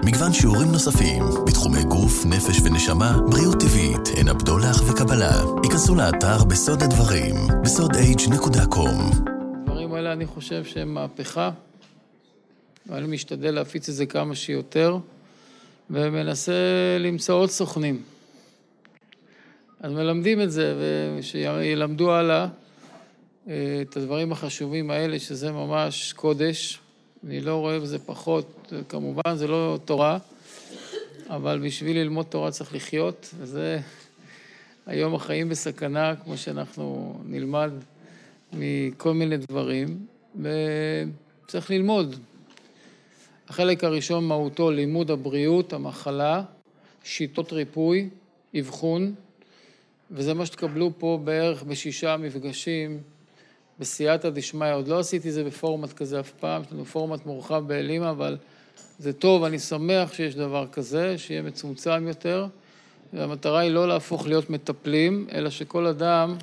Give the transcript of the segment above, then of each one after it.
מגוון שיעורים נוספים בתחומי גוף, נפש ונשמה, בריאות טבעית, עין הבדולח וקבלה. היכנסו לאתר בסוד הדברים, בסוד-h.com. הדברים האלה אני חושב שהם מהפכה, ואני משתדל להפיץ את זה כמה שיותר, ומנסה למצוא עוד סוכנים. אז מלמדים את זה, ושילמדו הלאה את הדברים החשובים האלה, שזה ממש קודש. אני לא רואה בזה פחות, כמובן זה לא תורה, אבל בשביל ללמוד תורה צריך לחיות, וזה היום החיים בסכנה, כמו שאנחנו נלמד מכל מיני דברים, וצריך ללמוד. החלק הראשון מהותו לימוד הבריאות, המחלה, שיטות ריפוי, אבחון, וזה מה שתקבלו פה בערך ב6 מפגשים, בסייעתא דשמיא. עוד לא עשיתי זה בפורמט כזה אף פעם, יש לנו פורמט מורחב באלימה, אבל זה טוב, אני שמח שיש דבר כזה, שיהיה מצומצם יותר, והמטרה היא לא להפוך להיות מטפלים, אלא שכל אדם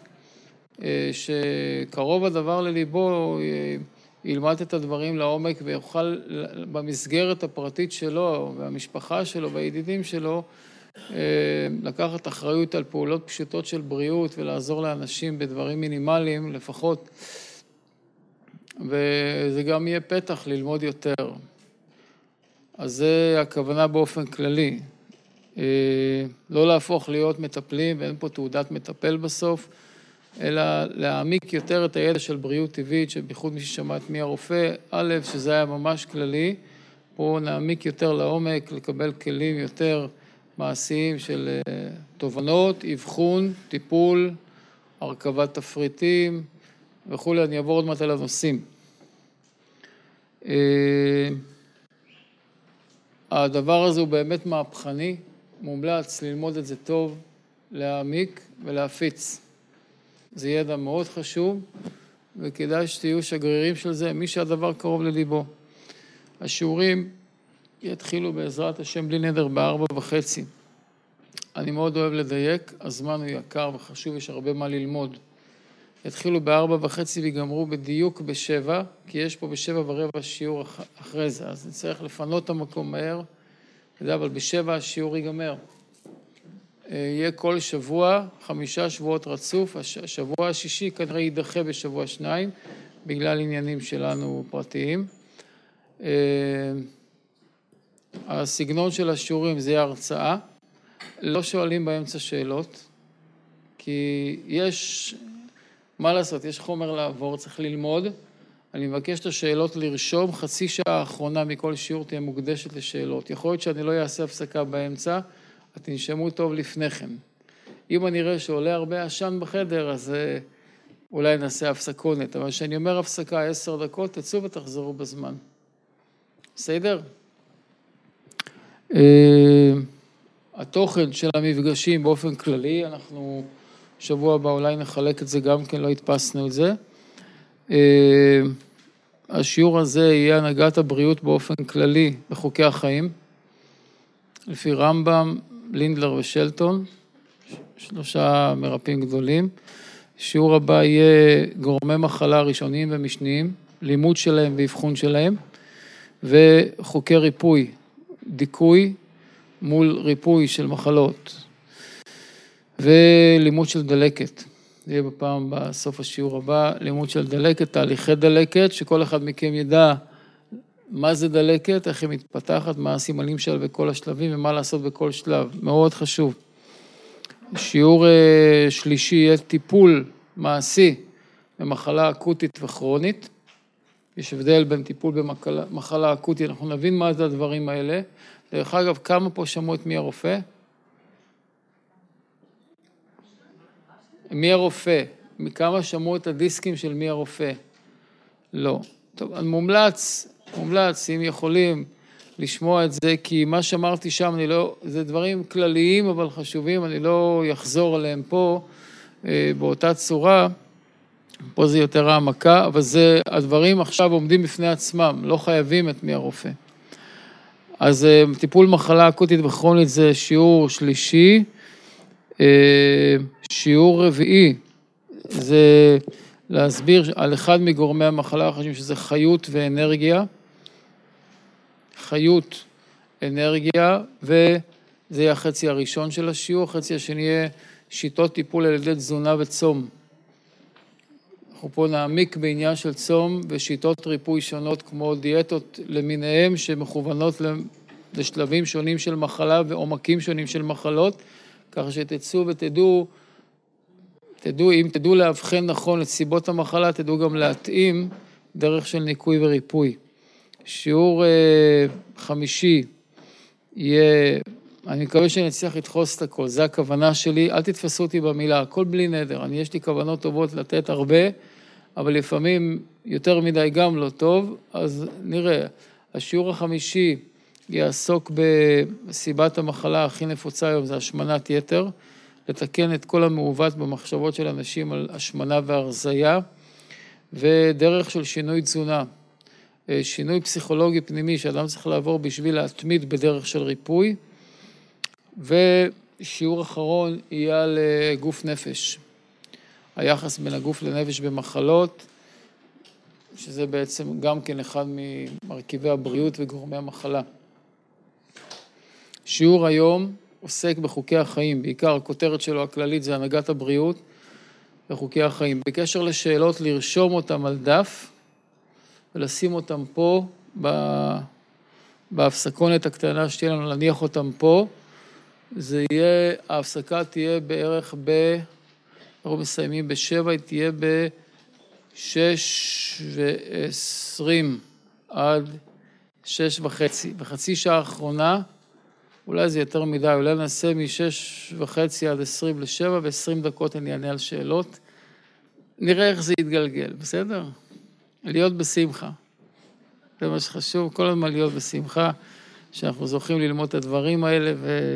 שקרוב הדבר לליבו, ילמד את הדברים לעומק ויוכל במסגרת הפרטית שלו והמשפחה שלו והידידים שלו לקחת אחריות על פעולות פשוטות של בריאות ולעזור לאנשים בדברים מינימליים לפחות, וזה גם יהיה פתח ללמוד יותר. אז זה הכוונה באופן כללי, לא להפוך להיות מטפלים ואין פה תעודת מטפל בסוף, אלא להעמיק יותר את הידע של בריאות טבעית, שבייחוד מי ששמע את מי הרופא, א', שזה היה ממש כללי, פה נעמיק יותר לעומק, לקבל כלים יותר מעשיים של תובנות, אבחון, טיפול, הרכבת תפריטים וכו'. אני אעבור עוד מעט על הנושאים. הדבר הזה הוא באמת מהפכני, מומלץ ללמוד את זה טוב, להעמיק ולהפיץ. זה ידע מאוד חשוב, וכדאי שתהיו שגרירים של זה, מי שהדבר קרוב לליבו. השיעורים יתחילו בעזרת השם בלי נדר ב4:30. אני מאוד אוהב לדייק, הזמן הוא יקר וחשוב, יש הרבה מה ללמוד. יתחילו ב4:30 ויגמרו בדיוק ב7, כי יש פה ב7:15 שיעור אחרי זה, אז נצטרך לפנות את המקום מהר, אבל ב7 השיעור ייגמר. יהיה כל שבוע, 5 שבועות רצוף, השבוע השישי כנראה יידחה בשבוע 2, בגלל עניינים שלנו פרטיים. הסגנון של השיעורים זה הרצאה, לא שואלים באמצע שאלות, כי יש, מה לעשות, יש חומר לעבור, צריך ללמוד. אני מבקש את השאלות לרשום, חצי שעה האחרונה מכל שיעור תהיה מוקדשת לשאלות. יכול להיות שאני לא אעשה הפסקה באמצע, תנשמו טוב לפני כן. אם אני רואה שעולה הרבה עשן בחדר, אז אולי נעשה הפסקונת, אבל כשאני אומר הפסקה 10 דקות, תצאו ותחזרו בזמן. בסדר? התוכן של המפגשים באופן כללי, אנחנו שבוע הבא אולי נחלק את זה גם כן, לא הדפסנו את זה. השיעור הזה יהיה הנהגת הבריאות באופן כללי בחוקי החיים, לפי רמב"ם, לינדלר ושלטון, 3 מרפאים גדולים. שיעור הבא יהיה גורמי מחלה ראשוניים ומשניים, לימוד שלהם ואבחון שלהם, וחוקי ריפוי, דיכוי מול ריפוי של מחלות, ולימוד של דלקת. זה יהיה בפעם בסוף השיעור הבא, לימוד של דלקת, תהליכי דלקת, שכל אחד מכם ידע מה זה דלקת, איך היא מתפתחת, מה הסימנים שלה בכל השלבים ומה לעשות בכל שלב. מאוד חשוב. שיעור שלישי יהיה טיפול מעשי במחלה אקוטית וכרונית. יש הבדל בין טיפול במחלה אקוטית, אנחנו נבין מה זה הדברים האלה. דרך אגב, כמה פה שמעו את מי הרופא? מי הרופא? מכמה שמעו את הדיסקים של מי הרופא? לא. טוב, אני מומלץ, אם יכולים לשמוע את זה, כי מה שאמרתי שם, זה דברים כלליים אבל חשובים, אני לא יחזור עליהם פה באותה צורה, פה זה יותר העמקה, אבל זה, הדברים עכשיו עומדים בפני עצמם, לא חייבים את מי הרופא. אז טיפול מחלה אקוטית וכרונית זה שיעור שלישי, שיעור רביעי, זה להסביר על אחד מגורמי המחלה החשובים, שזה חיות ואנרגיה. חיות, אנרגיה, וזה יהיה החצי הראשון של השיעור. החצי השני יהיה שיטות טיפול על ידי תזונה וצום. אנחנו פה נעמיק בעניין של צום ושיטות ריפוי שונות כמו דיאטות למיניהם שמכוונות לשלבים שונים של מחלה ועומקים שונים של מחלות, ככה שתצאו ותדעו, אם תדעו להבחן נכון את סיבות המחלה, תדעו גם להתאים דרך של ניקוי וריפוי. שיעור חמישי יהיה, אני מקווה שאני אצליח לדחוס את הכל, זה הכוונה שלי, אל תתפסו אותי במילה, הכל בלי נדר, יש לי כוונות טובות לתת הרבה, אבל לפעמים יותר מדי גם לא טוב, אז נראה. השיעור החמישי יעסוק בסיבת המחלה הכי נפוצה היום, זה השמנת יתר, לתקן את כל המעוות במחשבות של אנשים על השמנה והרזיה, ודרך של שינוי תזונה, שינוי פסיכולוגי פנימי שאדם צריך לעבור בשביל להתמיד בדרך של ריפוי, ושיעור אחרון יהיה על גוף נפש. היחס בין הגוף לנפש במחלות, שזה בעצם גם כן אחד ממרכיבי הבריאות וגורמי המחלה. שיעור היום עוסק בחוקי החיים, בעיקר הכותרת שלו הכללית זה הנהגת הבריאות וחוקי החיים. בקשר לשאלות לרשום אותם על דף ולשים אותם פה בהפסקונת הקטנה שתהיה לנו להניח אותם פה. זה יהיה, ההפסקה תהיה בערך אנחנו מסיימים ב7, היא תהיה ב6:20 עד 6:30. בחצי שעה האחרונה, אולי זה יותר מדי, אולי נעשה מ6:30 עד 6:50, ו20 דקות אני אענה על שאלות. נראה איך זה יתגלגל, בסדר? להיות בשמחה. זה מה שחשוב, כל הזמן להיות בשמחה, שאנחנו זוכים ללמוד את הדברים האלה,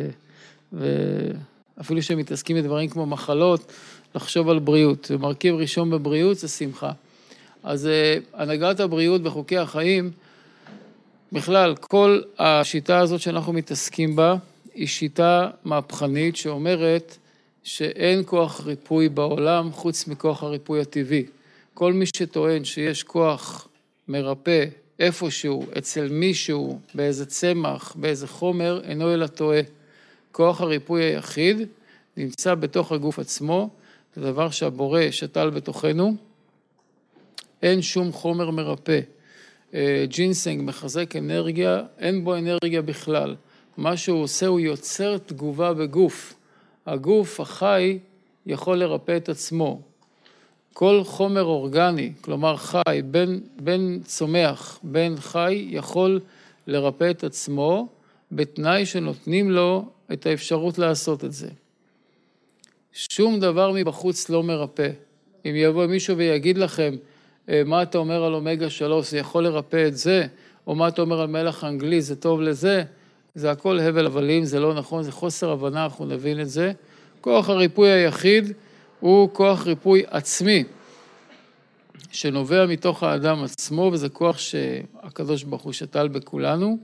ואפילו שמתעסקים בדברים כמו מחלות, לחשוב על בריאות. ומרכיב ראשון בבריאות זה שמחה. אז הנהגת הבריאות בחוקי החיים, בכלל, כל השיטה הזאת שאנחנו מתעסקים בה, היא שיטה מהפכנית שאומרת שאין כוח ריפוי בעולם חוץ מכוח הריפוי הטבעי. כל מי שטוען שיש כוח מרפא איפשהו, אצל מישהו, באיזה צמח, באיזה חומר, אינו אלא טועה. כוח הריפוי היחיד נמצא בתוך הגוף עצמו, זה דבר שהבורא שתל בתוכנו, אין שום חומר מרפא. ג'ינסנג מחזק אנרגיה, אין בו אנרגיה בכלל. מה שהוא עושה, הוא יוצר תגובה בגוף. הגוף החי יכול לרפא את עצמו. כל חומר אורגני, כלומר חי, בין צומח, בין חי, יכול לרפא את עצמו, בתנאי שנותנים לו את האפשרות לעשות את זה. שום דבר מבחוץ לא מרפא. אם יבוא מישהו ויגיד לכם, מה אתה אומר על אומגה 3, זה יכול לרפא את זה, או מה אתה אומר על מלח אנגלי, זה טוב לזה, זה הכל הבל הבלים, זה לא נכון, זה חוסר הבנה, אנחנו נבין את זה. כוח הריפוי היחיד הוא כוח ריפוי עצמי, שנובע מתוך האדם עצמו, וזה כוח שהקדוש ברוך הוא שתל בכולנו,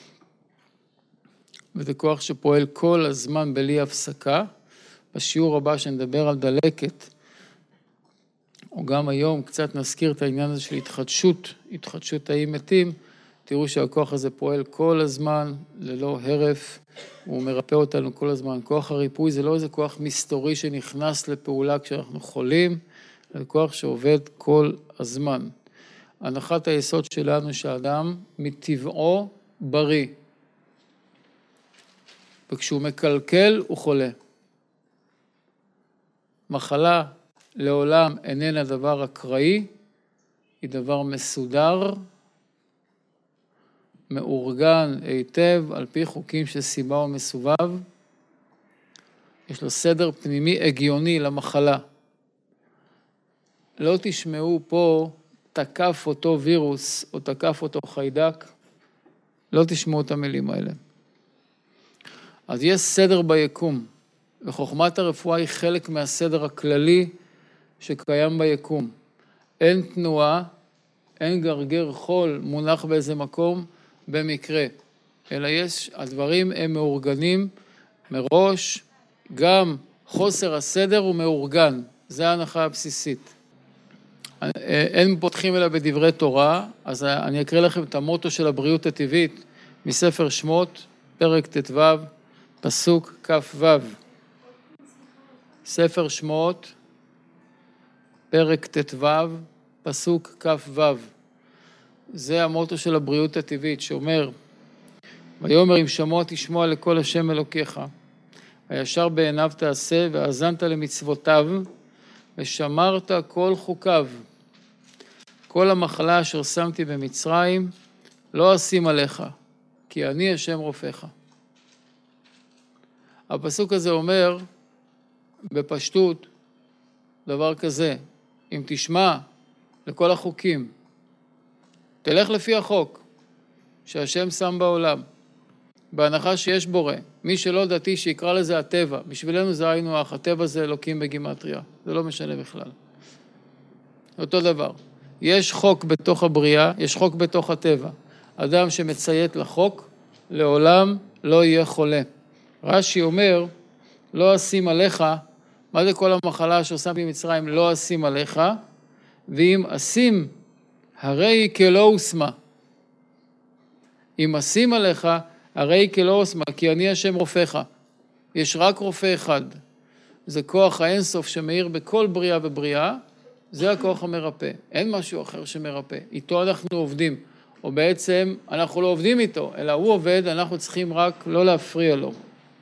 וזה כוח שפועל כל הזמן בלי הפסקה. בשיעור הבא שנדבר על דלקת, או גם היום קצת נזכיר את העניין הזה של התחדשות תאים מתים, תראו שהכוח הזה פועל כל הזמן, ללא הרף, הוא מרפא אותנו כל הזמן. כוח הריפוי זה לא איזה כוח מסתורי שנכנס לפעולה כשאנחנו חולים, זה כוח שעובד כל הזמן. הנחת היסוד שלנו שהאדם מטבעו בריא, וכשהוא מקלקל הוא חולה. מחלה לעולם איננה דבר אקראי, היא דבר מסודר, מאורגן היטב על פי חוקים של סיבה ומסובב. יש לו סדר פנימי הגיוני למחלה. לא תשמעו פה תקף אותו וירוס או תקף אותו חיידק, לא תשמעו את המילים האלה. אז יש סדר ביקום, וחוכמת הרפואה היא חלק מהסדר הכללי שקיים ביקום. אין תנועה, אין גרגר חול מונח באיזה מקום במקרה, אלא הדברים הם מאורגנים מראש, גם חוסר הסדר הוא מאורגן, זה ההנחה הבסיסית. אין פותחים אלא בדברי תורה, אז אני אקריא לכם את המוטו של הבריאות הטבעית מספר שמות, פרק ט"ו, פסוק כ"ו. ספר שמות, פרק ט"ו, פסוק כ"ו. זה המוטו של הבריאות הטבעית, שאומר, ויאמר אם שמוע תשמוע לכל השם אלוקיך, הישר בעיניו תעשה, והאזנת למצוותיו, ושמרת כל חוקיו. כל המחלה אשר שמתי במצרים, לא אשים עליך, כי אני השם רופאך. הפסוק הזה אומר, בפשטות, דבר כזה, אם תשמע לכל החוקים, תלך לפי החוק שהשם שם בעולם, בהנחה שיש בורא, מי שלא דתי שיקרא לזה הטבע, בשבילנו זה היינו אח, הטבע זה אלוקים בגימטריה, זה לא משנה בכלל. אותו דבר, יש חוק בתוך הבריאה, יש חוק בתוך הטבע, אדם שמציית לחוק, לעולם לא יהיה חולה. רש"י אומר, לא אשים עליך, מה זה כל המחלה ששמתי במצרים, לא אשים עליך, ואם אשים, הרי כלא הושמה. אם אשים עליך, הרי כלא הושמה, כי אני השם רופאך. יש רק רופא אחד. זה כוח האינסוף שמאיר בכל בריאה ובריאה, זה הכוח המרפא. אין משהו אחר שמרפא. איתו אנחנו עובדים. או בעצם אנחנו לא עובדים איתו, אלא הוא עובד, אנחנו צריכים רק לא להפריע לו.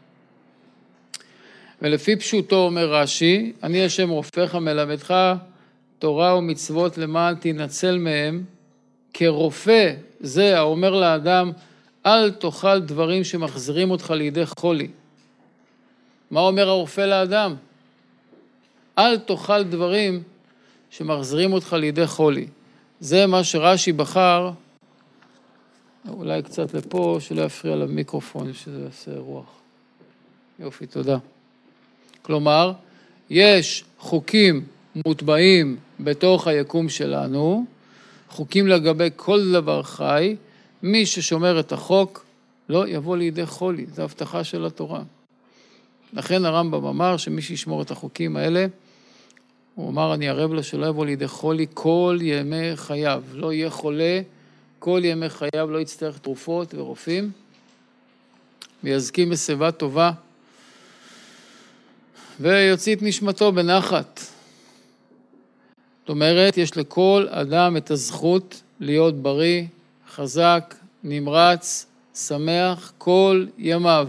ולפי פשוטו אומר רש"י, אני השם רופאך מלמדך תורה ומצוות למען תנצל מהם, כרופא זה האומר לאדם, אל תאכל דברים שמחזירים אותך לידי חולי. מה אומר הרופא לאדם? אל תאכל דברים שמחזירים אותך לידי חולי. זה מה שרש"י בחר, אולי קצת לפה, שלא יפריע למיקרופון, שזה יעשה רוח. יופי, תודה. כלומר, יש חוקים מוטבעים בתוך היקום שלנו, חוקים לגבי כל דבר חי, מי ששומר את החוק לא יבוא לידי חולי, זו הבטחה של התורה. לכן הרמב"ם אמר שמי שישמור את החוקים האלה, הוא אמר אני ערב לו שלא יבוא לידי חולי כל ימי חייו, לא יהיה חולה, כל ימי חייו לא יצטרך תרופות ורופאים, ויזכים בשיבה טובה, ויוציא את נשמתו בנחת. זאת אומרת, יש לכל אדם את הזכות להיות בריא, חזק, נמרץ, שמח, כל ימיו.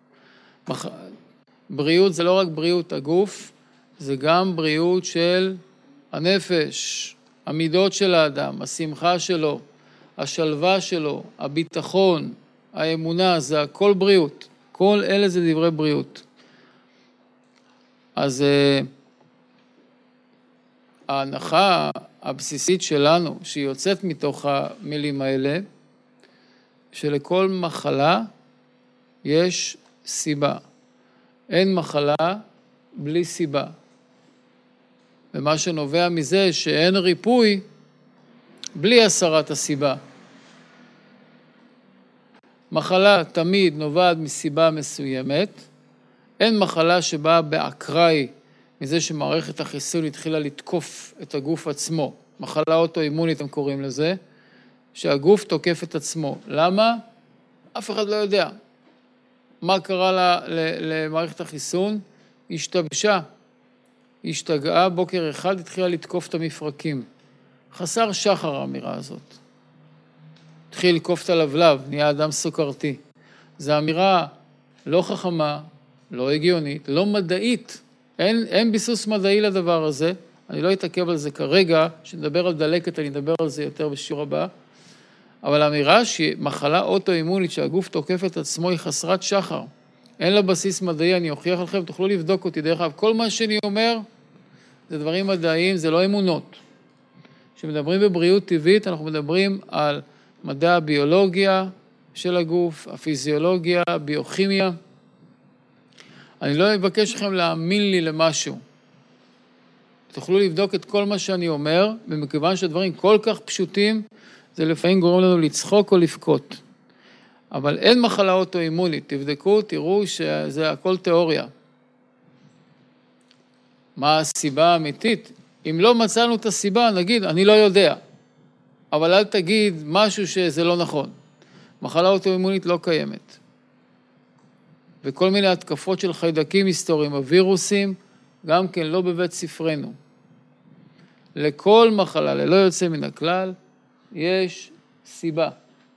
בריאות זה לא רק בריאות הגוף, זה גם בריאות של הנפש, המידות של האדם, השמחה שלו, השלווה שלו, הביטחון, האמונה, זה הכל בריאות. כל אלה זה דברי בריאות. אז ההנחה הבסיסית שלנו, שהיא יוצאת מתוך המילים האלה, שלכל מחלה יש סיבה. אין מחלה בלי סיבה. ומה שנובע מזה שאין ריפוי בלי הסרת הסיבה. מחלה תמיד נובעת מסיבה מסוימת, אין מחלה שבאה באקראי מזה שמערכת החיסון התחילה לתקוף את הגוף עצמו. מחלה אוטואימונית הם קוראים לזה, שהגוף תוקף את עצמו. למה? אף אחד לא יודע. מה קרה למערכת החיסון? היא השתבשה, היא השתגעה, בוקר אחד התחילה לתקוף את המפרקים. חסר שחר האמירה הזאת. התחיל לקוף את הלבלב, נהיה אדם סוכרתי. זו אמירה לא חכמה, לא הגיונית, לא מדעית. אין ביסוס מדעי לדבר הזה. אני לא אתעכב על זה כרגע, שנדבר על דלקת, אני אדבר על זה יותר בשיעור הבא. אבל האמירה שמחלה אוטואימונית שהגוף תוקף את עצמו היא חסרת שחר. אין לה בסיס מדעי, אני אוכיח לכם, תוכלו לבדוק אותי. דרך אגב, כל מה שאני אומר זה דברים מדעיים, זה לא אמונות. כשמדברים בבריאות טבעית, אנחנו מדברים על מדע הביולוגיה של הגוף, הפיזיולוגיה, הביוכימיה. אני לא אבקש לכם להאמין לי למשהו. תוכלו לבדוק את כל מה שאני אומר, ומכיוון שהדברים כל כך פשוטים, זה לפעמים גורם לנו לצחוק או לבכות. אבל אין מחלה אוטואימונית, תבדקו, תראו שזה הכל תיאוריה. מה הסיבה האמיתית? אם לא מצאנו את הסיבה, נגיד, אני לא יודע. אבל אל תגיד משהו שזה לא נכון. מחלה אוטואימונית לא קיימת. וכל מיני התקפות של חיידקים היסטוריים, הווירוסים, גם כן לא בבית ספרנו. לכל מחלה, ללא יוצא מן הכלל, יש סיבה.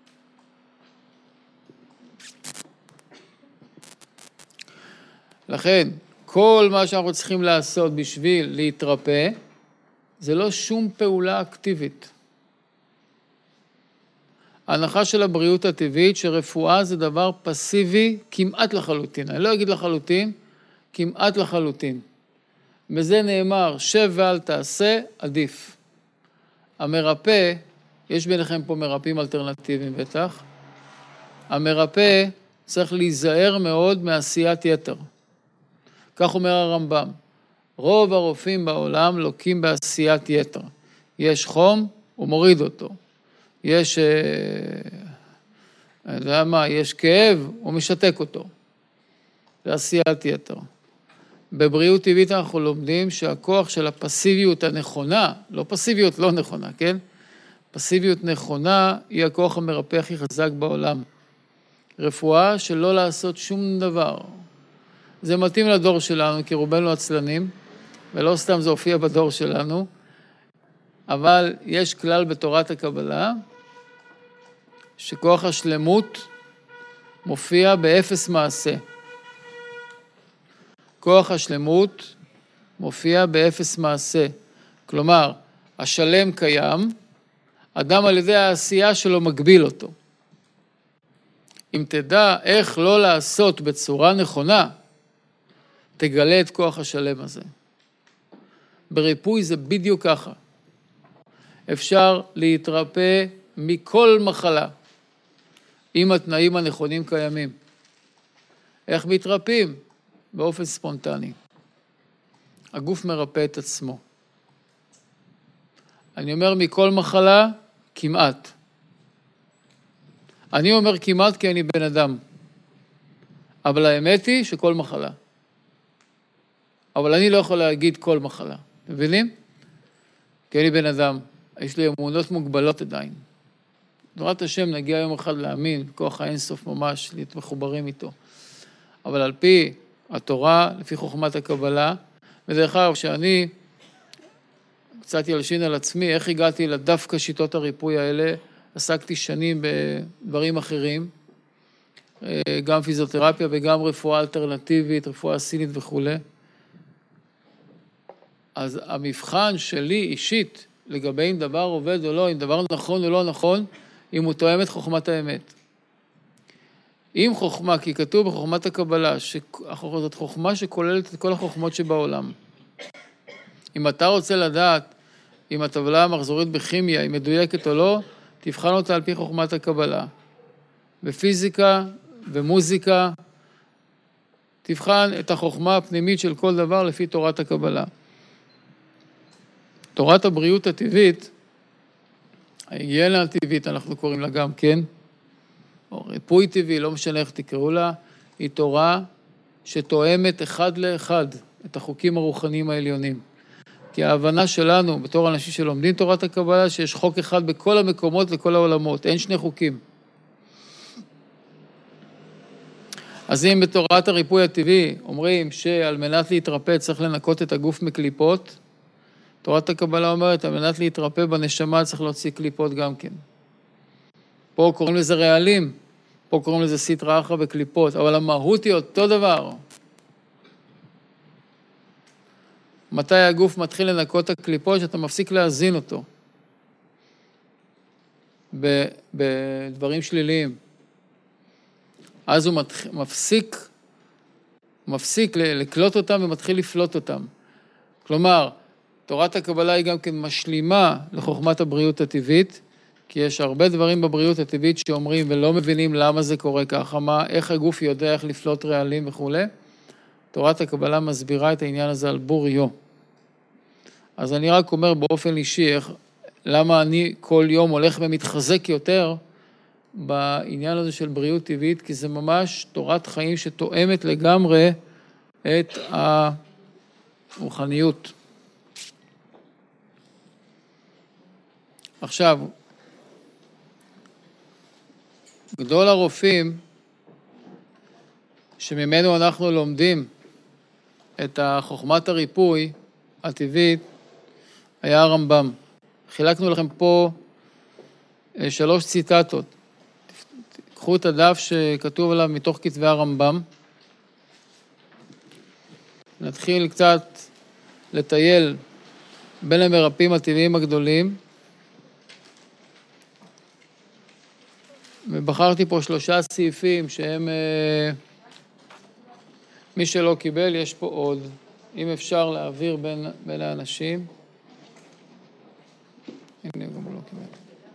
לכן, כל מה שאנחנו צריכים לעשות בשביל להתרפא, זה לא שום פעולה אקטיבית. ההנחה של הבריאות הטבעית שרפואה זה דבר פסיבי כמעט לחלוטין. אני לא אגיד לחלוטין, כמעט לחלוטין. בזה נאמר, שב ואל תעשה, עדיף. המרפא, יש ביניכם פה מרפאים אלטרנטיביים בטח, המרפא צריך להיזהר מאוד מעשיית יתר. כך אומר הרמב"ם, רוב הרופאים בעולם לוקים בעשיית יתר. יש חום, הוא מוריד אותו. יש, אני יודע מה, יש כאב, הוא משתק אותו. זה עשיית יתר. בבריאות טבעית אנחנו לומדים שהכוח של הפסיביות הנכונה, לא פסיביות לא נכונה, כן? פסיביות נכונה היא הכוח המרפא הכי חזק בעולם. רפואה שלא לעשות שום דבר. זה מתאים לדור שלנו, כי רובנו עצלנים, ולא סתם זה הופיע בדור שלנו, אבל יש כלל בתורת הקבלה, שכוח השלמות מופיע באפס מעשה. כוח השלמות מופיע באפס מעשה. כלומר, השלם קיים, אדם על ידי העשייה שלו מגביל אותו. אם תדע איך לא לעשות בצורה נכונה, תגלה את כוח השלם הזה. בריפוי זה בדיוק ככה. אפשר להתרפא מכל מחלה, אם התנאים הנכונים קיימים. איך מתרפאים? באופן ספונטני. הגוף מרפא את עצמו. אני אומר מכל מחלה, כמעט. אני אומר כמעט כי אני בן אדם. אבל האמת היא שכל מחלה. אבל אני לא יכול להגיד כל מחלה. מבינים? כי אני בן אדם. יש לי אמונות מוגבלות עדיין. תורת השם נגיע יום אחד להאמין, כוח האינסוף ממש, להיות מחוברים איתו. אבל על פי התורה, לפי חוכמת הקבלה, ודרך אגב, שאני קצת ילשין על עצמי, איך הגעתי לדווקא שיטות הריפוי האלה, עסקתי שנים בדברים אחרים, גם פיזיותרפיה וגם רפואה אלטרנטיבית, רפואה סינית וכו'. אז המבחן שלי אישית, לגבי אם דבר עובד או לא, אם דבר נכון או לא נכון, אם הוא תואם את חוכמת האמת. אם חוכמה, כי כתוב בחוכמת הקבלה, זאת חוכמה שכוללת את כל החוכמות שבעולם. אם אתה רוצה לדעת אם הטבלה המחזורית בכימיה היא מדויקת או לא, תבחן אותה על פי חוכמת הקבלה. בפיזיקה ומוזיקה, תבחן את החוכמה הפנימית של כל דבר לפי תורת הקבלה. תורת הבריאות הטבעית, ההיגיינה הטבעית אנחנו קוראים לה גם כן, או ריפוי טבעי, לא משנה איך תקראו לה, היא תורה שתואמת אחד לאחד את החוקים הרוחניים העליונים. כי ההבנה שלנו, בתור אנשים שלומדים תורת הקבלה, שיש חוק אחד בכל המקומות לכל העולמות, אין שני חוקים. אז אם בתורת הריפוי הטבעי אומרים שעל מנת להתרפא צריך לנקות את הגוף מקליפות, תורת הקבלה אומרת, על מנת להתרפא בנשמה צריך להוציא קליפות גם כן. פה קוראים לזה רעלים, פה קוראים לזה סטרא אחרא וקליפות, אבל המהות היא אותו דבר. מתי הגוף מתחיל לנקות את הקליפות? שאתה מפסיק להזין אותו. בדברים שליליים. אז הוא מפסיק לקלוט אותם ומתחיל לפלוט אותם. כלומר, תורת הקבלה היא גם כן משלימה לחוכמת הבריאות הטבעית, כי יש הרבה דברים בבריאות הטבעית שאומרים ולא מבינים למה זה קורה ככה, איך הגוף יודע איך לפלוט רעלים וכו'. תורת הקבלה מסבירה את העניין הזה על בוריו. אז אני רק אומר באופן אישי, למה אני כל יום הולך ומתחזק יותר בעניין הזה של בריאות טבעית, כי זה ממש תורת חיים שתואמת לגמרי את הרוחניות. עכשיו, גדול הרופאים שממנו אנחנו לומדים את חוכמת הריפוי הטבעית, היה הרמב"ם. חילקנו לכם פה 3 ציטטות. קחו את הדף שכתוב עליו מתוך כתבי הרמב"ם. נתחיל קצת לטייל בין המרפאים הטבעיים הגדולים. ובחרתי פה 3 סעיפים שהם, מי שלא קיבל, יש פה עוד. אם אפשר להעביר בין האנשים. הנה, גם הוא לא קיבל.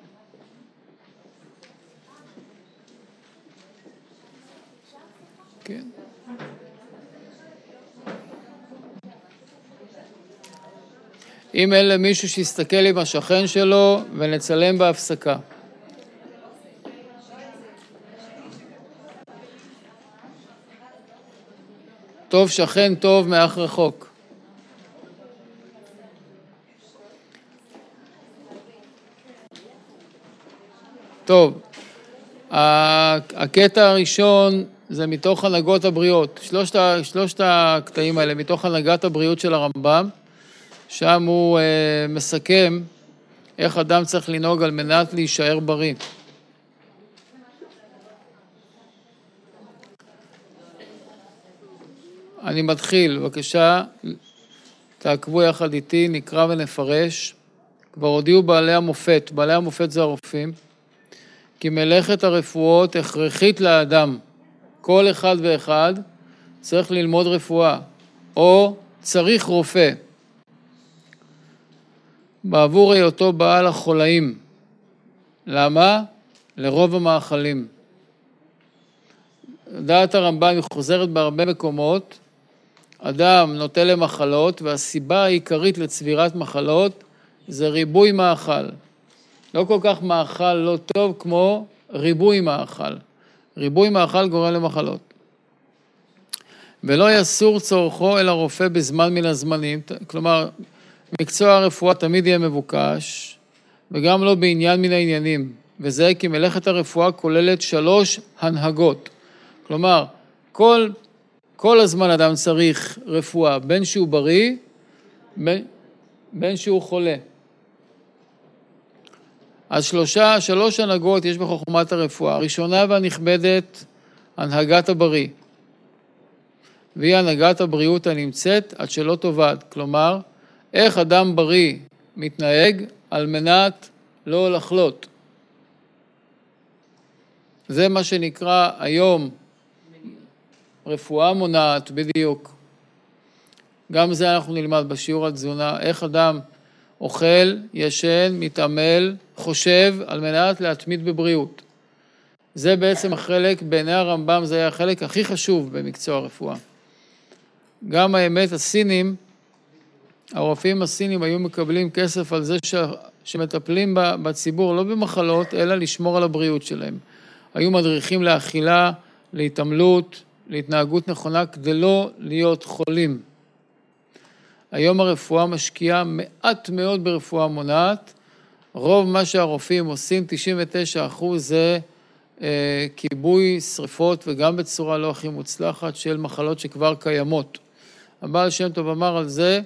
כן. אם אין למישהו שיסתכל עם השכן שלו ונצלם בהפסקה. טוב שכן טוב מאח רחוק. טוב, הקטע הראשון זה מתוך הנהגות הבריאות. שלושת הקטעים האלה מתוך הנהגת הבריאות של הרמב"ם, שם הוא מסכם איך אדם צריך לנהוג על מנת להישאר בריא. אני מתחיל, בבקשה, תעקבו יחד איתי, נקרא ונפרש. כבר הודיעו בעלי המופת, בעלי המופת זה הרופאים, כי מלאכת הרפואות הכרחית לאדם. כל אחד ואחד צריך ללמוד רפואה, או צריך רופא. בעבור היותו בעל החולאים. למה? לרוב המאכלים. דעת הרמב"ם היא חוזרת בהרבה מקומות. אדם נוטה למחלות, והסיבה העיקרית לצבירת מחלות זה ריבוי מאכל. לא כל כך מאכל לא טוב כמו ריבוי מאכל. ריבוי מאכל גורם למחלות. ולא יסור צורכו אל הרופא בזמן מן הזמנים, כלומר, מקצוע הרפואה תמיד יהיה מבוקש, וגם לא בעניין מן העניינים, וזה כי מלאכת הרפואה כוללת 3 הנהגות. כלומר, כל הזמן אדם צריך רפואה, בין שהוא בריא, בין שהוא חולה. אז 3 הנהגות יש בחוכמת הרפואה. הראשונה והנכבדת, הנהגת הבריא. והיא הנהגת הבריאות הנמצאת עד שלא תאבד. כלומר, איך אדם בריא מתנהג על מנת לא לחלות. זה מה שנקרא היום רפואה מונעת, בדיוק. גם זה אנחנו נלמד בשיעור התזונה, איך אדם אוכל, ישן, מתעמל, חושב, על מנת להתמיד בבריאות. זה בעצם החלק, בעיני הרמב"ם זה היה החלק הכי חשוב במקצוע הרפואה. גם האמת, הסינים, הרופאים הסינים היו מקבלים כסף על זה שמטפלים בציבור, לא במחלות, אלא לשמור על הבריאות שלהם. היו מדריכים לאכילה, להתעמלות, להתנהגות נכונה, כדי לא להיות חולים. היום הרפואה משקיעה מעט מאוד ברפואה מונעת. רוב מה שהרופאים עושים, 99% זה כיבוי שריפות, וגם בצורה לא הכי מוצלחת של מחלות שכבר קיימות. הבעל שם טוב אמר על זה,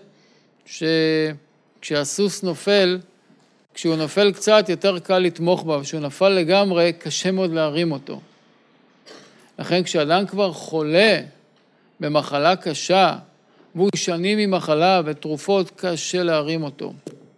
שכשהסוס נופל, כשהוא נופל קצת יותר קל לתמוך בה, וכשהוא נפל לגמרי קשה מאוד להרים אותו. לכן כשאדם כבר חולה במחלה קשה, והוא שנים ממחלה ותרופות, קשה להרים אותו.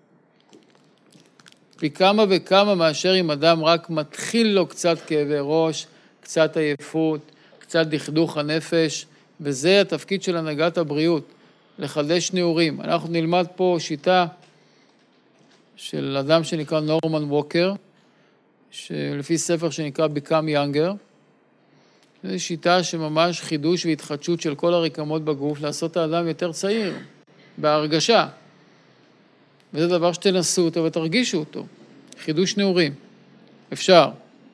פי כמה וכמה מאשר אם אדם רק מתחיל לו קצת כאבי ראש, קצת עייפות, קצת דכדוך הנפש, וזה התפקיד של הנהגת הבריאות, לחדש נעורים. אנחנו נלמד פה שיטה של אדם שנקרא נורמן ווקר, שלפי ספר שנקרא Become Younger, זו שיטה שממש חידוש והתחדשות של כל הרקמות בגוף, לעשות את האדם יותר צעיר, בהרגשה. וזה דבר שתנסו אותו ותרגישו אותו. חידוש נעורים. אפשר.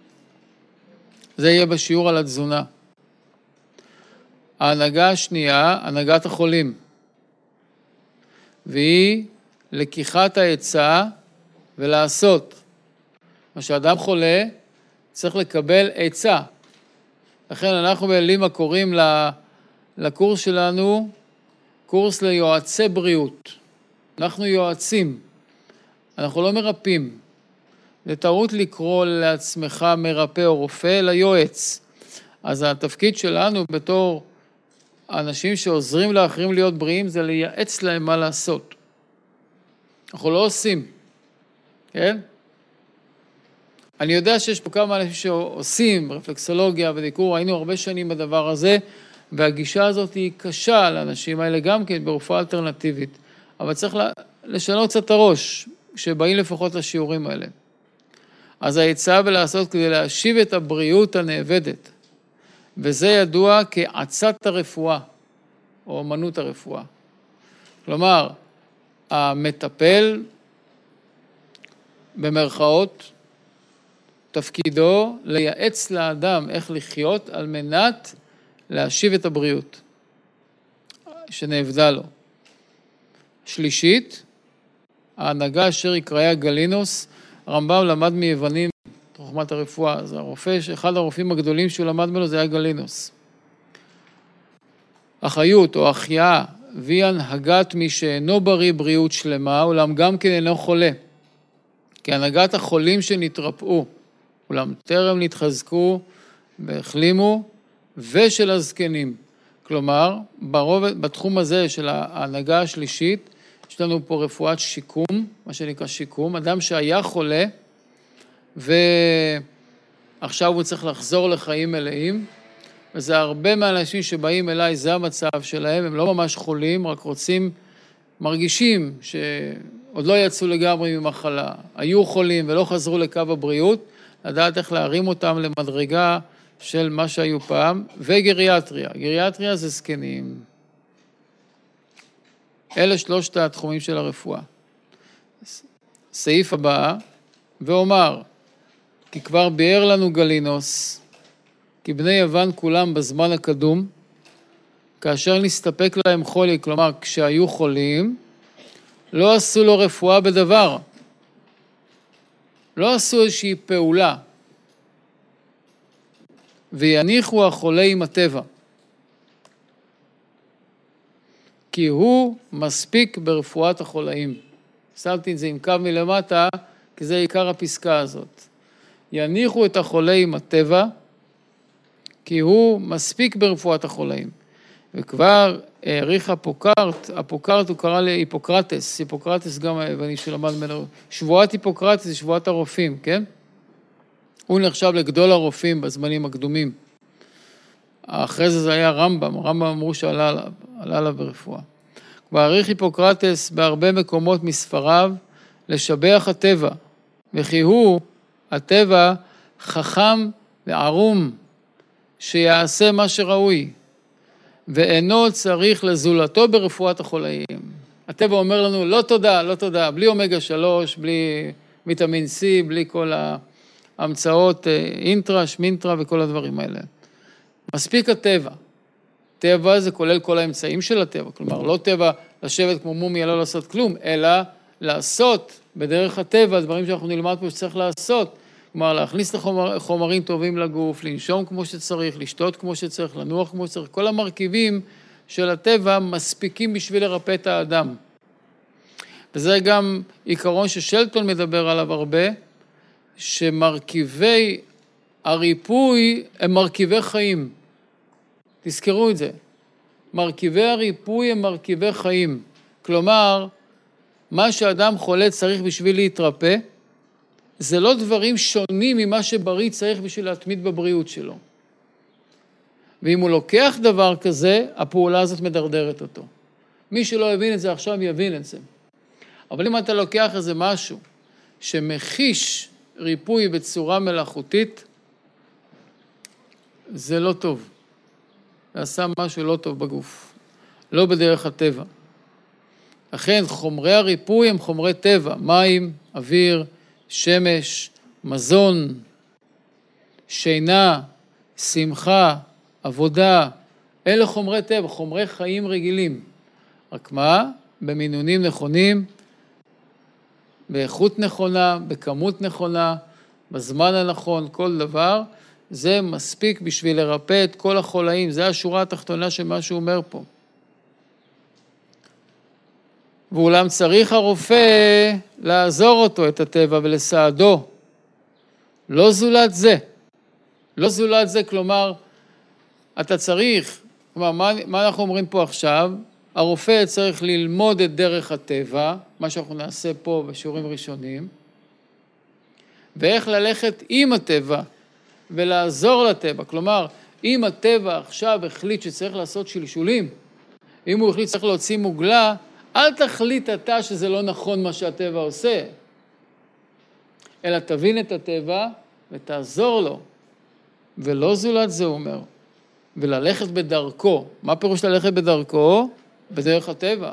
זה יהיה בשיעור על התזונה. ההנהגה השנייה, הנהגת החולים. והיא לקיחת העצה ולעשות. מה שאדם חולה צריך לקבל עצה. לכן אנחנו באלימה קוראים לקורס שלנו, קורס ליועצי בריאות. אנחנו יועצים, אנחנו לא מרפאים. זה טעות לקרוא לעצמך מרפא או רופא, אלא יועץ. אז התפקיד שלנו בתור אנשים שעוזרים לאחרים להיות בריאים, זה לייעץ להם מה לעשות. אנחנו לא עושים, כן? אני יודע שיש פה כמה אנשים שעושים רפלקסולוגיה ודיקור, היינו הרבה שנים בדבר הזה, והגישה הזאת היא קשה לאנשים האלה גם כן ברפואה אלטרנטיבית, אבל צריך לשנות קצת הראש, שבאים לפחות לשיעורים האלה. אז ההצעה ולעשות כדי להשיב את הבריאות הנאבדת, וזה ידוע כעצת הרפואה, או אמנות הרפואה. כלומר, המטפל, במרכאות, תפקידו לייעץ לאדם איך לחיות על מנת להשיב את הבריאות שנאבדה לו. שלישית, ההנהגה אשר יקראיה גלינוס, הרמב"ם למד מיוונים תחוכמת הרפואה, אז אחד הרופאים הגדולים שהוא למד ממנו זה היה גלינוס. אחיות או החייאה, והיא הנהגת מי שאינו בריא בריאות שלמה, אולם גם כן אינו חולה. כי הנהגת החולים שנתרפאו, אולם טרם נתחזקו והחלימו, ושל הזקנים. כלומר, בתחום הזה של ההנהגה השלישית, יש לנו פה רפואת שיקום, מה שנקרא שיקום, אדם שהיה חולה, ועכשיו הוא צריך לחזור לחיים מלאים, וזה הרבה מהאנשים שבאים אליי, זה המצב שלהם, הם לא ממש חולים, רק מרגישים שעוד לא יצאו לגמרי ממחלה, היו חולים ולא חזרו לקו הבריאות, לדעת איך להרים אותם למדרגה של מה שהיו פעם, וגריאטריה. גריאטריה זה זקנים. אלה שלושת התחומים של הרפואה. סעיף הבא, ואומר, כי כבר ביאר לנו גלינוס, כי בני יוון כולם בזמן הקדום, כאשר נסתפק להם חולי, כלומר כשהיו חולים, לא עשו לו רפואה בדבר. לא עשו איזושהי פעולה. ויניחו החולה עם הטבע. כי הוא מספיק ברפואת החולאים. שמתי את זה עם קו מלמטה, כי זה עיקר הפסקה הזאת. יניחו את החולה עם הטבע, כי הוא מספיק ברפואת החולאים. וכבר העריך הפוקרט הוא קרא להיפוקרטס, היפוקרטס גם היווני שלמד ממנו, שבועת היפוקרטס זה שבועת הרופאים, כן? הוא נחשב לגדול הרופאים בזמנים הקדומים. אחרי זה היה רמב"ם אמרו שעלה עליו ברפואה. כבר העריך היפוקרטס בהרבה מקומות מספריו לשבח הטבע, וכי הוא, הטבע, חכם וערום, שיעשה מה שראוי, ואינו צריך לזולתו ברפואת החולאים. הטבע אומר לנו, לא תודה, לא תודה, בלי אומגה 3, בלי ויטמין C, בלי כל ההמצאות, אינטרה, שמינטרה וכל הדברים האלה. מספיק הטבע. טבע זה כולל כל האמצעים של הטבע, כלומר, לא טבע לשבת כמו מומיה, לא לעשות כלום, אלא לעשות בדרך הטבע, דברים שאנחנו נלמד פה שצריך לעשות, כלומר, להכניס חומרים טובים לגוף, לנשום כמו שצריך, לשתות כמו שצריך, לנוח כמו שצריך, כל המרכיבים של הטבע מספיקים בשביל לרפא את האדם. וזה גם עיקרון ששלטון מדבר עליו הרבה, שמרכיבי הריפוי הם מרכיבי חיים. תזכרו את זה. מרכיבי הריפוי הם מרכיבי חיים. כלומר, מה שאדם חולה צריך בשביל להתרפא, זה לא דברים שונים ממה שבריא צריך בשביל להתמיד בבריאות שלו. ואם הוא לוקח דבר כזה, הפעולה הזאת מדרדרת אותו. מי שלא יבין את זה עכשיו יבין את זה. אבל אם אתה לוקח איזה משהו שמחיש ריפוי בצורה מלאכותית, זה לא טוב. ועשה משהו לא טוב בגוף. לא בדרך הטבע. לכן חומרי הריפוי הם חומרי טבע, מים, אוויר, שמש, מזון, שינה, שמחה, עבודה, אלה חומרי טבע, חומרי חיים רגילים. רק מה? במינונים נכונים, באיכות נכונה, בכמות נכונה, בזמן הנכון, כל דבר, זה מספיק בשביל לרפא את כל החולאים, זה השורה התחתונה של מה שהוא אומר פה. ואולם צריך הרופא לעזור אותו, את הטבע, ולסעדו. לא זולת זה. לא זולת זה, כלומר, אתה צריך, כלומר, מה אנחנו אומרים פה עכשיו? הרופא צריך ללמוד את דרך הטבע, מה שאנחנו נעשה פה בשיעורים ראשונים, ואיך ללכת עם הטבע ולעזור לטבע. כלומר, אם הטבע עכשיו החליט שצריך לעשות שלשולים, אם הוא החליט שצריך להוציא מוגלה, אל תחליט אתה שזה לא נכון מה שהטבע עושה, אלא תבין את הטבע ותעזור לו. ולא זולת זה, הוא אומר, וללכת בדרכו. מה פירוש ללכת בדרכו? בדרך הטבע.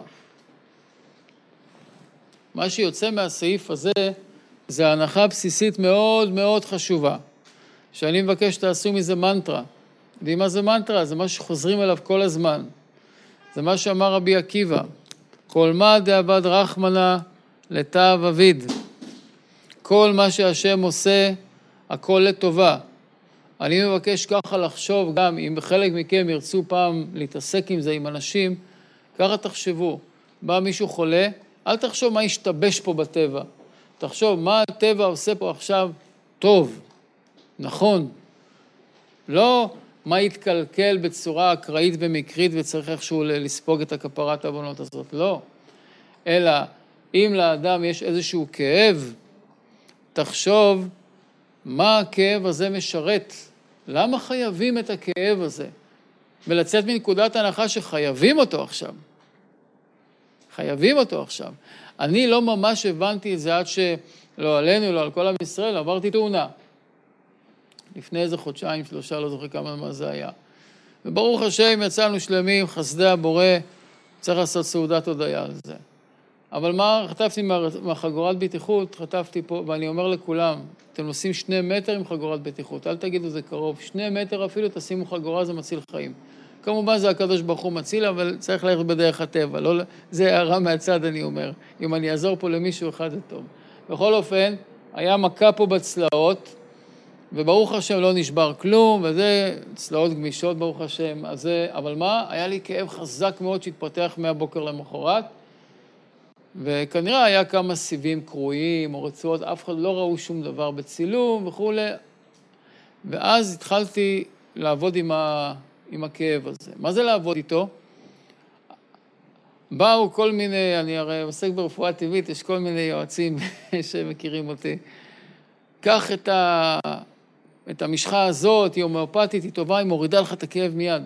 מה שיוצא מהסעיף הזה, זה הנחה בסיסית מאוד מאוד חשובה, שאני מבקש שתעשו מזה מנטרה. יודעים מה זה מנטרה? זה מה שחוזרים אליו כל הזמן. זה מה שאמר רבי עקיבא. כל מה דעבד רחמנה לטב אביד. כל מה שהשם עושה, הכל לטובה. אני מבקש ככה לחשוב, גם אם חלק מכם ירצו פעם להתעסק עם זה, עם אנשים, ככה תחשבו. בא מישהו חולה, אל תחשוב מה ישתבש פה בטבע. תחשוב מה הטבע עושה פה עכשיו טוב, נכון. לא מה יתקלקל בצורה אקראית ומקרית וצריך איכשהו לספוג את הכפרת העוונות הזאת, לא. אלא אם לאדם יש איזשהו כאב, תחשוב מה הכאב הזה משרת. למה חייבים את הכאב הזה? ולצאת מנקודת הנחה שחייבים אותו עכשיו. חייבים אותו עכשיו. אני לא ממש הבנתי את זה עד שלא עלינו, לא על כל עם ישראל, עברתי תאונה. לפני איזה חודשיים, 3, לא זוכר כמה מה זה היה. וברוך השם יצאנו שלמים, חסדי הבורא, צריך לעשות סעודת הודיה על זה. אבל מה חטפתי מהחגורת בטיחות? חטפתי פה, ואני אומר לכולם, אתם נוסעים 2 מטר עם חגורת בטיחות, אל תגידו זה קרוב, 2 מטר אפילו תשימו חגורה, זה מציל חיים. כמובן זה הקדוש ברוך הוא מציל, אבל צריך ללכת בדרך הטבע, לא, זה הערה מהצד אני אומר, אם אני אעזור פה למישהו אחד זה טוב. בכל אופן, היה מכה פה בצלעות, וברוך השם לא נשבר כלום, וזה צלעות גמישות ברוך השם, אבל מה? היה לי כאב חזק מאוד שהתפתח מהבוקר למחרת, וכנראה היה כמה סיבים קרועים או רצועות, אף אחד לא ראו שום דבר בצילום וכו'. ואז התחלתי לעבוד עם הכאב הזה. מה זה לעבוד איתו? באו כל מיני, אני הרי עוסק ברפואה טבעית, יש כל מיני יועצים שמכירים אותי. קח את המשחה הזאת, היא הומאופתית, היא טובה, היא מורידה לך את הכאב מיד.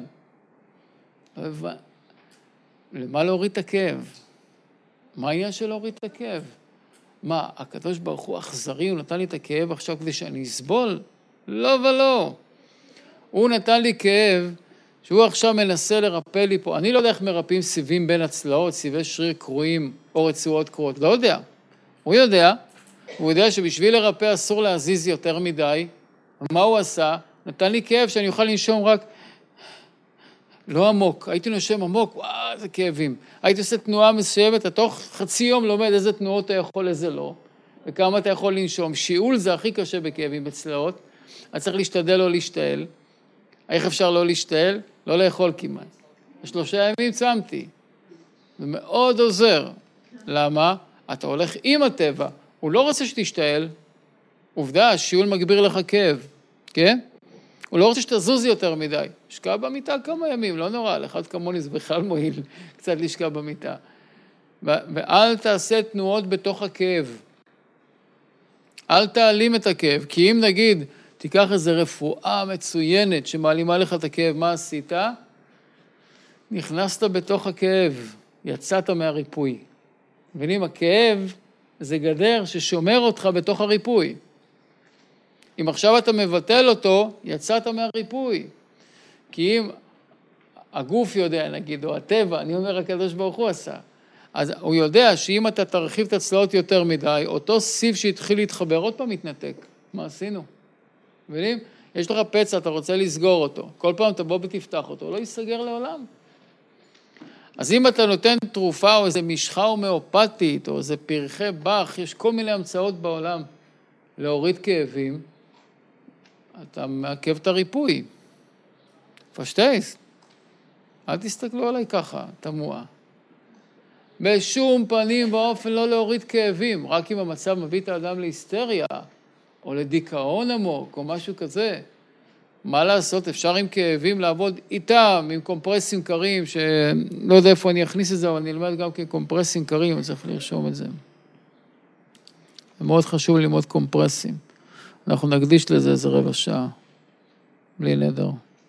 למה להוריד את הכאב? מה העניין של להוריד את הכאב? מה, הקדוש ברוך הוא אכזרי, הוא נתן לי את הכאב עכשיו כדי שאני אסבול? לא ולא. הוא נתן לי כאב שהוא עכשיו מנסה לרפא לי פה. אני לא יודע איך מרפאים סיבים בין הצלעות, סיבי שריר קרועים או רצועות קרועות. לא יודע. הוא יודע. הוא יודע שבשביל לרפא אסור להזיז יותר מדי. מה הוא עשה? נתן לי כאב שאני אוכל לנשום רק לא עמוק. הייתי נושם עמוק, וואו, איזה כאבים. הייתי עושה תנועה מסוימת, תוך חצי יום לומד איזה תנועות אתה יכול, איזה לא. וכמה אתה יכול לנשום. שיעול זה הכי קשה בכאבים בצלעות. אז צריך להשתדל לא להשתעל. איך אפשר לא להשתעל? לא לאכול כמעט. 3 ימים צמתי. זה מאוד עוזר. למה? אתה הולך עם הטבע. הוא לא רוצה שתשתעל. עובדה, שיעול מגביר לך כאב. כן? הוא לא רוצה שתזוז יותר מדי. שכב במיטה כמה ימים, לא נורא. לאחד כמוני זה בכלל מועיל קצת לשכב במיטה. ואל תעשה תנועות בתוך הכאב. אל תעלים את הכאב. כי אם נגיד, תיקח איזו רפואה מצוינת שמעלימה לך את הכאב, מה עשית? נכנסת בתוך הכאב, יצאת מהריפוי. מבינים, הכאב זה גדר ששומר אותך בתוך הריפוי. אם עכשיו אתה מבטל אותו, יצאת מהריפוי. כי אם הגוף יודע, נגיד, או הטבע, אני אומר, הקדוש ברוך הוא עשה. אז הוא יודע שאם אתה תרחיב את הצלעות יותר מדי, אותו סיב שהתחיל להתחבר, עוד פעם מתנתק. מה עשינו? מבינים? יש לך פצע, אתה רוצה לסגור אותו. כל פעם תבוא ותפתח אותו, הוא לא ייסגר לעולם. אז אם אתה נותן תרופה או איזה משחה הומאופתית, או איזה פרחי בח, יש כל מיני המצאות בעולם להוריד כאבים, אתה מעכב את הריפוי. פשטייס. אל תסתכלו עליי ככה, תמוה. בשום פנים ואופן לא להוריד כאבים, רק אם המצב מביא את האדם להיסטריה, או לדיכאון עמוק, או משהו כזה. מה לעשות? אפשר עם כאבים לעבוד איתם, עם קומפרסים קרים, שלא יודע איפה אני אכניס את זה, אבל אני אלמד גם כקומפרסים קרים, אני צריך לרשום את זה. זה מאוד חשוב ללמוד קומפרסים. אנחנו נקדיש לזה איזה רבע שעה, בלי נדר.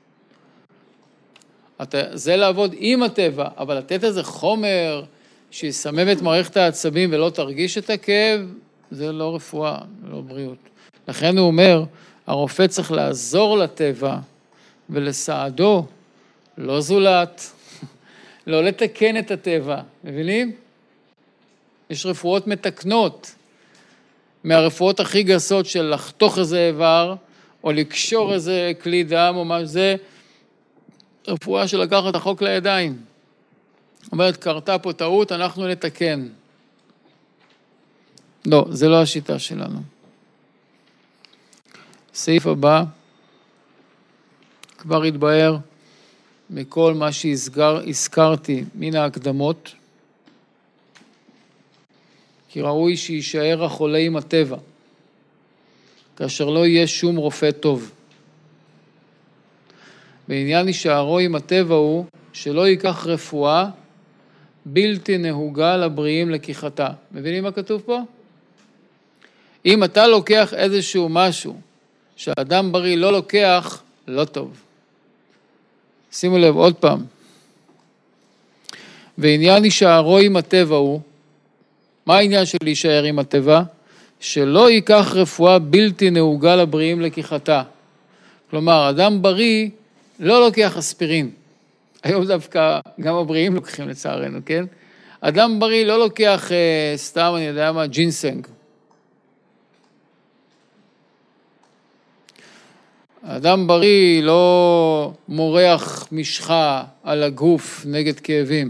זה לעבוד עם הטבע, אבל לתת איזה חומר שיסמם את מערכת העצבים ולא תרגיש את הכאב, זה לא רפואה, לא בריאות. לכן הוא אומר, הרופא צריך לעזור לטבע ולסעדו, לא זולת, לא לתקן את הטבע, מבינים? יש רפואות מתקנות, מהרפואות הכי גסות של לחתוך איזה איבר, או לקשור איזה כלי דם או מה זה, רפואה של לקחת את החוק לידיים. אומרת, קרתה פה טעות, אנחנו נתקן. לא, זה לא השיטה שלנו. סעיף הבא, כבר התבהר מכל מה שהזכרתי מן ההקדמות, כי ראוי שישאר החולה עם הטבע, כאשר לא יהיה שום רופא טוב. בעניין הישארו עם הטבע הוא שלא ייקח רפואה בלתי נהוגה לבריאים לקיחתה. מבינים מה כתוב פה? אם אתה לוקח איזשהו משהו שהאדם בריא לא לוקח, לא טוב. שימו לב עוד פעם. ועניין הישארו עם הטבע הוא, מה העניין של להישאר עם הטבע? שלא ייקח רפואה בלתי נהוגה לבריאים לקיחתה. כלומר, אדם בריא לא לוקח אספירין. היום דווקא גם הבריאים לוקחים לצערנו, כן? אדם בריא לא לוקח סתם, אני יודע מה, ג'ינסנג. אדם בריא לא מורח משחה על הגוף נגד כאבים.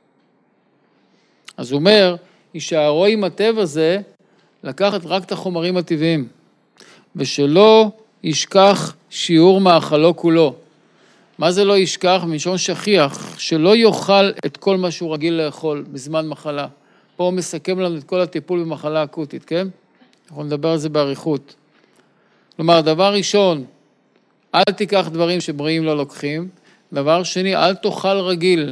אז הוא אומר, הישארו עם הטבע זה, לקחת רק את החומרים הטבעיים, ושלא ישכח שיעור מאכלו כולו. מה זה לא ישכח? מלשון שכיח, שלא יאכל את כל מה שהוא רגיל לאכול בזמן מחלה. פה הוא מסכם לנו את כל הטיפול במחלה אקוטית, כן? אנחנו נדבר על זה באריכות. כלומר, דבר ראשון, אל תיקח דברים שבריאים לא לוקחים. דבר שני, אל תאכל רגיל.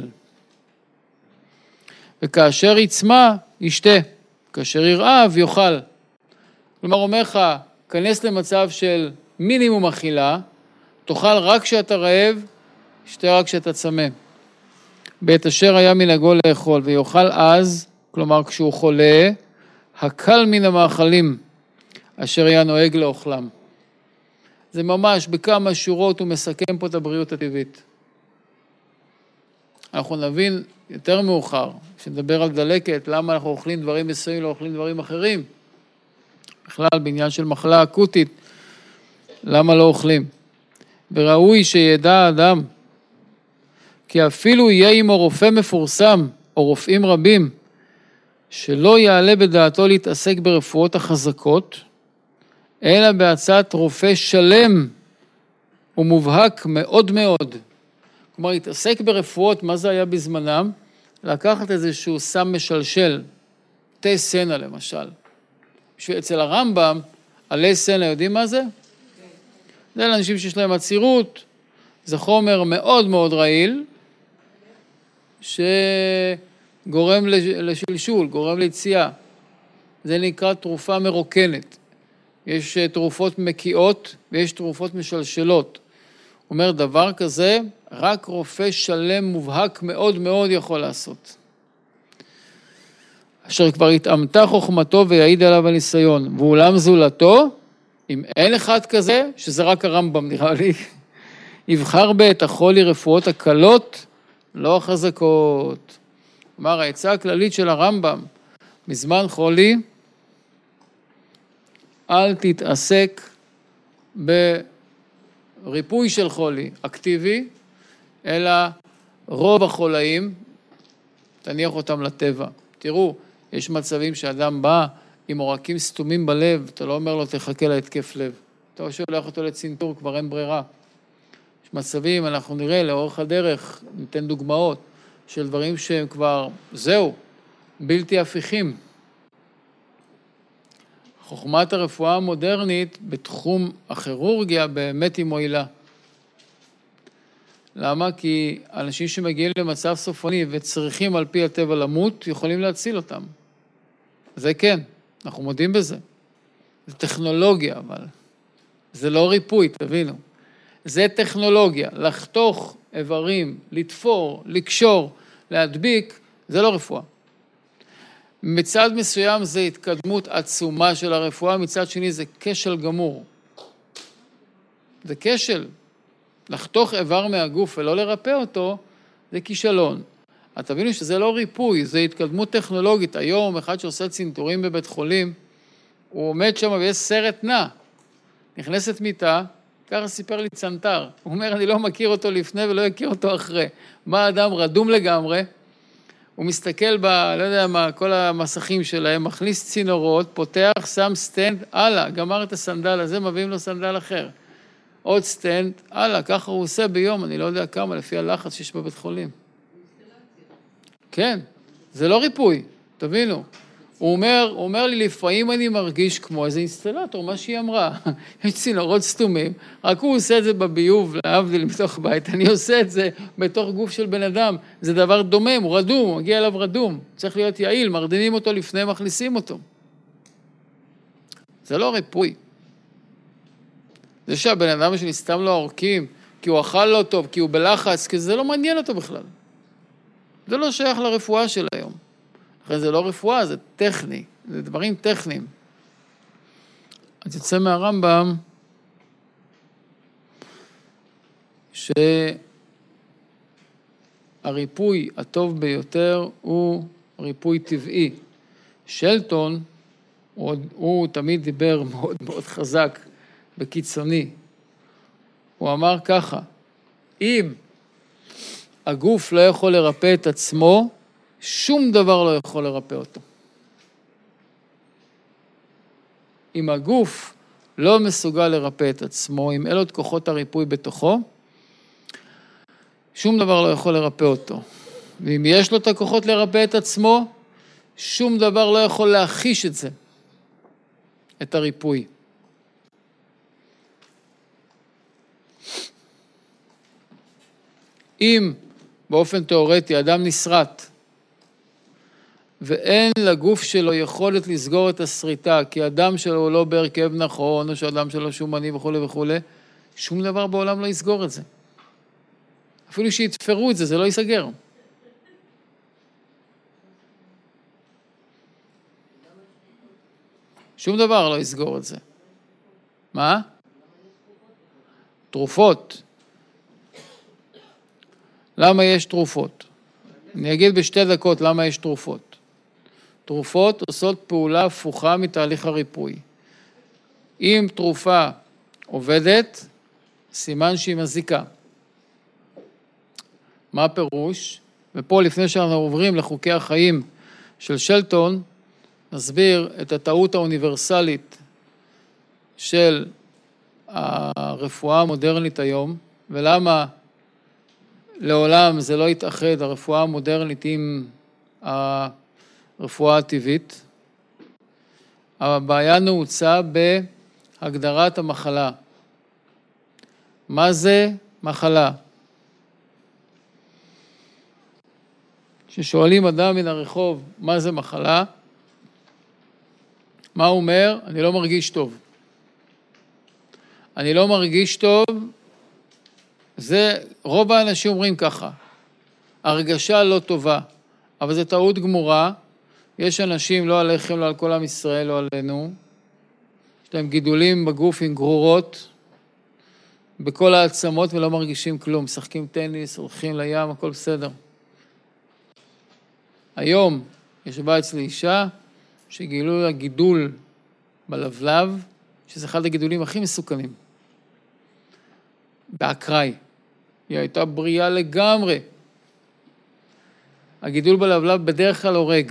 וכאשר יצמא, ישתה. כאשר ירעב, יאכל. כלומר, אומר לך, כנס למצב של מינימום אכילה, תאכל רק כשאתה רעב, שתה רק כשאתה צמא. בית אשר היה מנהגו לאכול, ויאכל אז, כלומר כשהוא חולה, הקל מן המאכלים, אשר היה נוהג לאוכלם. זה ממש בכמה שורות הוא מסכם פה את הבריאות הטבעית. אנחנו נבין יותר מאוחר, כשנדבר על דלקת, למה אנחנו אוכלים דברים מסוימים, לא אוכלים דברים אחרים. בכלל, בעניין של מחלה אקוטית, למה לא אוכלים? וראוי שידע האדם, כי אפילו יהיה עמו רופא מפורסם, או רופאים רבים, שלא יעלה בדעתו להתעסק ברפואות החזקות, אלא בהצעת רופא שלם ומובהק מאוד מאוד. כלומר, להתעסק ברפואות, מה זה היה בזמנם? לקחת איזשהו סם משלשל, תה סנה למשל. אצל הרמב"ם, עלי סנה, יודעים מה זה? זה לאנשים שיש להם עצירות, זה חומר מאוד מאוד רעיל, שגורם לשלשול, גורם ליציאה. זה נקרא תרופה מרוקנת. יש תרופות מקיאות ויש תרופות משלשלות. הוא אומר, דבר כזה, רק רופא שלם מובהק מאוד מאוד יכול לעשות. אשר כבר התאמתה חוכמתו ויעיד עליו הניסיון. ואולם זולתו, אם אין אחד כזה, שזה רק הרמב"ם נראה לי, יבחר בעת החולי רפואות הקלות, לא החזקות. כלומר, העצה הכללית של הרמב"ם, מזמן חולי, אל תתעסק בריפוי של חולי אקטיבי, אלא רוב החולאים, תניח אותם לטבע. תראו, יש מצבים שאדם בא עם עורקים סתומים בלב, אתה לא אומר לו תחכה להתקף לב. אתה שולח אותו לצנתור, כבר אין ברירה. יש מצבים, אנחנו נראה לאורך הדרך, ניתן דוגמאות, של דברים שהם כבר, זהו, בלתי הפיכים. חוכמת הרפואה המודרנית בתחום הכירורגיה באמת היא מועילה. למה? כי אנשים שמגיעים למצב סופני וצריכים על פי הטבע למות, יכולים להציל אותם. זה כן, אנחנו מודים בזה. זה טכנולוגיה, אבל זה לא ריפוי, תבינו. זה טכנולוגיה, לחתוך איברים, לתפור, לקשור, להדביק, זה לא רפואה. מצד מסוים זה התקדמות עצומה של הרפואה, מצד שני זה כשל גמור. זה כשל. לחתוך איבר מהגוף ולא לרפא אותו, זה כישלון. את תבינו שזה לא ריפוי, זה התקדמות טכנולוגית. היום אחד שעושה צנתורים בבית חולים, הוא עומד שם ויש סרט נע. נכנסת מיטה, ככה סיפר לי צנתר. הוא אומר, אני לא מכיר אותו לפני ולא יכיר אותו אחרי. מה האדם רדום לגמרי? הוא מסתכל לא יודע מה, כל המסכים שלהם, מכניס צינורות, פותח, שם סטנד, הלאה, גמר את הסנדל הזה, מביאים לו סנדל אחר. עוד סטנד, הלאה, ככה הוא עושה ביום, אני לא יודע כמה, לפי הלחץ שיש בבית חולים. כן, זה לא ריפוי, תבינו. הוא אומר לי, לפעמים אני מרגיש כמו איזה אינסטלטור, מה שהיא אמרה. יש צינורות סתומים, רק הוא עושה את זה בביוב, להבדיל מתוך בית, אני עושה את זה בתוך גוף של בן אדם. זה דבר דומם, הוא רדום, הוא מגיע אליו רדום. צריך להיות יעיל, מרדימים אותו לפני, מכניסים אותו. זה לא ריפוי. זה שהבן אדם שלי סתם לא עורקים, כי הוא אכל לא טוב, כי הוא בלחץ, כי זה לא מעניין אותו בכלל. זה לא שייך לרפואה של היום. אחרי זה לא רפואה, זה טכני, זה דברים טכניים. אז יוצא מהרמב"ם, שהריפוי הטוב ביותר הוא ריפוי טבעי. שלטון, הוא תמיד דיבר מאוד מאוד חזק בקיצוני. הוא אמר ככה, אם הגוף לא יכול לרפא את עצמו, שום דבר לא יכול לרפא אותו. אם הגוף לא מסוגל לרפא את עצמו, אם אלו את כוחות הריפוי בתוכו, שום דבר לא יכול לרפא אותו. ואם יש לו את הכוחות לרפא את עצמו, שום דבר לא יכול להחיש את זה, את הריפוי. אם באופן תיאורטי אדם נשרט, ואין לגוף שלו יכולת לסגור את הסריטה, כי הדם שלו לא בהרכב נכון, או שהדם שלו שומני וכו' וכו', שום דבר בעולם לא יסגור את זה. אפילו שיתפרו את זה, זה לא ייסגר. שום דבר לא יסגור את זה. מה? תרופות. למה יש תרופות? אני אגיד בשתי דקות למה יש תרופות. תרופות עושות פעולה הפוכה מתהליך הריפוי. אם תרופה עובדת, סימן שהיא מזיקה. מה הפירוש? ופה לפני שאנחנו עוברים לחוקי החיים של שלטון, נסביר את הטעות האוניברסלית של הרפואה המודרנית היום, ולמה לעולם זה לא יתאחד הרפואה המודרנית עם הרפואה הטבעית. הבעיה נעוצה בהגדרת המחלה. מה זה מחלה? כששואלים אדם מן הרחוב, מה זה מחלה? מה הוא אומר? אני לא מרגיש טוב. אני לא מרגיש טוב, זה, רוב האנשים אומרים ככה, הרגשה לא טובה, אבל זה טעות גמורה, יש אנשים, לא עליכם, לא על כל עם ישראל, לא עלינו, יש להם גידולים בגוף עם גרורות, בכל העצמות ולא מרגישים כלום, משחקים טניס, הולכים לים, הכל בסדר. היום ישבה אצלי אישה שגילו לה גידול בלבלב, שזה אחד הגידולים הכי מסוכנים. באקראי. היא הייתה בריאה לגמרי. הגידול בלבלב בדרך כלל הורג.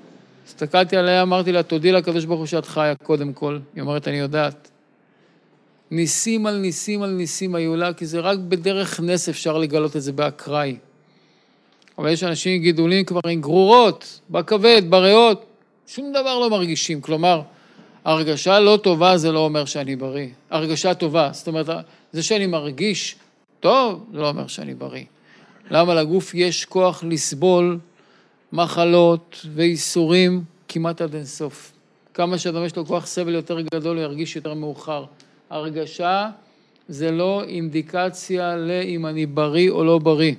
הסתכלתי עליה, אמרתי לה, תודי לקדוש ברוך הוא שאת חיה קודם כל. היא אומרת, אני יודעת. ניסים על ניסים על ניסים היו לה, כי זה רק בדרך נס אפשר לגלות את זה באקראי. אבל יש אנשים גידולים כבר עם גרורות, בכבד, בריאות, שום דבר לא מרגישים. כלומר, הרגשה לא טובה זה לא אומר שאני בריא. הרגשה טובה, זאת אומרת, זה שאני מרגיש טוב, זה לא אומר שאני בריא. למה לגוף יש כוח לסבול מחלות ואיסורים כמעט עד אינסוף. כמה שאדם יש לו כוח סבל יותר גדול, הוא ירגיש יותר מאוחר. הרגשה זה לא אינדיקציה לאם אני בריא או לא בריא.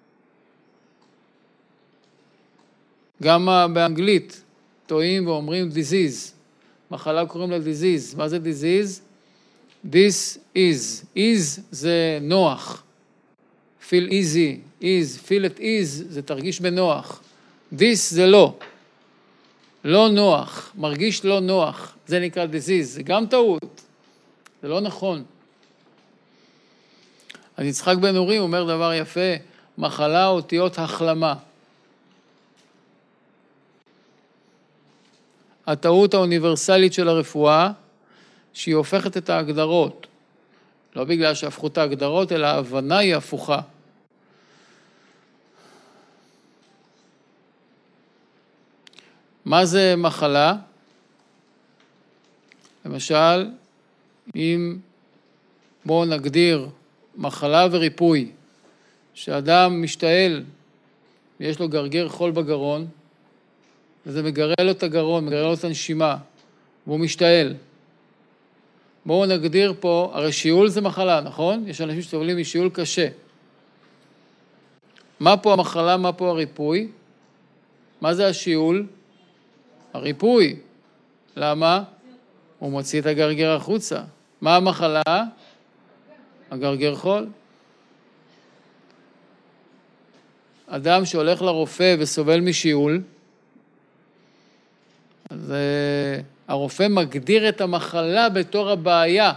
גם באנגלית טועים ואומרים disease. מחלה קוראים לה disease. מה זה disease? This is. is זה נוח. feel easy. is. feel at ease זה תרגיש בנוח. this זה לא. לא נוח. מרגיש לא נוח. זה נקרא disease. זה גם טעות. זה לא נכון. אז יצחק בן אורי אומר דבר יפה, מחלה אותיות החלמה. הטעות האוניברסלית של הרפואה, שהיא הופכת את ההגדרות. לא בגלל שהפכו את ההגדרות, אלא ההבנה היא הפוכה. מה זה מחלה? למשל, אם בואו נגדיר מחלה וריפוי, שאדם משתעל ויש לו גרגר חול בגרון, וזה מגרה לו את הגרון, מגרה לו את הנשימה, והוא משתעל. בואו נגדיר פה, הרי שיעול זה מחלה, נכון? יש אנשים שסובלים משיעול קשה. מה פה המחלה, מה פה הריפוי? מה זה השיעול? הריפוי. למה? הוא מוציא את הגרגר החוצה. מה המחלה? הגרגר חול. אדם שהולך לרופא וסובל משיעול, אז הרופא מגדיר את המחלה בתור הבעיה.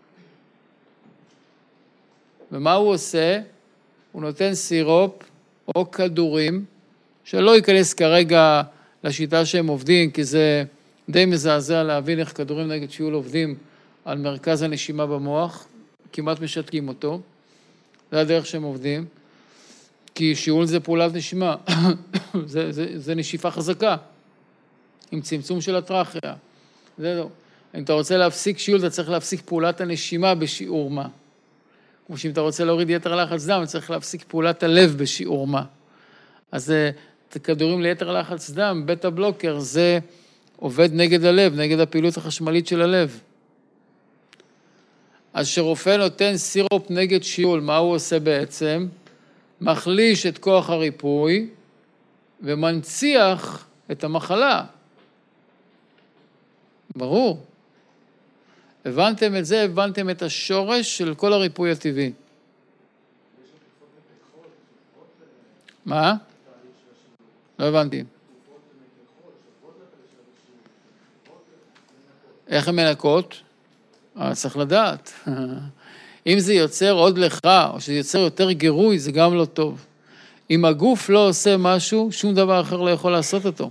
ומה הוא עושה? הוא נותן סירופ או כדורים, שלא ייכנס כרגע לשיטה שהם עובדים, כי זה די מזעזע להבין איך כדורים נגד שיעול עובדים על מרכז הנשימה במוח, כמעט משתקים אותו, זה הדרך שהם עובדים, כי שיעול זה פעולת נשימה, זה נשיפה חזקה, עם צמצום של הטרחיה. זה לא. אם אתה רוצה להפסיק שיעול, אתה צריך להפסיק פעולת הנשימה בשיעור מה. כמו שאם אתה רוצה להוריד יתר לחץ דם, אתה צריך להפסיק פעולת הלב בשיעור מה. אז כדורים ליתר לחץ דם, בטא בלוקר, זה עובד נגד הלב, נגד הפעילות החשמלית של הלב. אז שרופא נותן סירופ נגד שיעול, מה הוא עושה בעצם? מחליש את כוח הריפוי ומנציח את המחלה. ברור. הבנתם את זה, הבנתם את השורש של כל הריפוי הטבעי. מה? לא הבנתי. איך הן מנקות? צריך לדעת. אם זה יוצר עוד לך, או שזה יוצר יותר גירוי, זה גם לא טוב. אם הגוף לא עושה משהו, שום דבר אחר לא יכול לעשות אותו.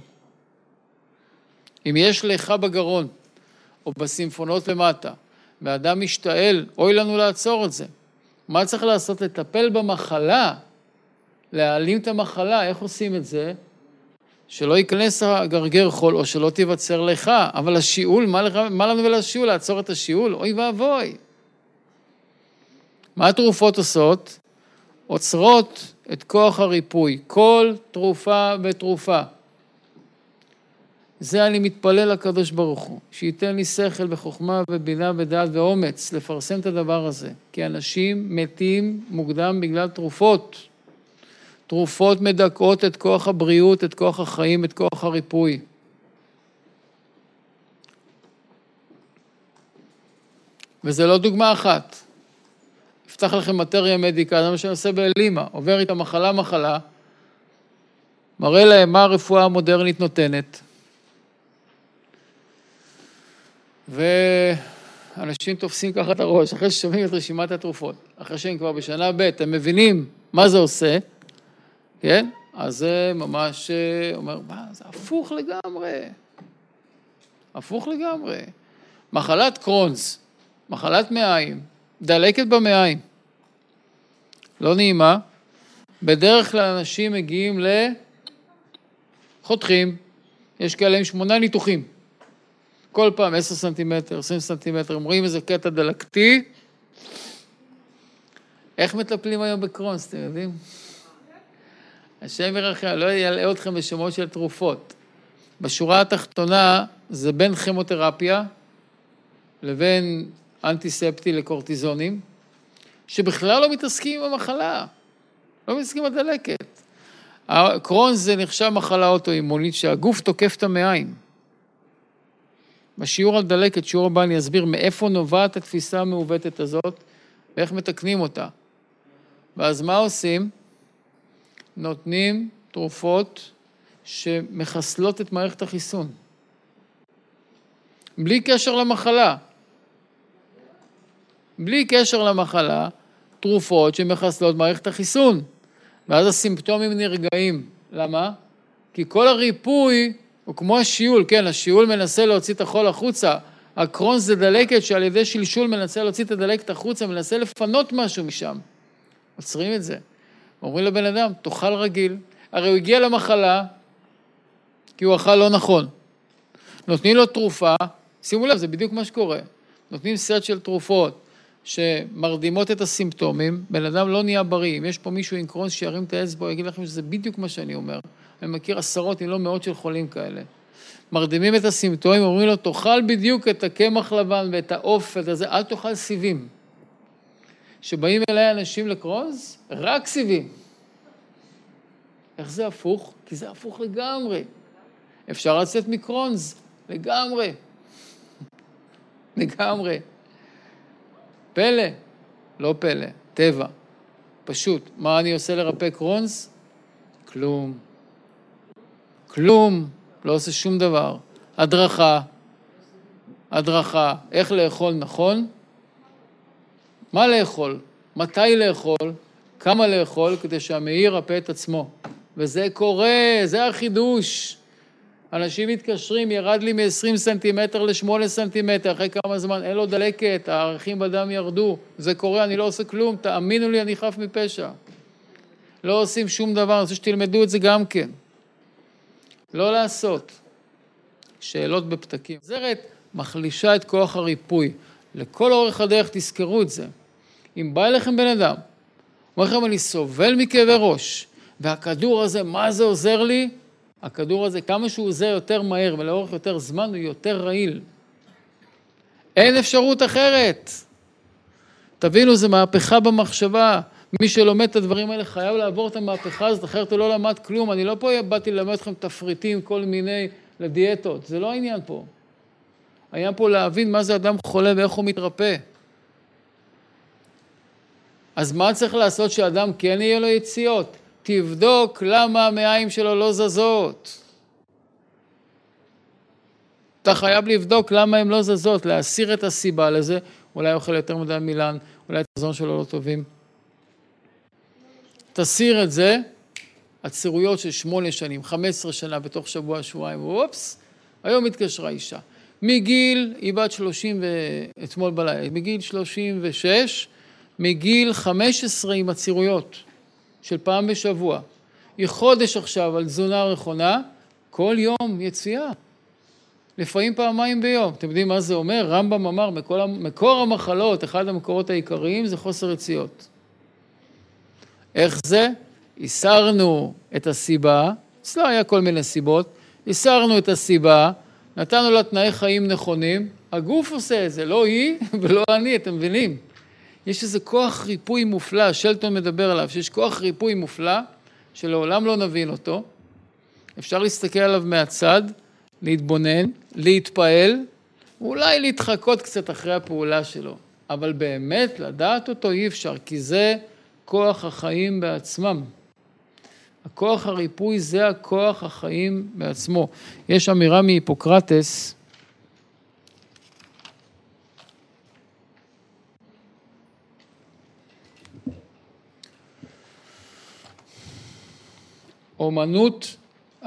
אם יש לך בגרון, או בסימפונות למטה, ואדם משתעל, אוי לנו לעצור את זה. מה צריך לעשות? לטפל במחלה, להעלים את המחלה, איך עושים את זה? שלא ייכנס הגרגר חול, או שלא תיווצר לך, אבל השיעול, מה לנו ולשיעול? לעצור את השיעול? אוי ואבוי. מה התרופות עושות? עוצרות את כוח הריפוי, כל תרופה בתרופה. זה אני מתפלל לקדוש ברוך הוא, שייתן לי שכל וחוכמה ובינה ודעת ואומץ, לפרסם את הדבר הזה, כי אנשים מתים מוקדם בגלל תרופות. תרופות מדכאות את כוח הבריאות, את כוח החיים, את כוח הריפוי. וזה לא דוגמה אחת. אפתח לכם מטריה מדיקה, זה מה שאני עושה באלימה, עובר איתה מחלה, מראה להם מה הרפואה המודרנית נותנת. ואנשים תופסים ככה את הראש, אחרי ששומעים את רשימת התרופות, אחרי שהם כבר בשנה ב' הם מבינים מה זה עושה, כן? אז זה ממש אומר, מה, זה הפוך לגמרי. הפוך לגמרי. מחלת קרונס, מחלת מעיים, דלקת במעיים, לא נעימה, בדרך כלל אנשים מגיעים לחותכים, יש כאלה עם 8 ניתוחים, כל פעם 10 סנטימטר, 20 סנטימטר, הם רואים איזה קטע דלקתי. איך מטפלים היום בקרונס, אתם יודעים? השם ירחם, לא ילאה אתכם בשמות של תרופות. בשורה התחתונה זה בין כימותרפיה לבין אנטיספטי לקורטיזונים, שבכלל לא מתעסקים עם המחלה, לא מתעסקים עם הדלקת. הקרונס זה נחשב מחלה אוטואימונית שהגוף תוקף את המעיים. בשיעור על דלקת, שיעור הבא אני אסביר מאיפה נובעת התפיסה המעוותת הזאת ואיך מתקנים אותה. ואז מה עושים? נותנים תרופות שמחסלות את מערכת החיסון. בלי קשר למחלה. בלי קשר למחלה, תרופות שמחסלות מערכת החיסון. ואז הסימפטומים נרגעים. למה? כי כל הריפוי הוא כמו השיעול, כן, השיעול מנסה להוציא את החול החוצה. הקרונס זה דלקת שעל ידי שלשול מנסה להוציא את הדלקת החוצה, מנסה לפנות משהו משם. עוצרים את זה. אומרים לבן אדם, תאכל רגיל. הרי הוא הגיע למחלה, כי הוא אכל לא נכון. נותנים לו תרופה, שימו לב, זה בדיוק מה שקורה. נותנים סט של תרופות שמרדימות את הסימפטומים, בן אדם לא נהיה בריא. אם יש פה מישהו עם קרונס שירים את האצבע, יגיד לכם שזה בדיוק מה שאני אומר. אני מכיר 10 אם לא מאות של חולים כאלה. מרדימים את הסימפטומים, אומרים לו, תאכל בדיוק את הקמח לבן ואת העוף, ואת הזה, אל תאכל סיבים. שבאים אליי אנשים לקרונס, רק סיבים. איך זה הפוך? כי זה הפוך לגמרי. אפשר לצאת מקרונס, לגמרי. לגמרי. פלא, לא פלא, טבע. פשוט, מה אני עושה לרפא קרונס? כלום. כלום, לא עושה שום דבר. הדרכה, איך לאכול נכון? מה לאכול? מתי לאכול? כמה לאכול? כדי שהמעי ירפא את עצמו. וזה קורה, זה החידוש. אנשים מתקשרים, ירד לי מ-20 סנטימטר ל-8 סנטימטר, אחרי כמה זמן, אין לו דלקת, הערכים בדם ירדו. זה קורה, אני לא עושה כלום, תאמינו לי, אני חף מפשע. לא עושים שום דבר, אני רוצה שתלמדו את זה גם כן. לא לעשות. שאלות בפתקים. זרת מחלישה את כוח הריפוי. לכל אורך הדרך תזכרו את זה. אם בא אליכם בן אדם, אומר לכם, אני סובל מכאבי ראש, והכדור הזה, מה זה עוזר לי? הכדור הזה, כמה שהוא עוזר יותר מהר ולאורך יותר זמן, הוא יותר רעיל. אין אפשרות אחרת. תבינו, זה מהפכה במחשבה. מי שלומד את הדברים האלה חייב לעבור את המהפכה הזאת, אחרת הוא לא למד כלום. אני לא פה באתי ללמד אתכם תפריטים, כל מיני לדיאטות. זה לא העניין פה. העניין פה להבין מה זה אדם חולה ואיך הוא מתרפא. אז מה צריך לעשות שאדם כן יהיה לו יציאות? תבדוק למה המעיים שלו לא זזות. אתה חייב לבדוק למה הן לא זזות, להסיר את הסיבה לזה. אולי אוכל יותר מדי מילן, אולי את המזון שלו לא טובים. תסיר את זה, הצירויות של 8 שנים, 15 שנה בתוך שבוע, שבועיים, ואופס, היום התקשרה אישה. מגיל, היא בת 30 ואתמול בלילה, מגיל 36, מגיל 15 עם הצירויות של פעם בשבוע. היא חודש עכשיו על תזונה נכונה, כל יום יציאה. לפעמים פעמיים ביום. אתם יודעים מה זה אומר? רמב"ם אמר, מקור המחלות, אחד המקורות העיקריים זה חוסר יציאות. איך זה? הסרנו את הסיבה, לא היה כל מיני סיבות, הסרנו את הסיבה, נתנו לה תנאי חיים נכונים, הגוף עושה את זה, לא היא ולא אני, אתם מבינים? יש איזה כוח ריפוי מופלא, שלטון מדבר עליו, שיש כוח ריפוי מופלא, שלעולם לא נבין אותו, אפשר להסתכל עליו מהצד, להתבונן, להתפעל, אולי להתחקות קצת אחרי הפעולה שלו, אבל באמת לדעת אותו אי אפשר, כי זה כוח החיים בעצמם. הכוח הריפוי זה הכוח החיים בעצמו. יש אמירה מהיפוקרטס, אומנות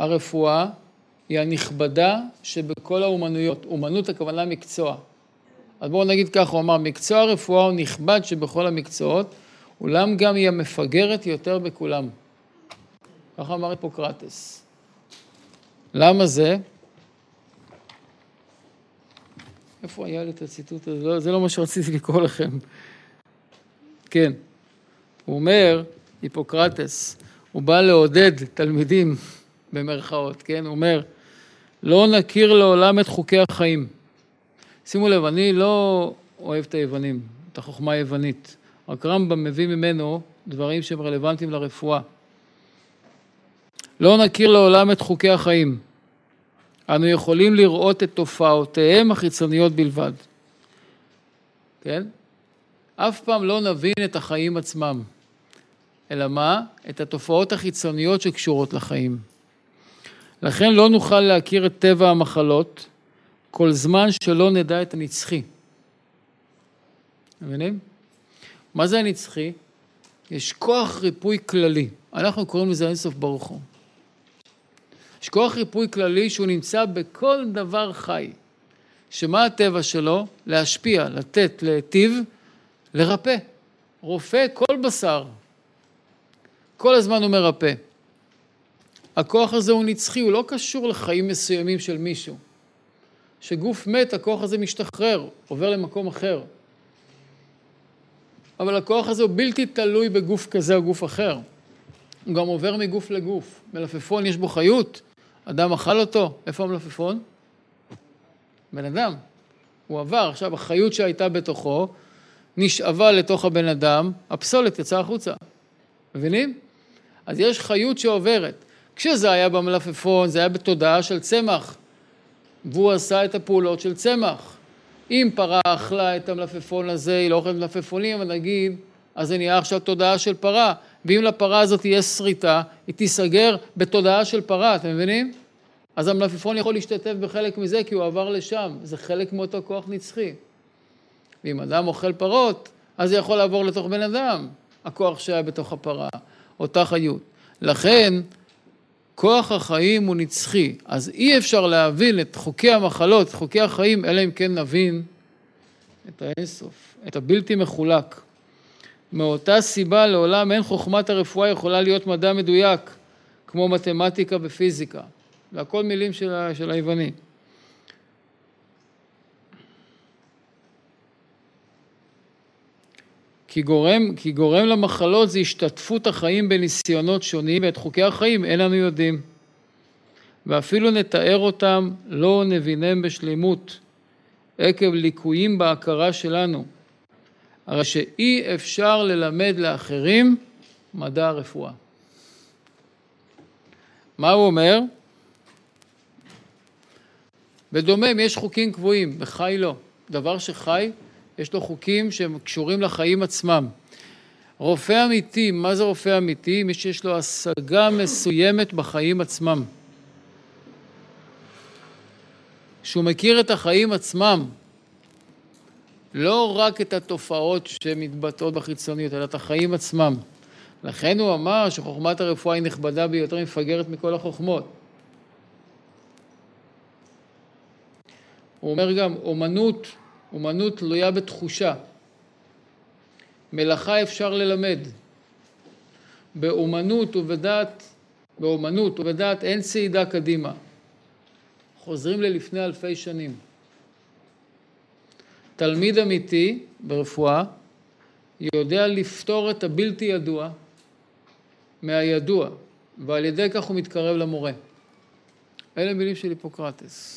הרפואה היא הנכבדה שבכל האומנויות. אומנות הכוונה מקצוע. אז בואו נגיד ככה, הוא אמר, מקצוע הרפואה הוא נכבד שבכל המקצועות, אולם גם היא המפגרת יותר בכולם. ככה אמר היפוקרטס. למה זה? איפה היה לי את הציטוט הזה? זה לא מה שרציתי לקרוא לכם. כן. הוא אומר, היפוקרטס, הוא בא לעודד תלמידים במרכאות, כן? הוא אומר, לא נכיר לעולם את חוקי החיים. שימו לב, אני לא אוהב את היוונים, את החוכמה היוונית. רק רמב"ם מביא ממנו דברים שהם רלוונטיים לרפואה. לא נכיר לעולם את חוקי החיים. אנו יכולים לראות את תופעותיהם החיצוניות בלבד. כן? אף פעם לא נבין את החיים עצמם. אלא מה? את התופעות החיצוניות שקשורות לחיים. לכן לא נוכל להכיר את טבע המחלות, כל זמן שלא נדע את הנצחי. מבינים? מה זה הנצחי? יש כוח ריפוי כללי. אנחנו קוראים לזה אין סוף ברוך הוא. יש כוח ריפוי כללי שהוא נמצא בכל דבר חי. שמה הטבע שלו? להשפיע, לתת, להיטיב, לרפא. רופא כל בשר. כל הזמן הוא מרפא. הכוח הזה הוא נצחי, הוא לא קשור לחיים מסוימים של מישהו. שגוף מת, הכוח הזה משתחרר, עובר למקום אחר. אבל הכוח הזה הוא בלתי תלוי בגוף כזה או גוף אחר. הוא גם עובר מגוף לגוף. מלפפון יש בו חיות, אדם אכל אותו. איפה המלפפון? בן אדם. הוא עבר, עכשיו החיות שהייתה בתוכו, נשאבה לתוך הבן אדם, הפסולת יצאה החוצה. מבינים? אז יש חיות שעוברת. כשזה היה במלפפון, זה היה בתודעה של צמח. והוא עשה את הפעולות של צמח. אם פרה אכלה את המלפפון הזה, היא לא אוכלת מלפפונים, אבל נגיד, אז זה נהיה עכשיו תודעה של פרה. ואם לפרה הזאת תהיה שריטה, היא תיסגר בתודעה של פרה, אתם מבינים? אז המלפפון יכול להשתתף בחלק מזה, כי הוא עבר לשם. זה חלק מאותו כוח נצחי. ואם אדם אוכל פרות, אז זה יכול לעבור לתוך בן אדם, הכוח שהיה בתוך הפרה, אותה חיות. לכן, כוח החיים הוא נצחי, אז אי אפשר להבין את חוקי המחלות, את חוקי החיים, אלא אם כן נבין את האינסוף, את הבלתי מחולק. מאותה סיבה לעולם אין חוכמת הרפואה יכולה להיות מדע מדויק, כמו מתמטיקה ופיזיקה. זה הכל מילים של היווני. כי גורם למחלות זה השתתפות החיים בניסיונות שונים, ואת חוקי החיים אין לנו יודעים. ואפילו נתאר אותם לא נבינם בשלימות, עקב ליקויים בהכרה שלנו. הרי שאי אפשר ללמד לאחרים מדע הרפואה. מה הוא אומר? בדומם יש חוקים קבועים, בחי לא. דבר שחי, יש לו חוקים שהם קשורים לחיים עצמם. רופא אמיתי, מה זה רופא אמיתי? מי שיש לו השגה מסוימת בחיים עצמם. שהוא מכיר את החיים עצמם, לא רק את התופעות שמתבטאות בחיצוניות, אלא את החיים עצמם. לכן הוא אמר שחוכמת הרפואה היא נכבדה ביותר, מפגרת מכל החוכמות. הוא אומר גם, אומנות תלויה בתחושה. מלאכה אפשר ללמד. באומנות ובדעת אין צעידה קדימה. חוזרים ללפני אלפי שנים. תלמיד אמיתי ברפואה יודע לפתור את הבלתי ידוע מהידוע, ועל ידי כך הוא מתקרב למורה. אלה מילים של היפוקרטס.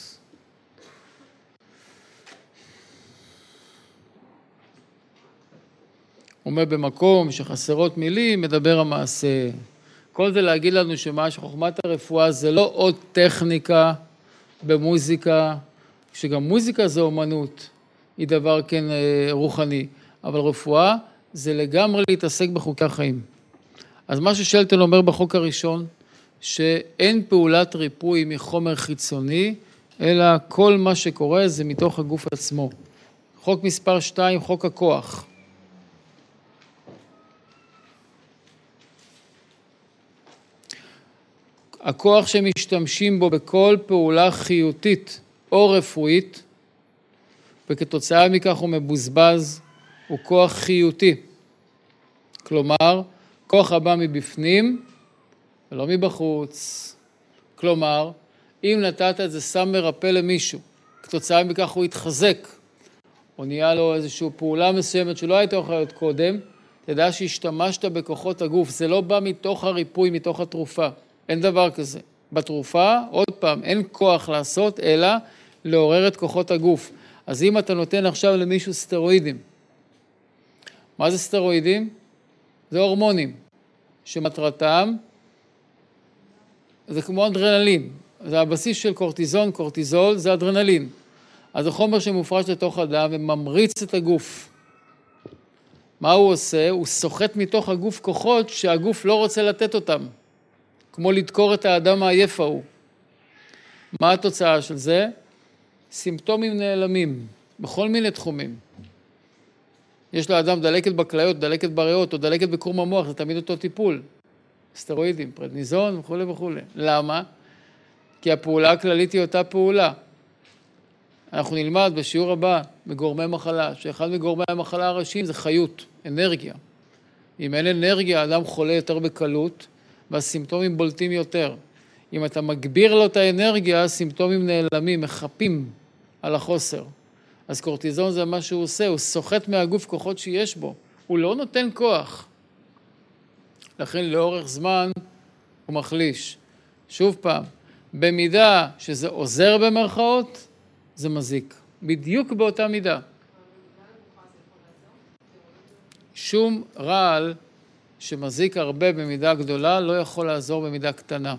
הוא אומר במקום שחסרות מילים, מדבר המעשה. כל זה להגיד לנו שחוכמת הרפואה זה לא עוד טכניקה במוזיקה, שגם מוזיקה זה אומנות, היא דבר כן רוחני, אבל רפואה זה לגמרי להתעסק בחוקי החיים. אז מה ששלטון אומר בחוק הראשון, שאין פעולת ריפוי מחומר חיצוני, אלא כל מה שקורה זה מתוך הגוף עצמו. חוק מספר 2, חוק הכוח. הכוח שמשתמשים בו בכל פעולה חיותית או רפואית, וכתוצאה מכך הוא מבוזבז, הוא כוח חיותי. כלומר, כוח הבא מבפנים ולא מבחוץ. כלומר, אם נתת את זה סם מרפא למישהו, כתוצאה מכך הוא יתחזק, או נהיה לו איזושהי פעולה מסוימת שלא הייתה יכולה להיות קודם, תדע שהשתמשת בכוחות הגוף, זה לא בא מתוך הריפוי, מתוך התרופה. אין דבר כזה. בתרופה, עוד פעם, אין כוח לעשות, אלא לעורר את כוחות הגוף. אז אם אתה נותן עכשיו למישהו סטרואידים, מה זה סטרואידים? זה הורמונים, שמטרתם, זה כמו אדרנלין. זה הבסיס של קורטיזון, קורטיזול, זה אדרנלין. אז זה חומר שמופרש לתוך הדם וממריץ את הגוף. מה הוא עושה? הוא סוחט מתוך הגוף כוחות שהגוף לא רוצה לתת אותם. כמו לדקור את האדם העייף ההוא. מה התוצאה של זה? סימפטומים נעלמים, בכל מיני תחומים. יש לאדם דלקת בכליות, דלקת בריאות, או דלקת בקרום המוח, זה תמיד אותו טיפול. סטרואידים, פרדניזון וכו' וכו'. למה? כי הפעולה הכללית היא אותה פעולה. אנחנו נלמד בשיעור הבא בגורמי מחלה, שאחד מגורמי המחלה הראשיים זה חיות, אנרגיה. אם אין אנרגיה, האדם חולה יותר בקלות, והסימפטומים בולטים יותר. אם אתה מגביר לו את האנרגיה, הסימפטומים נעלמים, מחפים על החוסר. אז קורטיזון זה מה שהוא עושה, הוא סוחט מהגוף כוחות שיש בו. הוא לא נותן כוח. לכן לאורך זמן הוא מחליש. שוב פעם, במידה שזה עוזר במרכאות, זה מזיק. בדיוק באותה מידה. שום רעל שמזיק הרבה במידה גדולה לא יכול לעזור במידה קטנה.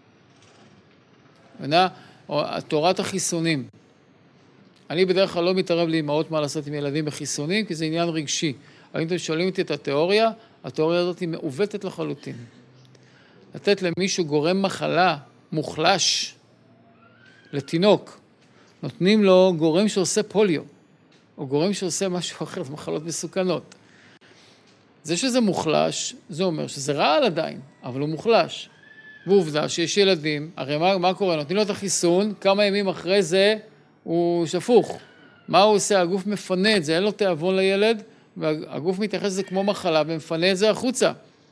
או תורת החיסונים. אני בדרך כלל לא מתערב לאמהות מה לעשות עם ילדים בחיסונים, כי זה עניין רגשי. אבל אם אתם שואלים אותי את התיאוריה הזאת היא מעוותת לחלוטין. לתת למישהו גורם מחלה מוחלש לתינוק, נותנים לו גורם שעושה פוליו, או גורם שעושה משהו אחר, זה מחלות מסוכנות. זה שזה מוחלש, זה אומר שזה רעל עדיין, אבל הוא מוחלש. ועובדה שיש ילדים, הרי מה קורה? נותנים לו את החיסון, כמה ימים אחרי זה הוא שפוך. מה הוא עושה? הגוף מפנה את זה, אין לו תיאבון לילד, והגוף מתייחס לזה כמו מחלה, ומפנה את זה החוצה.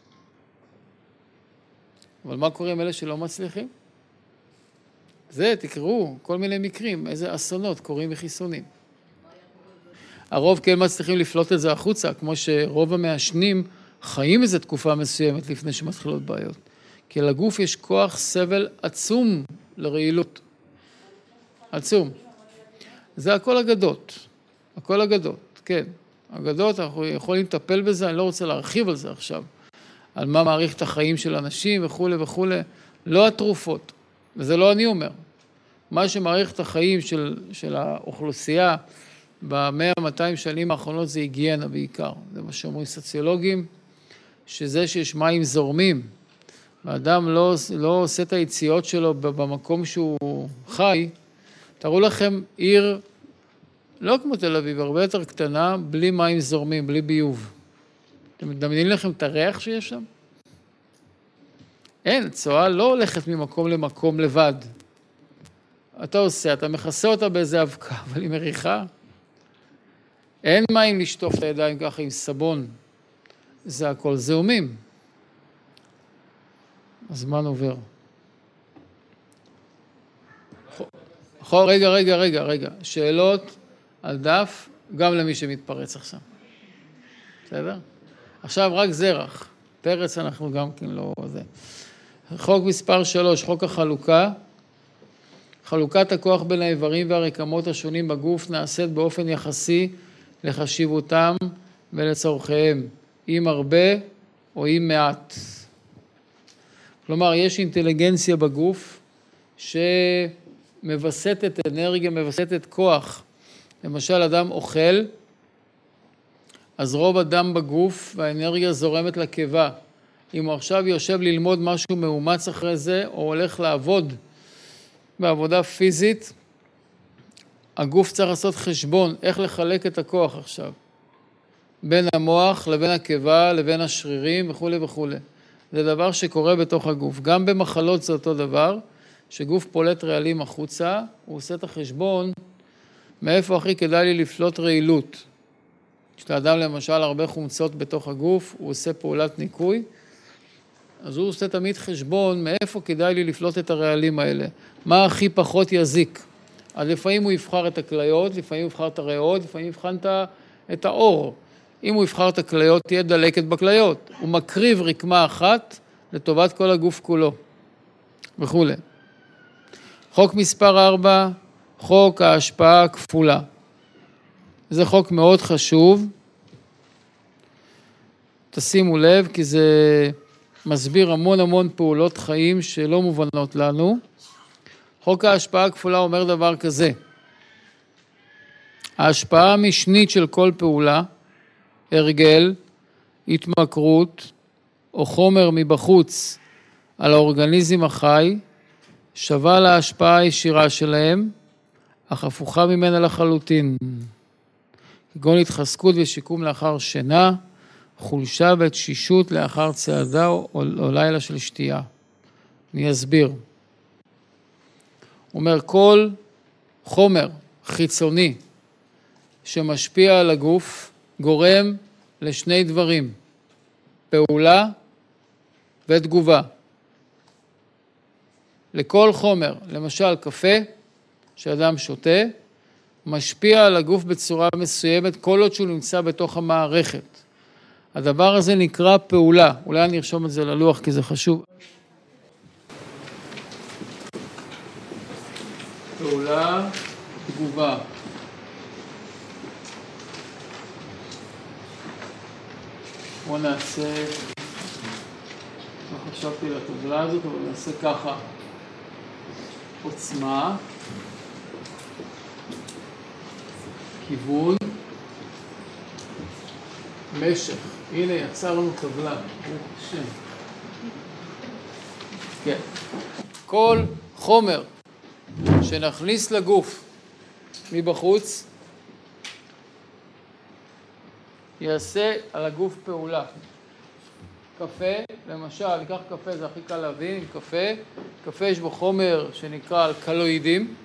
אבל מה קורה עם אלה שלא מצליחים? זה, תקראו, כל מיני מקרים, איזה אסונות קורים בחיסונים. הרוב כן מצליחים לפלוט את זה החוצה, כמו שרוב המעשנים חיים איזו תקופה מסוימת לפני שמתחילות בעיות. כי לגוף יש כוח סבל עצום לרעילות. עצום. זה הכל אגדות. הכל אגדות, כן. אגדות, אנחנו יכולים לטפל בזה, אני לא רוצה להרחיב על זה עכשיו. על מה מעריך את החיים של אנשים וכו' וכו'. לא התרופות. וזה לא אני אומר. מה שמעריך את החיים של האוכלוסייה ב100-200 שנים האחרונות זה היגיינה בעיקר. זה מה שאומרים סוציולוגים, שזה שיש מים זורמים, והאדם לא עושה את היציאות שלו במקום שהוא חי, תראו לכם עיר לא כמו תל אביב, הרבה יותר קטנה, בלי מים זורמים, בלי ביוב. אתם מדמיינים לכם את הריח שיש שם? אין, צואה לא הולכת ממקום למקום לבד. אתה מכסה אותה באיזה אבקה, אבל היא מריחה. אין מים לשטוף את הידיים ככה עם סבון. זה הכל זהומים. הזמן עובר. רגע. שאלות על דף, גם למי שמתפרץ עכשיו. בסדר? עכשיו רק זרח. פרץ אנחנו גם כן לא... זה. חוק מספר 3, חוק החלוקה. חלוקת הכוח בין האיברים והרקמות השונים בגוף נעשית באופן יחסי לחשיבותם ולצורכיהם, עם הרבה או עם מעט. כלומר, יש אינטליגנציה בגוף שמבסטת אנרגיה, מבסטת כוח. למשל, אדם אוכל, אז רוב הדם בגוף והאנרגיה זורמת לקיבה. אם הוא עכשיו יושב ללמוד משהו מאומץ אחרי זה, או הולך לעבוד בעבודה פיזית, הגוף צריך לעשות חשבון איך לחלק את הכוח עכשיו. בין המוח לבין הקיבה, לבין השרירים וכו' וכו'. זה דבר שקורה בתוך הגוף. גם במחלות זה אותו דבר, שגוף פולט רעלים החוצה, הוא עושה את החשבון מאיפה הכי כדאי לי לפלוט רעילות? כשלאדם למשל הרבה חומצות בתוך הגוף, הוא עושה פעולת ניקוי, אז הוא עושה תמיד חשבון מאיפה כדאי לי לפלוט את הרעלים האלה. מה הכי פחות יזיק? אז לפעמים הוא יבחר את הכליות, לפעמים הוא יבחר את הריאות, לפעמים הוא יבחן את האור. אם הוא יבחר את הכליות, תהיה דלקת בכליות. הוא מקריב רקמה אחת לטובת כל הגוף כולו, וכו'. חוק מספר 4, חוק ההשפעה הכפולה. זה חוק מאוד חשוב. תשימו לב, כי זה מסביר המון פעולות חיים שלא מובנות לנו. חוק ההשפעה הכפולה אומר דבר כזה. ההשפעה המשנית של כל פעולה, הרגל, התמכרות או חומר מבחוץ על האורגניזם החי, שווה להשפעה הישירה שלהם, אך הפוכה ממנה לחלוטין. כגון התחזקות ושיקום לאחר שינה, חולשה ותשישות לאחר צעדה או לילה של שתייה. אני אסביר. אומר, כל חומר חיצוני שמשפיע על הגוף גורם לשני דברים, פעולה ותגובה. לכל חומר, למשל קפה שאדם שותה, משפיע על הגוף בצורה מסוימת כל עוד שהוא נמצא בתוך המערכת. הדבר הזה נקרא פעולה. אולי אני ארשום את זה ללוח כי זה חשוב. פעולה, תגובה. בואו נעשה, לא חשבתי לטבלה הזאת, אבל נעשה ככה. עוצמה, כיוון, משך. הנה יצרנו טבלה. כן. כל חומר שנכניס לגוף מבחוץ יעשה על הגוף פעולה. קפה, למשל, ניקח קפה, זה הכי קל להבין עם קפה. קפה יש בו חומר שנקרא אלקלואידים.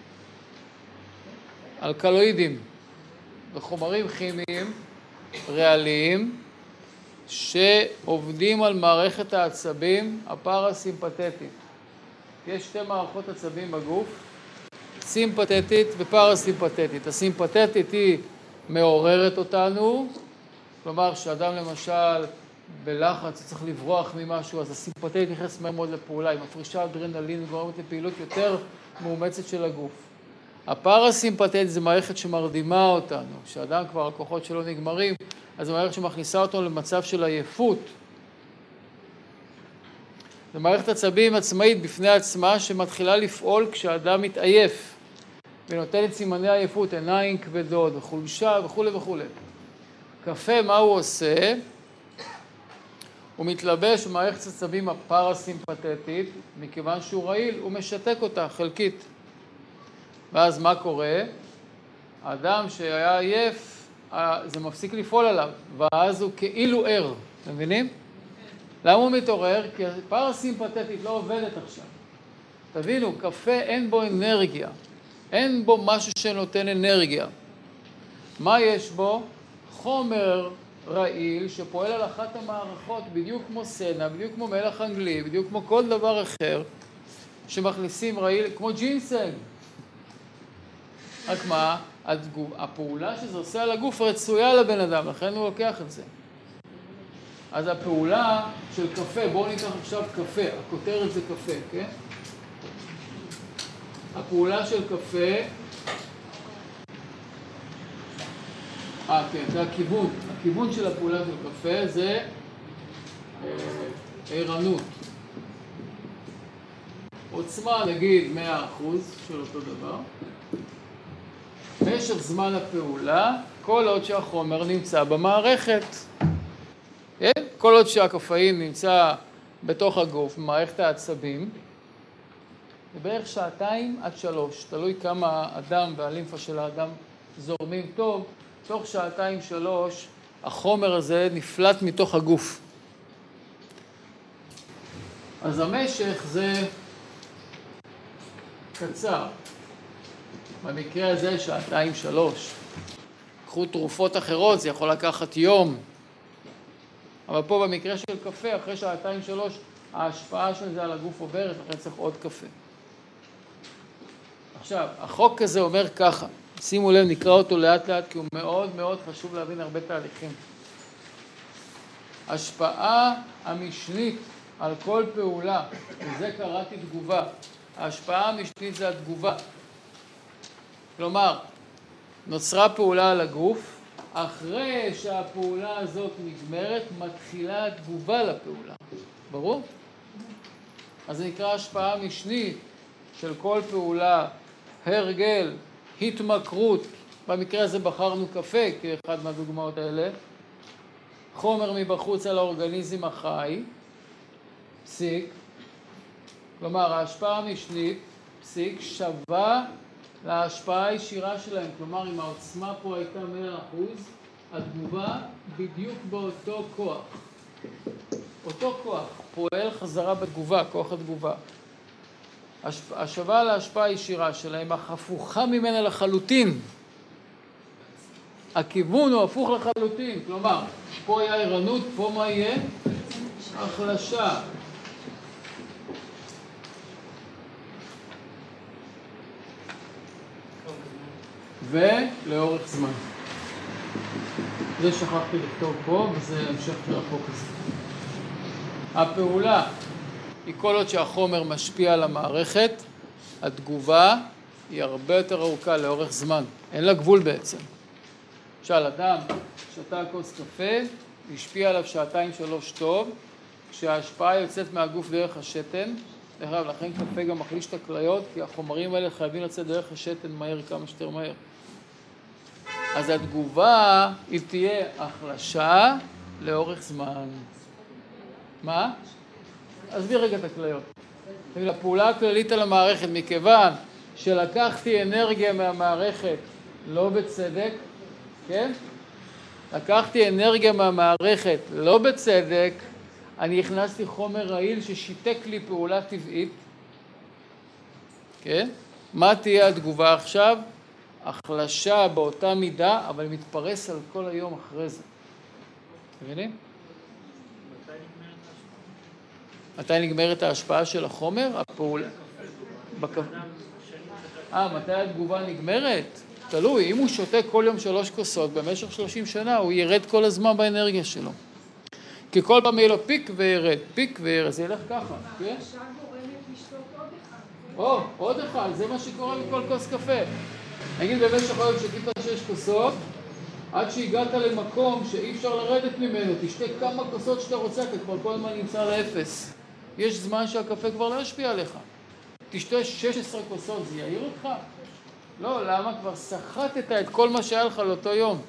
אלקלואידים וחומרים כימיים ריאליים שעובדים על מערכת העצבים הפרסימפתטית. יש שתי מערכות עצבים בגוף, סימפתטית ופרסימפתטית. הסימפתטית היא מעוררת אותנו, כלומר שאדם למשל בלחץ צריך לברוח ממשהו, אז הסימפתטית נכנס מהר מאוד לפעולה, היא מפרישה אדרנלין וגורמת לפעילות יותר מאומצת של הגוף. הפרסימפתטית זה מערכת שמרדימה אותנו, כשאדם כבר הכוחות שלו נגמרים, אז זו מערכת שמכניסה אותנו למצב של עייפות. זו מערכת עצבים עצמאית בפני עצמה שמתחילה לפעול כשאדם מתעייף, ונותנת סימני עייפות, עיניים כבדות וחולשה וכו' וכו'. קפה, מה הוא עושה? הוא מתלבש במערכת עצבים הפרסימפתטית, מכיוון שהוא רעיל, הוא משתק אותה חלקית. ואז מה קורה? האדם שהיה עייף, זה מפסיק לפעול עליו, ואז הוא כאילו ער, אתם מבינים? למה הוא מתעורר? כי הפרסימפתטית לא עובדת עכשיו. תבינו, קפה אין בו אנרגיה, אין בו משהו שנותן אנרגיה. מה יש בו? חומר רעיל שפועל על אחת המערכות, בדיוק כמו סנה, בדיוק כמו מלח אנגלי, בדיוק כמו כל דבר אחר, שמכניסים רעיל, כמו ג'ינסנג. רק מה? הפעולה שזה עושה על הגוף רצויה לבן אדם, לכן הוא לוקח את זה. אז הפעולה של קפה, בואו ניקח עכשיו קפה, הכותרת זה קפה, כן? הפעולה של קפה, כן, זה הכיוון. הכיוון של הפעולה של קפה זה ערנות. עוצמה נגיד 100% של אותו דבר. משך זמן הפעולה, כל עוד שהחומר נמצא במערכת. כן? כל עוד שהקפאין נמצא בתוך הגוף, במערכת העצבים, זה בערך 2 עד 3, תלוי כמה הדם והלימפה של האדם זורמים טוב, תוך 2-3 החומר הזה נפלט מתוך הגוף. אז המשך זה קצר. במקרה הזה 2-3. קחו תרופות אחרות, זה יכול לקחת יום. אבל פה במקרה של קפה, אחרי 2-3, ההשפעה של זה על הגוף עוברת, לכן צריך עוד קפה. עכשיו, החוק הזה אומר ככה, שימו לב, נקרא אותו לאט לאט, כי הוא מאוד מאוד חשוב להבין הרבה תהליכים. השפעה המשנית על כל פעולה, וזה קראתי תגובה. ההשפעה המשנית זה התגובה. כלומר, נוצרה פעולה על הגוף, אחרי שהפעולה הזאת נגמרת, מתחילה התגובה לפעולה. ברור? אז זה נקרא השפעה משנית של כל פעולה, הרגל, התמכרות, במקרה הזה בחרנו קפה כאחד מהדוגמאות האלה, חומר מבחוץ על האורגניזם החי, פסיק, כלומר ההשפעה המשנית, פסיק, שווה להשפעה הישירה שלהם, כלומר אם העוצמה פה הייתה 100%, התגובה בדיוק באותו כוח. אותו כוח פועל חזרה בתגובה, כוח התגובה. השווה להשפעה הישירה שלהם, הפוכה ממנה לחלוטין. הכיוון הוא הפוך לחלוטין, כלומר, פה היה ערנות, פה מה יהיה? החלשה. ולאורך זמן. זה שכחתי לכתוב פה, וזה המשך של החוק הזה. הפעולה היא כל עוד שהחומר משפיע על המערכת, התגובה היא הרבה יותר ארוכה לאורך זמן. אין לה גבול בעצם. למשל, אדם שתה כוס קפה, השפיע עליו 2-3 טוב, כשההשפעה יוצאת מהגוף דרך השתן, לכן קפה גם מחליש את הכליות, כי החומרים האלה חייבים לצאת דרך השתן מהר כמה שיותר מהר. אז התגובה היא תהיה החלשה לאורך זמן. מה? אסביר רגע את הכליות. הפעולה הכללית על המערכת, מכיוון שלקחתי אנרגיה מהמערכת לא בצדק, כן? לקחתי אנרגיה מהמערכת לא בצדק, אני הכנסתי חומר רעיל ששיתק לי פעולה טבעית, כן? מה תהיה התגובה עכשיו? החלשה באותה מידה, אבל מתפרס על כל היום אחרי זה. מבינים? מתי נגמרת ההשפעה של החומר? הפעולה. מתי התגובה נגמרת? תלוי, אם הוא שותה כל יום 3 כוסות במשך 30 שנה, הוא ירד כל הזמן באנרגיה שלו. כי כל פעם יהיה לו פיק וירד, פיק וירד, זה ילך ככה, כן? עכשיו גורמת לשתות עוד אחד. עוד אחד, זה מה שקורה בכל כוס קפה. נגיד במשך היום שתית 6 כוסות, עד שהגעת למקום שאי אפשר לרדת ממנו, תשתה כמה כוסות שאתה רוצה, כי כבר כל הזמן נמצא לאפס. יש זמן שהקפה כבר לא ישפיע עליך. תשתה 16 כוסות, זה יעיר אותך? לא, למה? כבר סחטת את כל מה שהיה לך לאותו יום.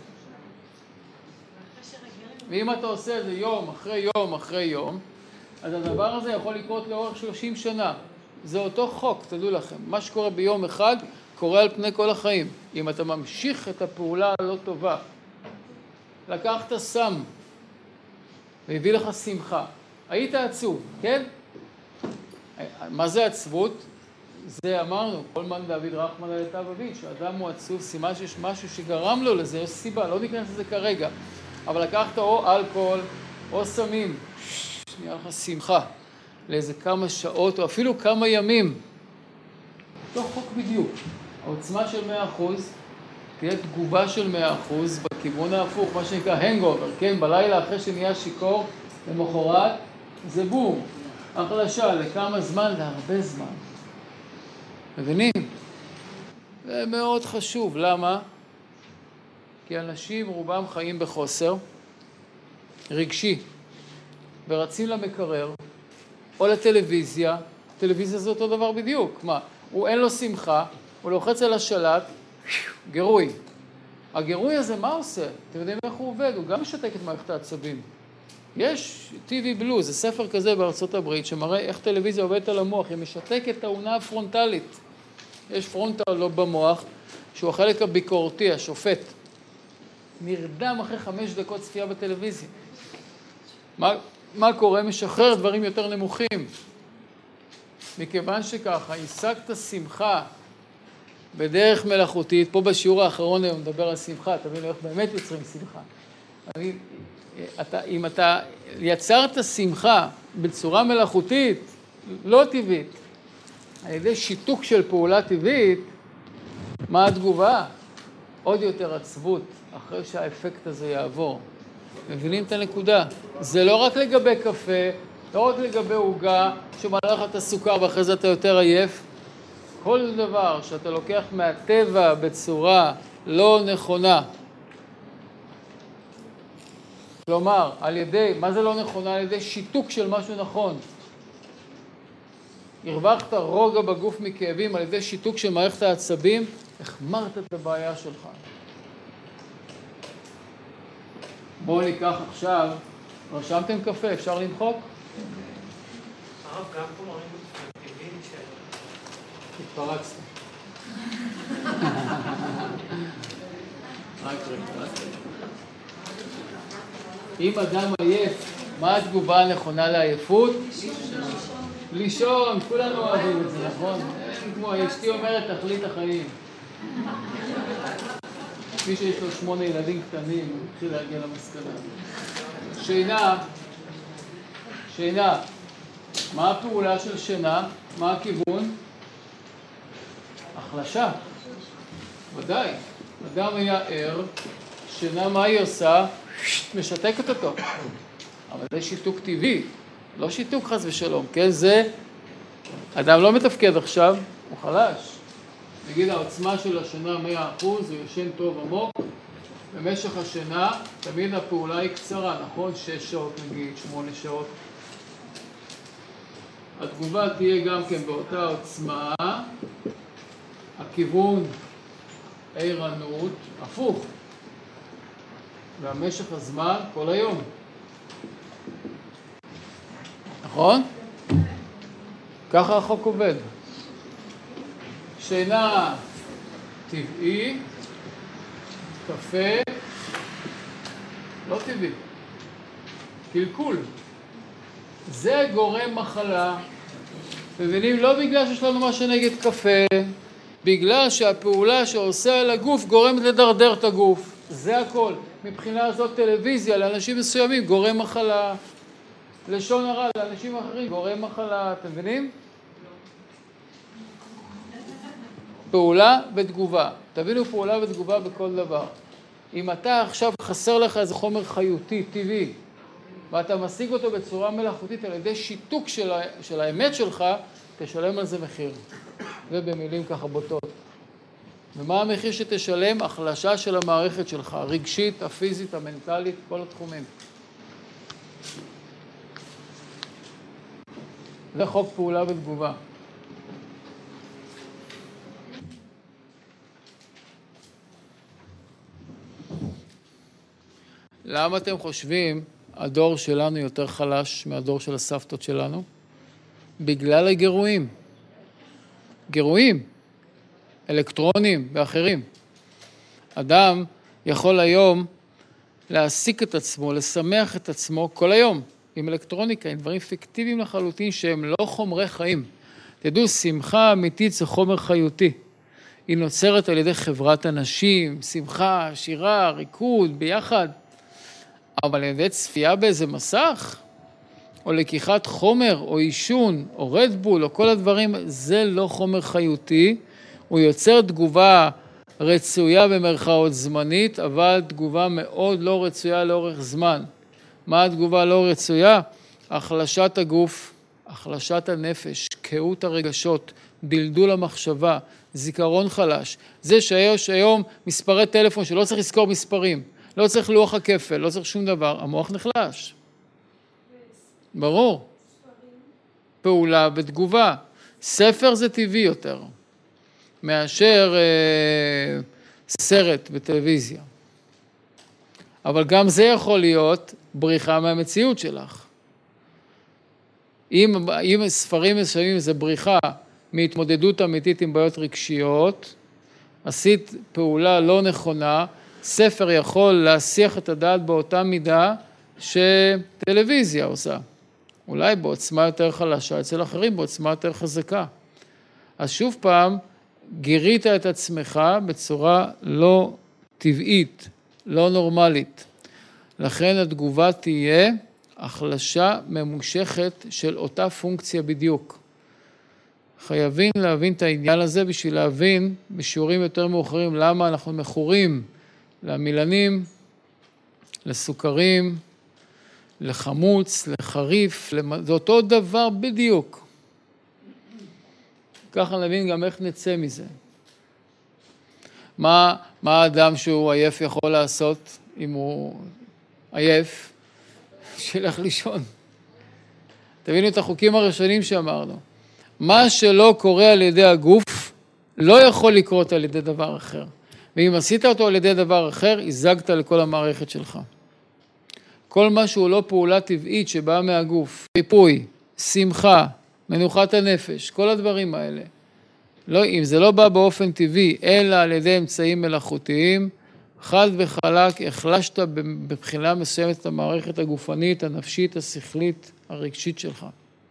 ואם אתה עושה את זה יום אחרי יום אחרי יום, אז הדבר הזה יכול לקרות לאורך 30 שנה. זה אותו חוק, תדעו לכם. מה שקורה ביום אחד, קורה על פני כל החיים. אם אתה ממשיך את הפעולה הלא טובה, לקחת סם, והביא לך שמחה. היית עצוב, כן? מה זה עצבות? זה אמרנו, כל מן דוד רחמנא ליטב אביד, שאדם הוא עצוב, סימן שיש משהו שגרם לו לזה, יש סיבה, לא ניכנס לזה כרגע. אבל לקחת או אלכוהול, או סמים, נהיה לך שמחה, לאיזה כמה שעות, או אפילו כמה ימים. לא חוק בדיוק. העוצמה של 100%, תהיה תגובה של 100% בכיוון ההפוך, מה שנקרא הנגאובר, כן? בלילה אחרי שנהיה שיכור, למחרת, זה בום. החלשה, לכמה זמן? להרבה זמן. מבינים? זה מאוד חשוב. למה? כי אנשים רובם חיים בחוסר רגשי, ורצים למקרר, או לטלוויזיה. טלוויזיה זה אותו דבר בדיוק. מה? הוא אין לו שמחה, הוא לוחץ על השלט, גירוי. הגירוי הזה מה עושה? אתם יודעים איך הוא עובד? הוא גם משתק את מערכת העצבים. יש TV Blue, זה ספר כזה בארצות הברית, שמראה איך טלוויזיה עובדת על המוח, היא משתקת את האונה הפרונטלית. יש פרונטל לא במוח, שהוא החלק הביקורתי, השופט. נרדם אחרי 5 דקות צפייה בטלוויזיה. מה קורה? משחרר דברים יותר נמוכים. מכיוון שככה, השגת שמחה בדרך מלאכותית, פה בשיעור האחרון היום מדבר על שמחה, תבין איך באמת יוצרים שמחה. אם אתה יצרת שמחה בצורה מלאכותית, לא טבעית, על ידי שיתוק של פעולה טבעית, מה התגובה? עוד יותר עצבות, אחרי שהאפקט הזה יעבור. מבינים את הנקודה? זה לא רק לגבי קפה, לא רק לגבי עוגה, שמעלה לך את הסוכר ואחרי זה אתה יותר עייף. כל דבר שאתה לוקח מהטבע בצורה לא נכונה, כלומר, על ידי, מה זה לא נכונה? על ידי שיתוק של משהו נכון. הרווחת רוגע בגוף מכאבים על ידי שיתוק של מערכת העצבים, החמרת את הבעיה שלך. בואו ניקח עכשיו, רשמתם קפה, אפשר למחוק? הרב, גם פה מראים טבעים של... התפרצת. רק רגע. אם אדם עייף, מה התגובה הנכונה לעייפות? לישון, כולנו אוהבים את זה, נכון? כמו אשתי אומרת, תכלית החיים. מי שיש לו 8 ילדים קטנים, הוא מתחיל להגיע למסקנה. שינה. מה הפעולה של שינה? מה הכיוון? החלשה. ודאי. אדם היה ער, שינה מה היא עושה? משתקת אותו. אבל זה שיתוק טבעי, לא שיתוק חס ושלום, כן? זה, אדם לא מתפקד עכשיו, הוא חלש. נגיד העוצמה של השינה 100%, הוא ישן טוב עמוק, במשך השינה תמיד הפעולה היא קצרה, נכון? 6 שעות נגיד, 8 שעות. התגובה תהיה גם כן באותה עוצמה, הכיוון ערנות, הפוך. והמשך הזמן כל היום. נכון? ככה החוק עובד. שינה טבעי, קפה, לא טבעי. קלקול. זה גורם מחלה. מבינים? לא בגלל שיש לנו משהו נגד קפה, בגלל שהפעולה שעושה על הגוף גורמת לדרדר את הגוף. זה הכל. מבחינה הזאת טלוויזיה לאנשים מסוימים גורם מחלה. לשון הרע לאנשים אחרים גורם מחלה. אתם מבינים? פעולה ותגובה. תבינו פעולה ותגובה בכל דבר. אם אתה עכשיו חסר לך איזה חומר חיותי, טבעי, ואתה משיג אותו בצורה מלאכותית על ידי שיתוק של האמת שלך, תשלם על זה מחיר. ובמילים ככה בוטות. ומה המחיר שתשלם? החלשה של המערכת שלך, הרגשית, הפיזית, המנטלית, כל התחומים. זה חוק פעולה ותגובה. למה אתם חושבים הדור שלנו יותר חלש מהדור של הסבתות שלנו? בגלל הגירויים. גירויים, אלקטרונים ואחרים. אדם יכול היום להעסיק את עצמו, לשמח את עצמו כל היום עם אלקטרוניקה, עם דברים פיקטיביים לחלוטין שהם לא חומרי חיים. תדעו, שמחה אמיתית זה חומר חיותי. היא נוצרת על ידי חברת אנשים, שמחה, שירה, ריקוד, ביחד. אבל על ידי צפייה באיזה מסך, או לקיחת חומר, או עישון, או רדבול, או כל הדברים, זה לא חומר חיותי. הוא יוצר תגובה רצויה במרכאות זמנית, אבל תגובה מאוד לא רצויה לאורך זמן. מה התגובה לא רצויה? החלשת הגוף, החלשת הנפש, קהות הרגשות, דלדול המחשבה, זיכרון חלש. זה שיש היום מספרי טלפון שלא צריך לזכור מספרים, לא צריך לוח הכפל, לא צריך שום דבר, המוח נחלש. ברור. פעולה ותגובה. ספר זה טבעי יותר מאשר סרט בטלוויזיה. אבל גם זה יכול להיות בריחה מהמציאות שלך. אם ספרים מסוימים זה בריחה מהתמודדות אמיתית עם בעיות רגשיות, עשית פעולה לא נכונה, ספר יכול להסיח את הדעת באותה מידה שטלוויזיה עושה. אולי בעוצמה יותר חלשה, אצל אחרים בעוצמה יותר חזקה. אז שוב פעם, גירית את עצמך בצורה לא טבעית, לא נורמלית. לכן התגובה תהיה החלשה ממושכת של אותה פונקציה בדיוק. חייבים להבין את העניין הזה בשביל להבין בשיעורים יותר מאוחרים למה אנחנו מכורים למילנים, לסוכרים, לחמוץ, לחריף, זה אותו דבר בדיוק. ככה נבין גם איך נצא מזה. מה האדם שהוא עייף יכול לעשות אם הוא עייף? שילך לישון. תבינו את החוקים הראשונים שאמרנו. מה שלא קורה על ידי הגוף, לא יכול לקרות על ידי דבר אחר. ואם עשית אותו על ידי דבר אחר, הזגת לכל המערכת שלך. כל מה שהוא לא פעולה טבעית שבאה מהגוף, ריפוי, שמחה, מנוחת הנפש, כל הדברים האלה. לא, אם זה לא בא באופן טבעי, אלא על ידי אמצעים מלאכותיים, חד וחלק, החלשת בבחינה מסוימת את המערכת הגופנית, הנפשית, השכלית, הרגשית שלך.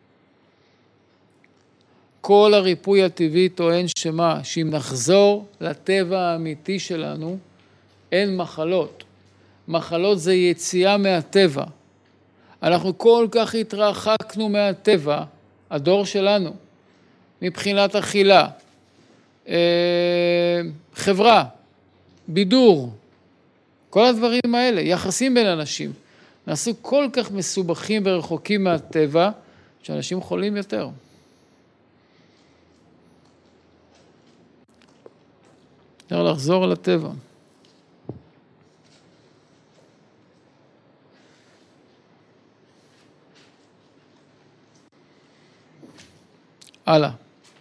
כל הריפוי הטבעי טוען שמה? שאם נחזור לטבע האמיתי שלנו, אין מחלות. מחלות זה יציאה מהטבע. אנחנו כל כך התרחקנו מהטבע, הדור שלנו, מבחינת אכילה, חברה, בידור, כל הדברים האלה, יחסים בין אנשים, נעשו כל כך מסובכים ורחוקים מהטבע, שאנשים חולים יותר. אפשר לחזור על הטבע. הלאה.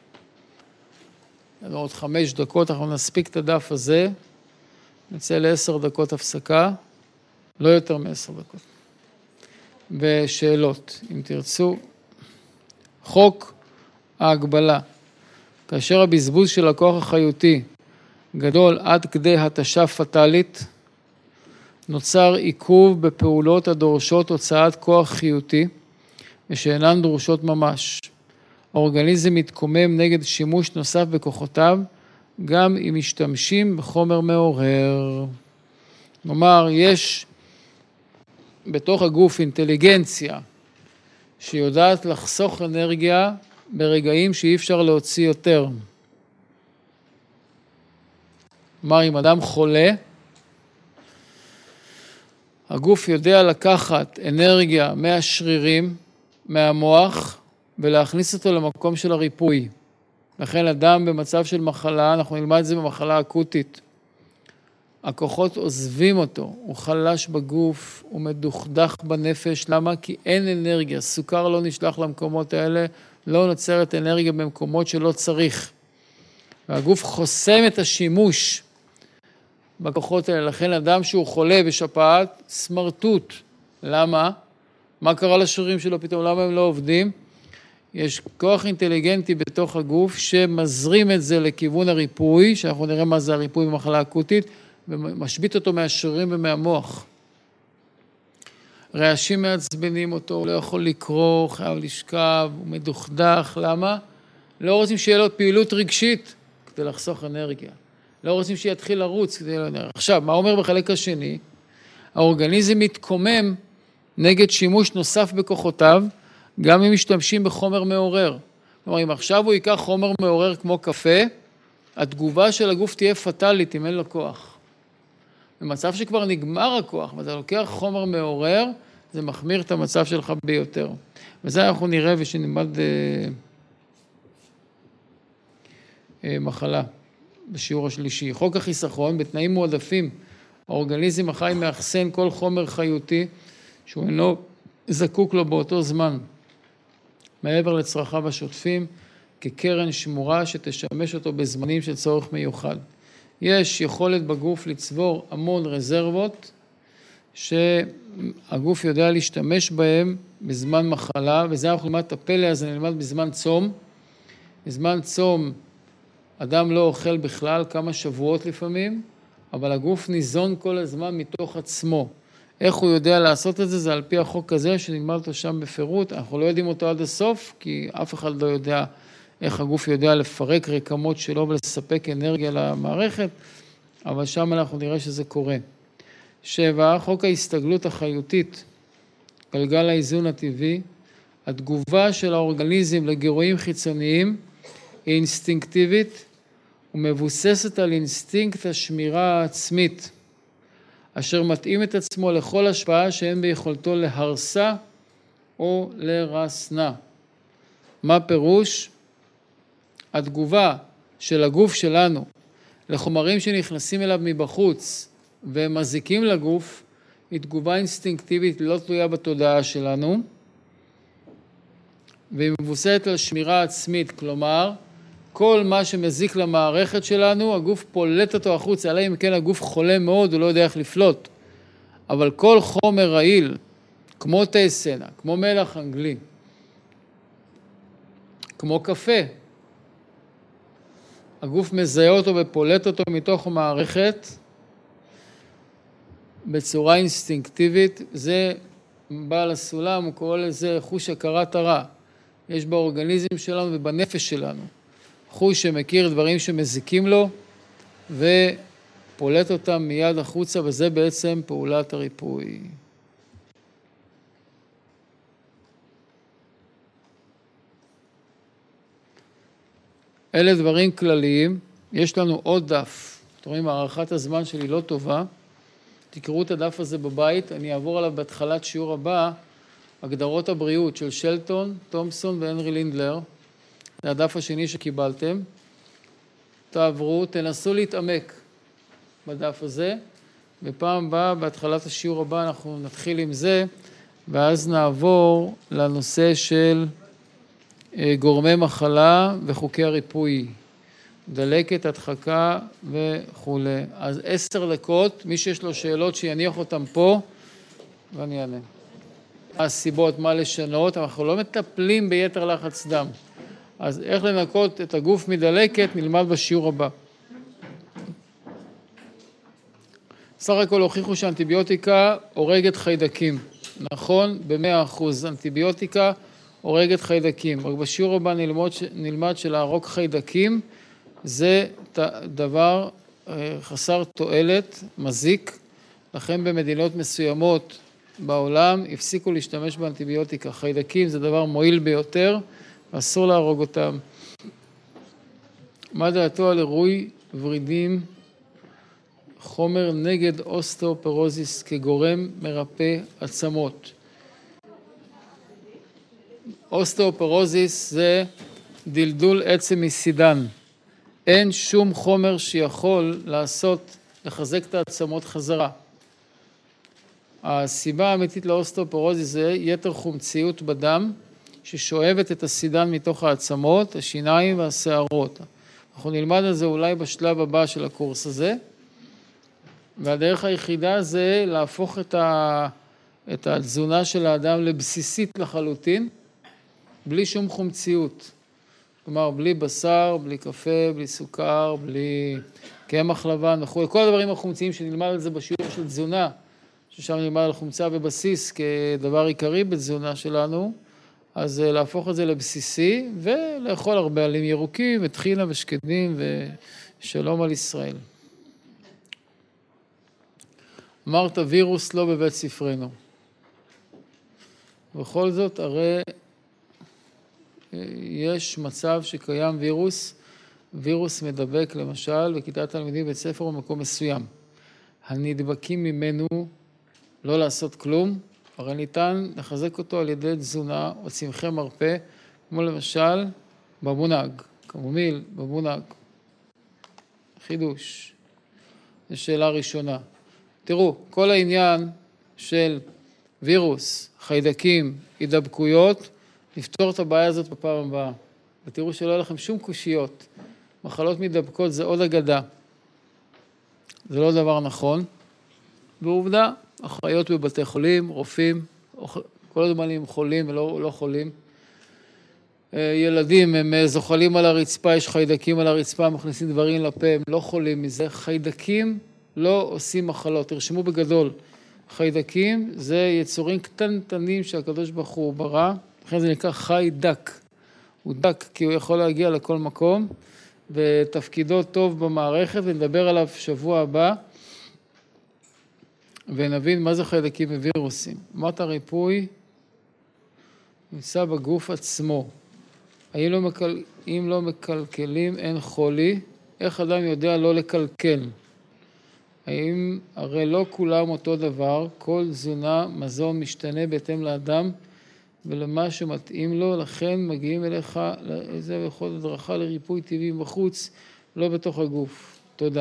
עוד 5 דקות, אנחנו נספיק את הדף הזה, נצא ל10 דקות הפסקה, לא יותר מ10 דקות. ושאלות, אם תרצו. חוק ההגבלה. כאשר הבזבוז של הכוח החיותי גדול עד כדי התשה פטלית, נוצר עיכוב בפעולות הדורשות הוצאת כוח חיותי, ושאינן דרושות ממש. האורגניזם מתקומם נגד שימוש נוסף בכוחותיו, גם אם משתמשים בחומר מעורר. כלומר, יש בתוך הגוף אינטליגנציה, שיודעת לחסוך אנרגיה ברגעים שאי אפשר להוציא יותר. כלומר, אם אדם חולה, הגוף יודע לקחת אנרגיה מהשרירים, מהמוח, ולהכניס אותו למקום של הריפוי. לכן אדם במצב של מחלה, אנחנו נלמד את זה במחלה אקוטית, הכוחות עוזבים אותו, הוא חלש בגוף, הוא מדוכדך בנפש. למה? כי אין אנרגיה, סוכר לא נשלח למקומות האלה, לא נוצרת אנרגיה במקומות שלא צריך. והגוף חוסם את השימוש בכוחות האלה. לכן אדם שהוא חולה בשפעת, סמרטוט. למה? מה קרה לשרירים שלו פתאום? למה הם לא עובדים? יש כוח אינטליגנטי בתוך הגוף שמזרים את זה לכיוון הריפוי, שאנחנו נראה מה זה הריפוי במחלה אקוטית, ומשבית אותו מהשרירים ומהמוח. רעשים מעצבנים אותו, הוא לא יכול לקרוא, חייב לשכב, הוא מדוכדך. למה? לא רוצים שיהיה לו פעילות רגשית כדי לחסוך אנרגיה. לא רוצים שיתחיל לרוץ כדי לאנרגיה. עכשיו, מה אומר בחלק השני? האורגניזם מתקומם נגד שימוש נוסף בכוחותיו, גם אם משתמשים בחומר מעורר. כלומר, אם עכשיו הוא ייקח חומר מעורר כמו קפה, התגובה של הגוף תהיה פטלית אם אין לו כוח. במצב שכבר נגמר הכוח, ואתה לוקח חומר מעורר, זה מחמיר את המצב שלך ביותר. וזה אנחנו נראה ושנלמד מחלה בשיעור השלישי. חוק החיסכון, בתנאים מועדפים, האורגניזם החי מאחסן כל חומר חיותי, שהוא אינו זקוק לו באותו זמן, מעבר לצרכיו השוטפים, כקרן שמורה שתשמש אותו בזמנים של צורך מיוחד. יש יכולת בגוף לצבור המון רזרבות, שהגוף יודע להשתמש בהם בזמן מחלה, וזה אנחנו נלמד את הפלא הזה, נלמד בזמן צום. בזמן צום אדם לא אוכל בכלל כמה שבועות לפעמים, אבל הגוף ניזון כל הזמן מתוך עצמו. איך הוא יודע לעשות את זה? זה על פי החוק הזה שנלמד אותו שם בפירוט. אנחנו לא יודעים אותו עד הסוף, כי אף אחד לא יודע איך הגוף יודע לפרק רקמות שלו ולספק אנרגיה למערכת, אבל שם אנחנו נראה שזה קורה. 7. חוק ההסתגלות החיותית, גלגל האיזון הטבעי, התגובה של האורגניזם לגירויים חיצוניים היא אינסטינקטיבית ומבוססת על אינסטינקט השמירה העצמית, אשר מתאים את עצמו לכל השפעה שאין ביכולתו להרסה או לרסנה. מה פירוש? התגובה של הגוף שלנו לחומרים שנכנסים אליו מבחוץ ומזיקים לגוף, היא תגובה אינסטינקטיבית לא תלויה בתודעה שלנו, והיא מבוססת על שמירה עצמית, כלומר, כל מה שמזיק למערכת שלנו, הגוף פולט אותו החוצה, אלא אם כן הגוף חולה מאוד, הוא לא יודע איך לפלוט. אבל כל חומר רעיל, כמו תסנה, כמו מלח אנגלי, כמו קפה, הגוף מזהה אותו ופולט אותו מתוך המערכת בצורה אינסטינקטיבית. זה בעל הסולם, הוא קורא לזה חוש הכרת הרע. יש באורגניזם שלנו ובנפש שלנו חוש שמכיר דברים שמזיקים לו ופולט אותם מיד החוצה, וזה בעצם פעולת הריפוי. אלה דברים כלליים. יש לנו עוד דף. אתם רואים, הערכת הזמן שלי לא טובה. תקראו את הדף הזה בבית. אני אעבור עליו בהתחלת שיעור הבא. הגדרות הבריאות של שלטון, תומפסון והנרי לינדלר. זה הדף השני שקיבלתם. תעברו, תנסו להתעמק בדף הזה. בפעם הבאה, בהתחלת השיעור הבא, אנחנו נתחיל עם זה, ואז נעבור לנושא של גורמי מחלה וחוקי הריפוי, דלקת, הדחקה וכו'. אז 10 דקות, מי שיש לו שאלות שיניח אותם פה, ואני אענה. הסיבות, מה לשנות, אנחנו לא מטפלים ביתר לחץ דם. אז איך לנקות את הגוף מדלקת, נלמד בשיעור הבא. סך הכל הוכיחו שאנטיביוטיקה הורגת חיידקים. נכון? ב100%. אנטיביוטיקה הורגת חיידקים. רק בשיעור הבא נלמד שלהרוג חיידקים זה דבר חסר תועלת, מזיק. לכן במדינות מסוימות בעולם הפסיקו להשתמש באנטיביוטיקה. חיידקים זה דבר מועיל ביותר, ואסור להרוג אותם. מה דעתו על עירוי ורידים, חומר נגד אוסטאופורוזיס כגורם מרפא עצמות? אוסטאופורוזיס זה דלדול עצם מסידן. אין שום חומר שיכול לחזק את העצמות חזרה. הסיבה האמיתית לאוסטאופורוזיס זה יתר חומציות בדם, ששואבת את הסידן מתוך העצמות, השיניים והשערות. אנחנו נלמד על זה אולי בשלב הבא של הקורס הזה, והדרך היחידה זה להפוך את התזונה של האדם לבסיסית לחלוטין, בלי שום חומציות. כלומר, בלי בשר, בלי קפה, בלי סוכר, בלי קמח לבן וכו'. כל הדברים החומציים שנלמד על זה בשיעור של תזונה, ששם נלמד על חומצה ובסיס כדבר עיקרי בתזונה שלנו, אז להפוך את זה לבסיסי, ולאכול הרבה עלים ירוקים, וטחינה ושקדים, ושלום על ישראל. אמרת וירוס לא בבית ספרנו. בכל זאת, הרי יש מצב שקיים וירוס מדבק למשל, בכיתת תלמידים בית ספר או מקום מסוים. הנדבקים ממנו לא לעשות כלום, הרי ניתן לחזק אותו על ידי תזונה או צמחי מרפא, כמו למשל בבונג, קמומיל, בבונג. חידוש. זו שאלה ראשונה. תראו, כל העניין של וירוס, חיידקים, הידבקויות, נפתור את הבעיה הזאת בפעם הבאה. ותראו שלא יהיה לכם שום קושיות. מחלות מדבקות זה עוד אגדה. זה לא דבר נכון. בעובדה, אחיות בבתי חולים, רופאים, כל הזמן חולים ולא חולים. ילדים, הם זוחלים על הרצפה, יש חיידקים על הרצפה, מכניסים דברים לפה, הם לא חולים מזה. חיידקים לא עושים מחלות. תרשמו בגדול, חיידקים זה יצורים קטנטנים שהקדוש ברוך הוא ברא, לכן זה נקרא חיידק. הוא דק כי הוא יכול להגיע לכל מקום, ותפקידו טוב במערכת, ונדבר עליו שבוע הבא, ונבין מה זה חיידקים ווירוסים. רמת הריפוי נמצא בגוף עצמו. אם לא מקלקלים אין חולי, איך אדם יודע לא לקלקל? הרי לא כולם אותו דבר, כל תזונה, מזון משתנה בהתאם לאדם ולמה שמתאים לו, לכן מגיעים אליך איזה וכל הדרכה לריפוי טבעי בחוץ, לא בתוך הגוף. תודה.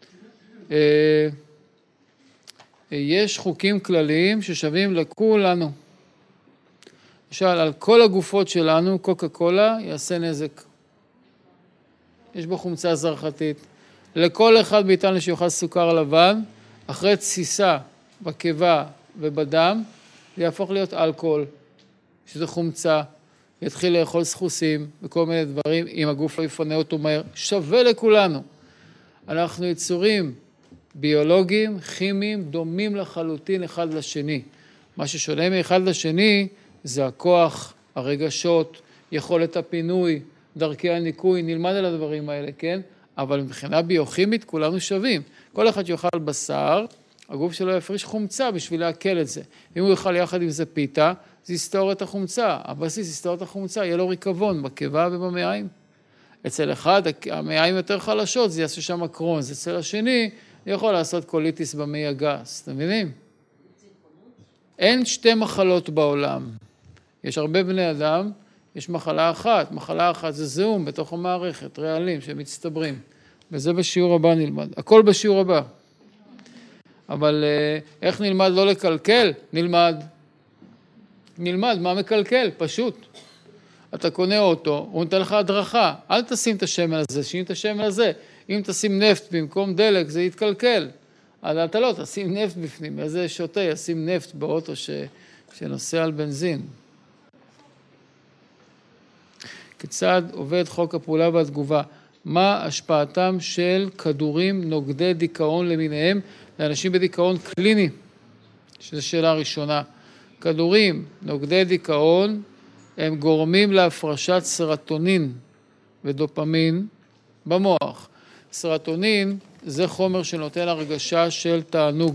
יש חוקים כלליים ששווים לכולנו. למשל, על כל הגופות שלנו, קוקה קולה יעשה נזק. יש בו חומצה זרחתית. לכל אחד מאיתנו שיוכל סוכר לבן, אחרי תסיסה בקיבה ובדם, זה יהפוך להיות אלכוהול, שזה חומצה, יתחיל לאכול סחוסים וכל מיני דברים, אם הגוף לא יפנה אותו מהר, שווה לכולנו. אנחנו יצורים ביולוגיים, כימיים, דומים לחלוטין אחד לשני. מה ששונה מאחד לשני זה הכוח, הרגשות, יכולת הפינוי, דרכי הניקוי, נלמד על הדברים האלה, כן? אבל מבחינה ביוכימית כולנו שווים. כל אחד שיאכל בשר, הגוף שלו יפריש חומצה בשביל להקל את זה. אם הוא יאכל יחד עם זה פיתה, זה יסתור את החומצה. הבסיס יסתור את החומצה, יהיה לו ריקבון בקיבה ובמעיים. אצל אחד, המעיים יותר חלשות, זה יעשה שם קרונס. אצל השני, יכול לעשות קוליטיס במעי הגס. אתם מבינים? אין שתי מחלות בעולם. יש הרבה בני אדם, יש מחלה אחת. מחלה אחת זה זיהום בתוך המערכת, רעלים שמצטברים. וזה בשיעור הבא נלמד. הכל בשיעור הבא. אבל איך נלמד לא לקלקל? נלמד מה מקלקל, פשוט. אתה קונה אוטו, הוא נותן לך הדרכה. אל תשים את השמן הזה, שים את השמן הזה. אם תשים נפט במקום דלק, זה יתקלקל. אז אתה לא, תשים נפט בפנים. איזה שוטה ישים נפט באוטו שנוסע על בנזין. כיצד עובד חוק הפעולה והתגובה? מה השפעתם של כדורים נוגדי דיכאון למיניהם לאנשים בדיכאון קליני? שזו שאלה ראשונה. כדורים נוגדי דיכאון הם גורמים להפרשת סרטונין ודופמין במוח. סרטונין זה חומר שנותן הרגשה של תענוג.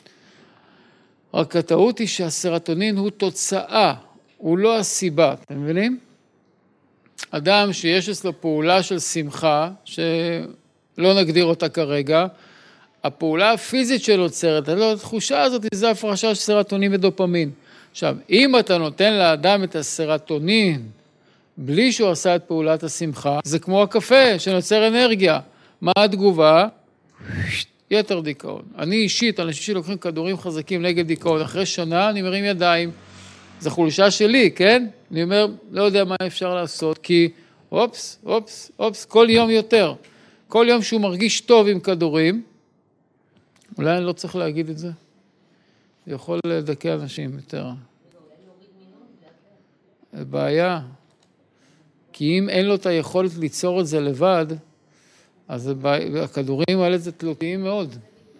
רק הטעות היא שהסרטונין הוא תוצאה, הוא לא הסיבה, אתם מבינים? אדם שיש אצלו פעולה של שמחה, שלא נגדיר אותה כרגע, הפעולה הפיזית שלו צרת, התחושה הזאת זה הפרשה של סרטונין ודופמין. עכשיו, אם אתה נותן לאדם את הסרטונין, בלי שהוא עשה את פעולת השמחה, זה כמו הקפה שנוצר אנרגיה. מה התגובה? יתר דיכאון. אני אישית, אנשים שלוקחים כדורים חזקים נגד דיכאון, אחרי שנה אני מרים ידיים, זו חולשה שלי, כן? אני אומר, לא יודע מה אפשר לעשות, כי אופס, כל יום יותר. כל יום שהוא מרגיש טוב עם כדורים, אולי אני לא צריך להגיד את זה. זה יכול לדכא אנשים יותר. זה בעיה. כי אם אין לו את היכולת ליצור את זה לבד, אז הכדורים האלה זה תלותיים מאוד.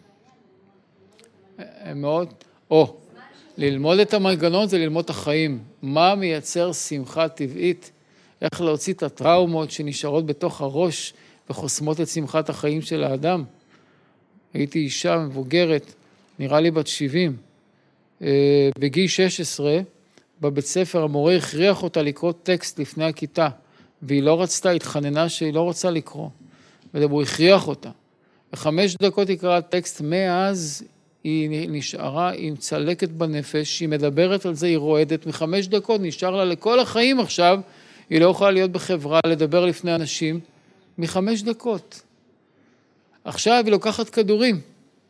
הם מאוד, ללמוד את המנגנון זה ללמוד את החיים. מה מייצר שמחה טבעית? איך להוציא את הטראומות שנשארות בתוך הראש וחוסמות את שמחת החיים של האדם? הייתי אישה מבוגרת, נראה לי בת 70. בגיל 16, בבית ספר המורה הכריח אותה לקרוא טקסט לפני הכיתה, והיא לא רצתה, התחננה שהיא לא רוצה לקרוא. והוא הכריח אותה. ב5 דקות היא קראה טקסט, מאז היא נשארה עם צלקת בנפש, היא מדברת על זה, היא רועדת, מ5 דקות נשאר לה לכל החיים עכשיו, היא לא יכולה להיות בחברה, לדבר לפני אנשים, מ5 דקות. עכשיו היא לוקחת כדורים,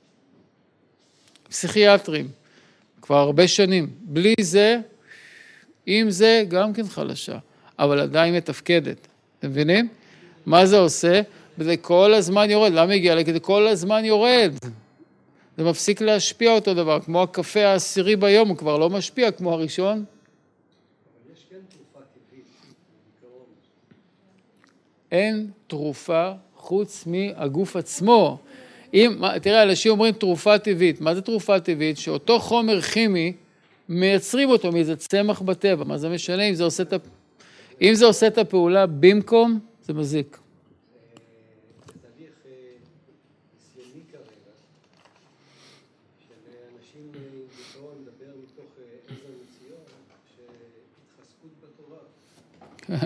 פסיכיאטרים, כבר הרבה שנים. בלי זה, עם זה גם כן חלשה, אבל עדיין מתפקדת. אתם מבינים? מה זה עושה? וזה כל הזמן יורד. למה הגיע לי? כי זה כל הזמן יורד. זה מפסיק להשפיע אותו דבר. כמו הקפה העשירי ביום, הוא כבר לא משפיע כמו הראשון. אבל יש כן תרופה טבעית. אין תרופה חוץ מהגוף עצמו. תראה, אנשים אומרים תרופה טבעית. מה זה תרופה טבעית? שאותו חומר כימי, מייצרים אותו מאיזה צמח בטבע. מה זה משנה אם זה עושה אם זה עושה את הפעולה במקום, זה מזיק. זה תהליך ניסיוני כרגע, של אנשים עם דיכאון מדבר מתוך עזר מציון, שהתחזקות בתורה.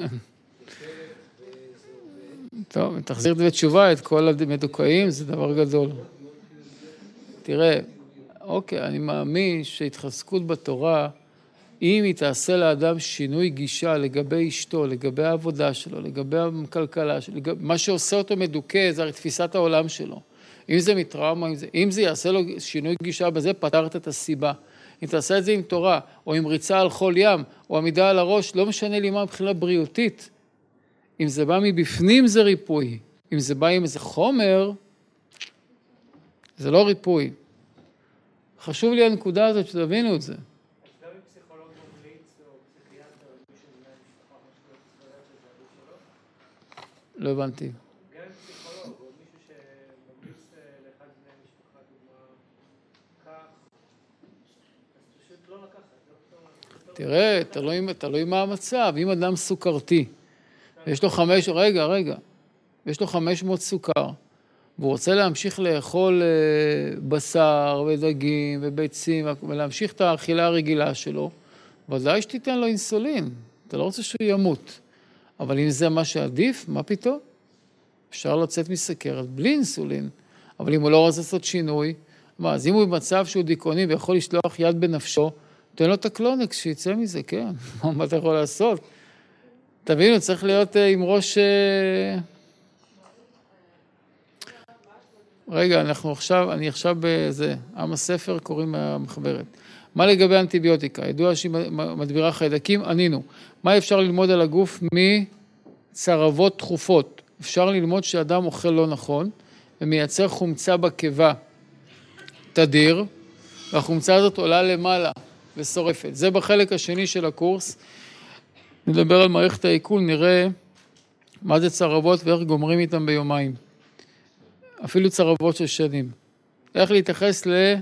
טוב, תחזיר בתשובה את כל המדוכאים, זה דבר גדול. תראה, אוקיי, אני מאמין שהתחזקות בתורה, אם היא תעשה לאדם שינוי גישה לגבי אשתו, לגבי העבודה שלו, לגבי הכלכלה שלו, מה שעושה אותו מדוכא, זה הרי תפיסת העולם שלו. אם זה מטראומה, אם זה יעשה לו שינוי גישה בזה, פתרת את הסיבה. אם תעשה את זה עם תורה, או עם ריצה על חול ים, או עמידה על הראש, לא משנה לי מה מבחינה בריאותית. אם זה בא מבפנים זה ריפוי. אם זה בא עם איזה חומר, זה לא ריפוי. חשוב לי הנקודה הזאת שתבינו את זה. אז גם אם פסיכולוג ממליץ או פסיכיאטר, מי שבני המשפחה משהו שזה הגוף שלו? לא הבנתי. גם אם פסיכולוג או מישהו שממליץ לאחד מבני המשפחה דוגמה כך, אז פשוט לא לקחת. תראה, תלוי מה המצב. אם אדם סוכרתי, יש לו יש לו 500 סוכר, והוא רוצה להמשיך לאכול בשר ודגים וביצים, ולהמשיך את האכילה הרגילה שלו, ודאי שתיתן לו אינסולין, אתה לא רוצה שהוא ימות. אבל אם זה מה שעדיף, מה פתאום? אפשר לצאת מסכרת בלי אינסולין, אבל אם הוא לא רוצה לעשות שינוי, אז אם הוא במצב שהוא דיכאוני ויכול לשלוח יד בנפשו, תן לו את הקלונקס שיצא מזה, כן, מה אתה יכול לעשות? תבינו, צריך להיות עם ראש... רגע, אני עכשיו בזה, עם הספר קוראים מהמחברת. מה לגבי אנטיביוטיקה? ידוע שהיא מדבירה חיידקים, ענינו. מה אפשר ללמוד על הגוף מצרבות תכופות? אפשר ללמוד שאדם אוכל לא נכון, ומייצר חומצה בקיבה תדיר, והחומצה הזאת עולה למעלה ושורפת. זה בחלק השני של הקורס. נדבר על מערכת העיכול, נראה מה זה צרבות ואיך גומרים איתם ביומיים. אפילו צרבות של שנים. איך להתייחס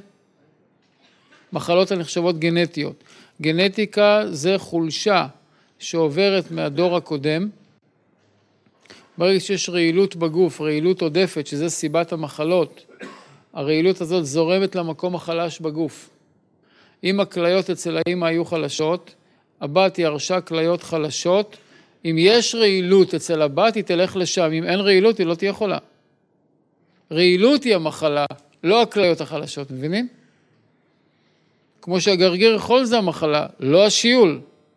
למחלות הנחשבות גנטיות. גנטיקה זה חולשה שעוברת מהדור הקודם. ברגע שיש רעילות בגוף, רעילות עודפת, שזה סיבת המחלות, הרעילות הזאת זורמת למקום החלש בגוף. אם הכליות אצל האמא היו חלשות, הבת ירשה כליות חלשות, אם יש רעילות אצל הבת, היא תלך לשם, אם אין רעילות, היא לא תהיה חולה. רעילות היא המחלה, לא הכליות החלשות, מבינים? כמו שהגרגיר חול זה המחלה, לא השיעול.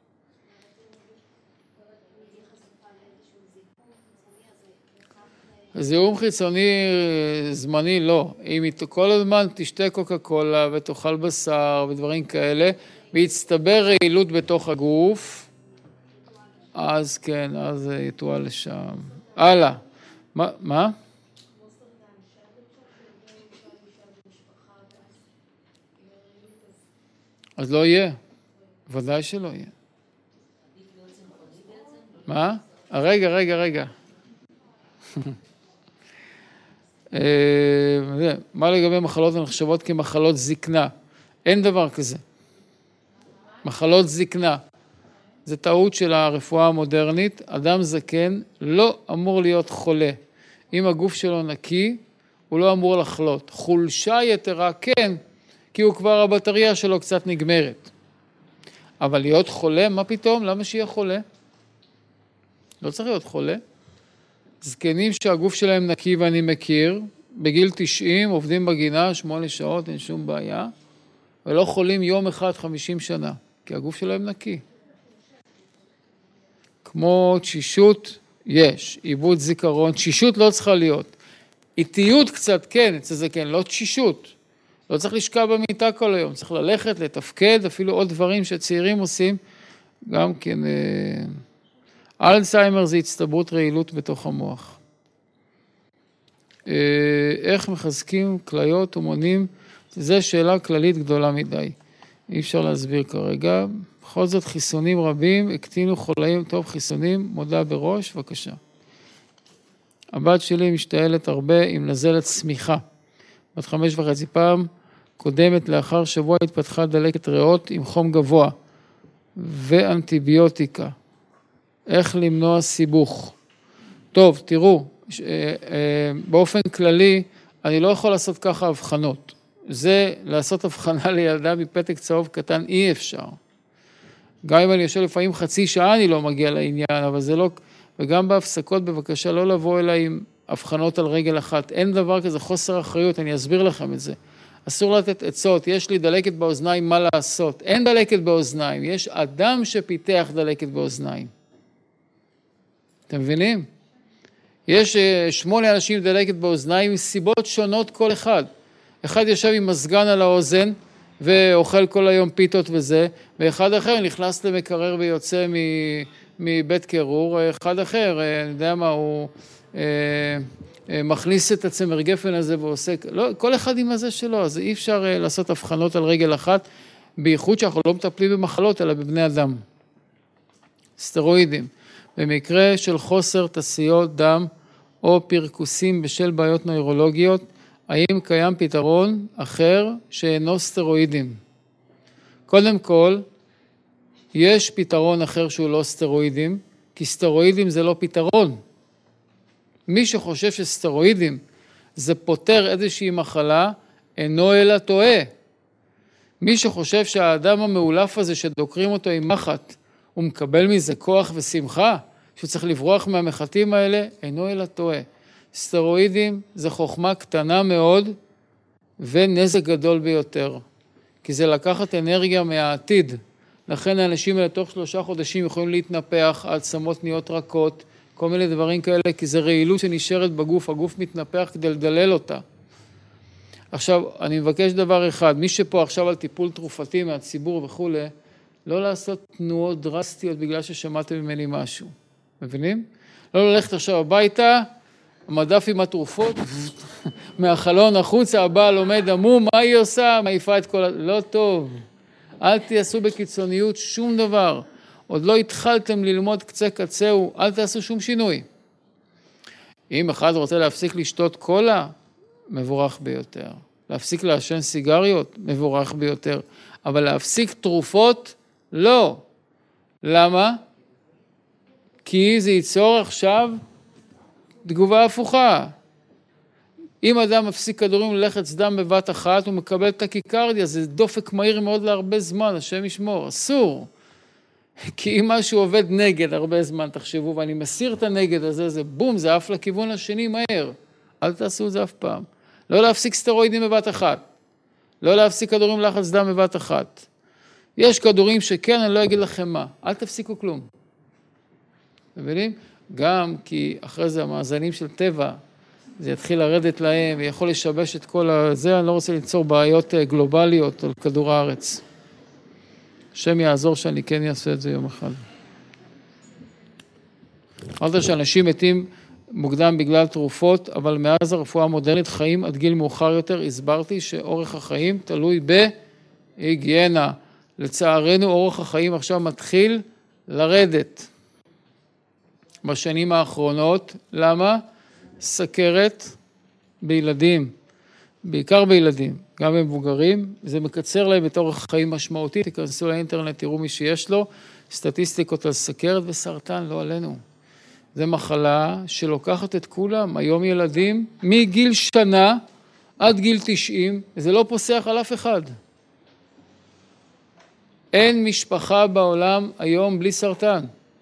זיהום חיצוני זמני לא. אם כל הזמן תשתה קוקה קולה ותאכל בשר ודברים כאלה, ויצטבר רעילות בתוך הגוף, אז כן, אז יתואל לשם. הלאה. מה? אז לא יהיה. ודאי שלא יהיה. מה? רגע. מה לגבי מחלות הנחשבות כמחלות זקנה? אין דבר כזה. מחלות זקנה. זה טעות של הרפואה המודרנית. אדם זקן לא אמור להיות חולה. אם הגוף שלו נקי, הוא לא אמור לחלות. חולשה יתרה, כן, כי הוא כבר הבטריה שלו קצת נגמרת. אבל להיות חולה, מה פתאום? למה שיהיה חולה? לא צריך להיות חולה. זקנים שהגוף שלהם נקי ואני מכיר, בגיל 90 עובדים בגינה 8 שעות, אין שום בעיה, ולא חולים יום אחד 50 שנה, כי הגוף שלהם נקי. כמו תשישות, יש, איבוד זיכרון, תשישות לא צריכה להיות. איטיות קצת כן, אצל זה כן, לא תשישות. לא צריך לשכב במיטה כל היום, צריך ללכת, לתפקד, אפילו עוד דברים שצעירים עושים, גם כן, אלצהיימר זה הצטברות רעילות בתוך המוח. איך מחזקים כליות ומונים, זו שאלה כללית גדולה מדי. אי אפשר להסביר כרגע. בכל זאת חיסונים רבים, הקטינו חולאים, טוב חיסונים, מודה בראש, בבקשה. הבת שלי משתעלת הרבה עם נזלת צמיחה. בת 5.5 פעם קודמת לאחר שבוע התפתחה דלקת ריאות עם חום גבוה ואנטיביוטיקה. איך למנוע סיבוך. טוב, תראו, באופן כללי, אני לא יכול לעשות ככה הבחנות. זה לעשות הבחנה לילדה מפתק צהוב קטן אי אפשר. גם אם אני יושב לפעמים חצי שעה אני לא מגיע לעניין, אבל זה לא, וגם בהפסקות בבקשה לא לבוא אליי עם הבחנות על רגל אחת. אין דבר כזה, חוסר אחריות, אני אסביר לכם את זה. אסור לתת עצות, יש לי דלקת באוזניים, מה לעשות? אין דלקת באוזניים, יש אדם שפיתח דלקת באוזניים. אתם מבינים? יש 8 אנשים דלקת באוזניים מסיבות שונות כל אחד. אחד יושב עם מזגן על האוזן ואוכל כל היום פיתות וזה, ואחד אחר נכנס למקרר ויוצא מבית קירור, אחד אחר, אני יודע מה, הוא מכניס את הצמר גפן הזה ועושה, לא, כל אחד עם הזה שלו, אז אי אפשר לעשות הבחנות על רגל אחת, בייחוד שאנחנו לא מטפלים במחלות, אלא בבני אדם. סטרואידים. במקרה של חוסר תסיות דם או פרקוסים בשל בעיות נוירולוגיות, האם קיים פתרון אחר שאינו סטרואידים? קודם כל, יש פתרון אחר שהוא לא סטרואידים, כי סטרואידים זה לא פתרון. מי שחושב שסטרואידים זה פותר איזושהי מחלה, אינו אלא טועה. מי שחושב שהאדם המאולף הזה שדוקרים אותו עם מחט, הוא מקבל מזה כוח ושמחה, שהוא צריך לברוח מהמחטים האלה, אינו אלא טועה. סטרואידים זה חוכמה קטנה מאוד ונזק גדול ביותר, כי זה לקחת אנרגיה מהעתיד. לכן האנשים האלה תוך 3 חודשים יכולים להתנפח, העצמות נהיות רכות, כל מיני דברים כאלה, כי זה רעילות שנשארת בגוף, הגוף מתנפח כדי לדלל אותה. עכשיו, אני מבקש דבר אחד, מי שפה עכשיו על טיפול תרופתי מהציבור וכו', לא לעשות תנועות דרסטיות בגלל ששמעתם ממני משהו. מבינים? לא ללכת עכשיו הביתה, המדף עם התרופות, מהחלון החוצה, הבעל עומד עמום, מה היא עושה? מעיפה את כל לא טוב. אל תעשו בקיצוניות שום דבר. עוד לא התחלתם ללמוד קצה קצהו, אל תעשו שום שינוי. אם אחד רוצה להפסיק לשתות קולה, מבורך ביותר. להפסיק לעשן סיגריות, מבורך ביותר. אבל להפסיק תרופות, לא. למה? כי זה ייצור עכשיו תגובה הפוכה. אם אדם מפסיק כדורים ללחץ דם בבת אחת, הוא מקבל טקיקרדיה, זה דופק מהיר מאוד להרבה זמן, השם ישמור, אסור. כי אם משהו עובד נגד הרבה זמן, תחשבו, ואני מסיר את הנגד הזה, זה בום, זה אף לכיוון השני מהר. אל תעשו את זה אף פעם. לא להפסיק סטרואידים בבת אחת. לא להפסיק כדורים לחץ דם בבת אחת. יש כדורים שכן, אני לא אגיד לכם מה. אל תפסיקו כלום. מבינים? גם כי אחרי זה המאזנים של טבע, זה יתחיל לרדת להם, ויכול לשבש את כל זה, אני לא רוצה ליצור בעיות גלובליות על כדור הארץ. השם יעזור שאני כן אעשה את זה יום אחד. אמרת שאנשים מתים מוקדם בגלל תרופות, אבל מאז הרפואה המודרנית חיים עד גיל מאוחר יותר, הסברתי שאורך החיים תלוי בהיגיינה. לצערנו אורך החיים עכשיו מתחיל לרדת. בשנים האחרונות, למה? סכרת בילדים, בעיקר בילדים, גם במבוגרים, זה מקצר להם את אורך החיים משמעותי, תיכנסו לאינטרנט, תראו מי שיש לו, סטטיסטיקות על סכרת וסרטן, לא עלינו. זה מחלה שלוקחת את כולם, היום ילדים, מגיל שנה עד גיל 90, זה לא פוסח על אף אחד. אין משפחה בעולם היום בלי סרטן.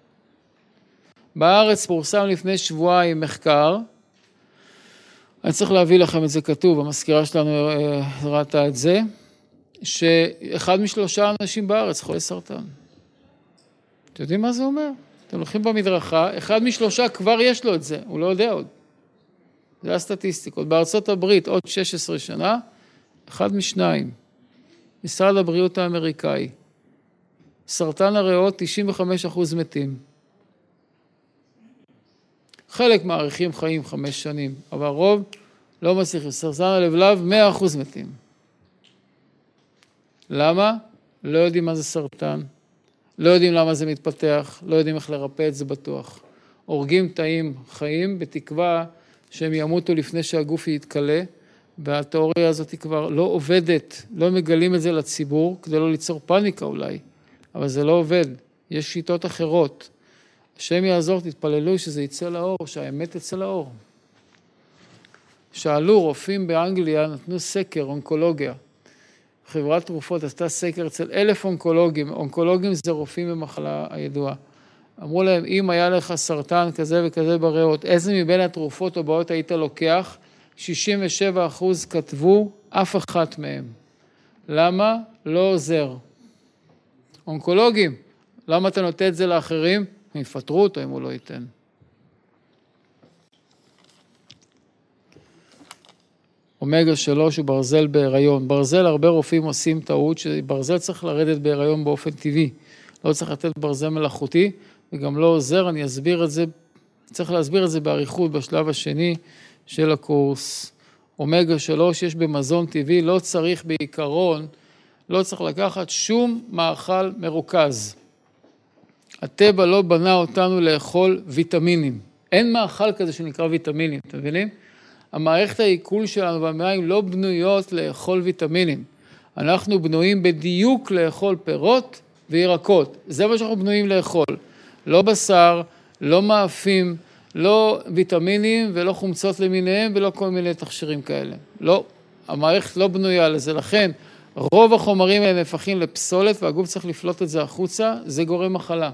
בארץ פורסם לפני שבועיים מחקר, אני צריך להביא לכם את זה כתוב, המזכירה שלנו ראתה את זה, שאחד מ3 אנשים בארץ חולי סרטן. אתם יודעים מה זה אומר? אתם הולכים במדרכה, אחד מ3 כבר יש לו את זה, הוא לא יודע עוד. זה הסטטיסטיקות. בארצות הברית עוד 16 שנה, אחד מ2. משרד הבריאות האמריקאי. סרטן הריאות 95% מתים. חלק מעריכים חיים 5 שנים, אבל הרוב לא מצליחים. סרטן הלבלב 100% מתים. למה? לא יודעים מה זה סרטן, לא יודעים למה זה מתפתח, לא יודעים איך לרפא את זה בטוח. הורגים תאים חיים בתקווה שהם ימותו לפני שהגוף יתקלה, והתיאוריה הזאת כבר לא עובדת, לא מגלים את זה לציבור, כדי לא ליצור פאניקה אולי, אבל זה לא עובד, יש שיטות אחרות. השם יעזור, תתפללו שזה יצא לאור, שהאמת תצא לאור. שאלו רופאים באנגליה, נתנו סקר, אונקולוגיה. חברת תרופות עשתה סקר אצל 1,000 אונקולוגים. אונקולוגים זה רופאים במחלה הידועה. אמרו להם, אם היה לך סרטן כזה וכזה בריאות, איזה מבין התרופות או בעיות היית לוקח? 67% כתבו, אף אחת מהם. למה? לא עוזר. אונקולוגים, למה אתה נותן את זה לאחרים? הם יפטרו אותו אם הוא לא ייתן. אומגה 3 הוא ברזל בהיריון. ברזל, הרבה רופאים עושים טעות, שברזל צריך לרדת בהיריון באופן טבעי. לא צריך לתת ברזל מלאכותי, וגם לא עוזר, אני אסביר את זה, צריך להסביר את זה בעריכות בשלב השני של הקורס. אומגה 3 יש במזון טבעי, לא צריך בעיקרון, לא צריך לקחת שום מאכל מרוכז. הטבע לא בנה אותנו לאכול ויטמינים. אין מאכל כזה שנקרא ויטמינים, אתם מבינים? המערכת העיכול שלנו במעיים לא בנויות לאכול ויטמינים. אנחנו בנויים בדיוק לאכול פירות וירקות. זה מה שאנחנו בנויים לאכול. לא בשר, לא מאפים, לא ויטמינים ולא חומצות למיניהם ולא כל מיני תכשירים כאלה. לא, המערכת לא בנויה לזה. לכן, רוב החומרים האלה נהפכים לפסולת והגוף צריך לפלוט את זה החוצה, זה גורם מחלה.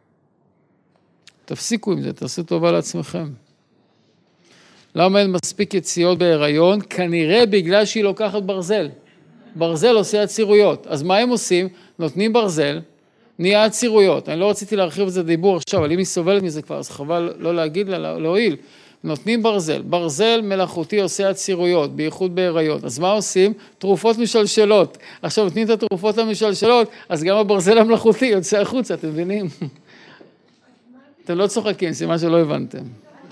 תפסיקו עם זה, תעשו טובה לעצמכם. למה אין מספיק יציאות בהיריון? כנראה בגלל שהיא לוקחת ברזל. ברזל עושה עצירויות. אז מה הם עושים? נותנים ברזל, נהיה עצירויות. אני לא רציתי להרחיב את זה דיבור עכשיו, אבל אם היא סובלת מזה כבר, אז חבל לא להגיד לה, להועיל. נותנים ברזל. ברזל מלאכותי עושה עצירויות, בייחוד בהיריון. אז מה עושים? תרופות משלשלות. עכשיו נותנים את התרופות המשלשלות, אז גם הברזל המלאכותי יוצא החוצה, אתם מבינים? אתם לא צוחקים, סימן שלא הבנתם.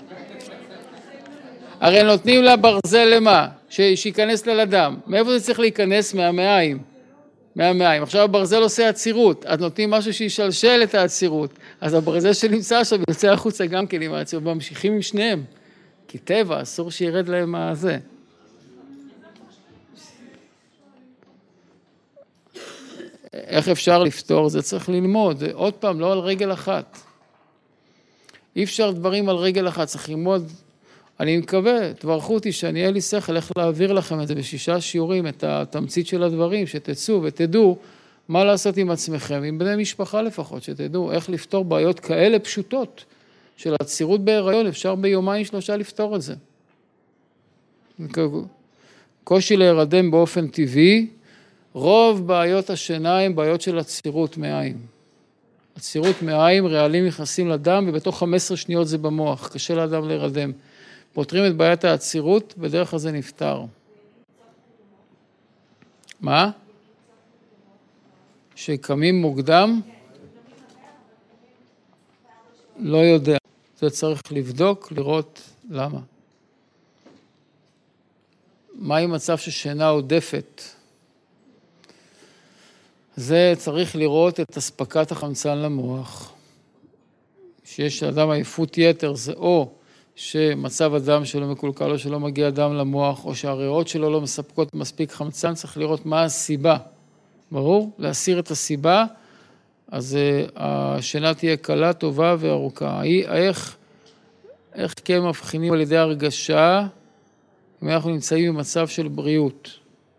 הרי נותנים לה ברזל למה? שיכנס לה לדם. מאיפה זה צריך להיכנס? מהמעיים. מהמעיים. עכשיו הברזל עושה עצירות, אז נותנים משהו שישלשל את העצירות. אז הברזל שנמצא עכשיו יוצא החוצה גם כן עם העצירות, ממשיכים עם שניהם. כי טבע, אסור שירד להם הזה. איך אפשר לפתור? זה צריך ללמוד. זה עוד פעם, לא על רגל אחת. אי אפשר דברים על רגל אחת, צריך ללמוד. אני מקווה, תברכו אותי שאני אהיה לי שכל, איך להעביר לכם את זה ב6 שיעורים, את התמצית של הדברים, שתצאו ותדעו מה לעשות עם עצמכם, עם בני משפחה לפחות, שתדעו איך לפתור בעיות כאלה פשוטות, של עצירות בהיריון, אפשר ביומיים 3 לפתור את זה. קושי להירדם באופן טבעי, רוב בעיות השינה הם בעיות של עצירות מעיים. עצירות מעיים, רעלים נכנסים לדם, ובתוך 15 שניות זה במוח, קשה לאדם להירדם. פותרים את בעיית העצירות, בדרך הזה נפטר. מה? שקמים מוקדם? לא יודע. זה צריך לבדוק, לראות למה. מה עם מצב ששינה עודפת? זה צריך לראות את הספקת החמצן למוח. שיש לאדם עייפות יתר, זה או שמצב הדם שלו מקולקל או שלא מגיע דם למוח, או שהריאות שלו לא מספקות מספיק חמצן, צריך לראות מה הסיבה. ברור? להסיר את הסיבה, אז השינה תהיה קלה, טובה וארוכה. איך כן מבחינים על ידי הרגשה, אם אנחנו נמצאים במצב של בריאות.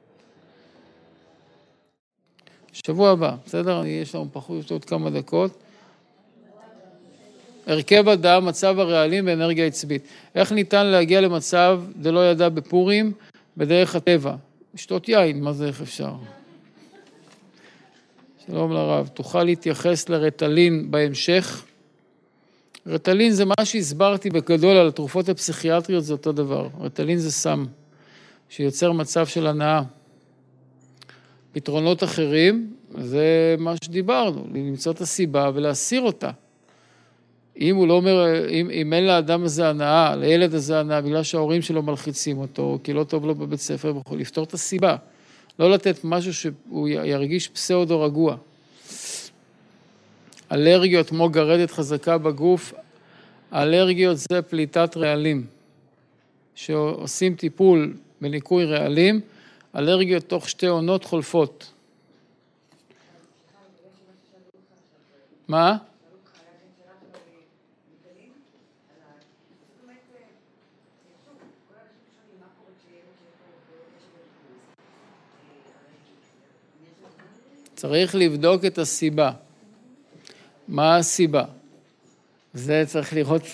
שבוע הבא, בסדר? יש לנו פחות עוד כמה דקות. הרכב הדם, מצב הרעלים ואנרגיה עצבית. איך ניתן להגיע למצב דלא ידע בפורים בדרך הטבע? לשתות יין, מה זה, איך אפשר? שלום לרב, תוכל להתייחס לרטלין בהמשך? רטלין זה מה שהסברתי בגדול על התרופות הפסיכיאטריות, זה אותו דבר. רטלין זה סם שיוצר מצב של הנאה. פתרונות אחרים, זה מה שדיברנו, למצוא את הסיבה ולהסיר אותה. אם הוא לא אומר, אם אין לאדם הזה הנאה, לילד הזה הנאה, בגלל שההורים שלו מלחיצים אותו, כי לא טוב לו בבית ספר, יכול לפתור את הסיבה. לא לתת משהו שהוא ירגיש פסאודו רגוע. אלרגיות כמו גרדת חזקה בגוף, אלרגיות זה פליטת רעלים. שעושים טיפול בניקוי רעלים, אלרגיות תוך 2 עונות חולפות. מה? צריך לבדוק את הסיבה. מה הסיבה? זה צריך לראות.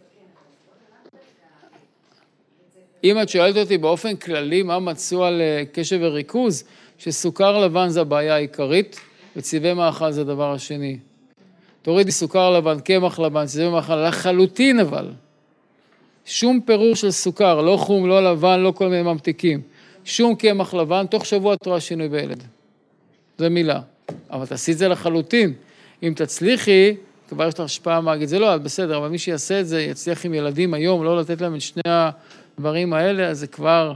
אם את שואלת אותי באופן כללי מה מצאו על קשב וריכוז, שסוכר לבן זה הבעיה העיקרית, וצבעי מאכל זה הדבר השני. תורידי סוכר לבן, קמח לבן, צבעי מאכל, לחלוטין אבל. שום פירור של סוכר, לא חום, לא לבן, לא כל מיני ממתיקים. שום קמח לבן, תוך שבוע תראה שינוי בילד. זה מילה. אבל תעשי את זה לחלוטין. אם תצליחי, כבר יש לך השפעה מהגיד, זה לא, בסדר, אבל מי שיעשה את זה, יצליח עם ילדים היום, לא לתת להם את שני הדברים האלה, אז זה כבר,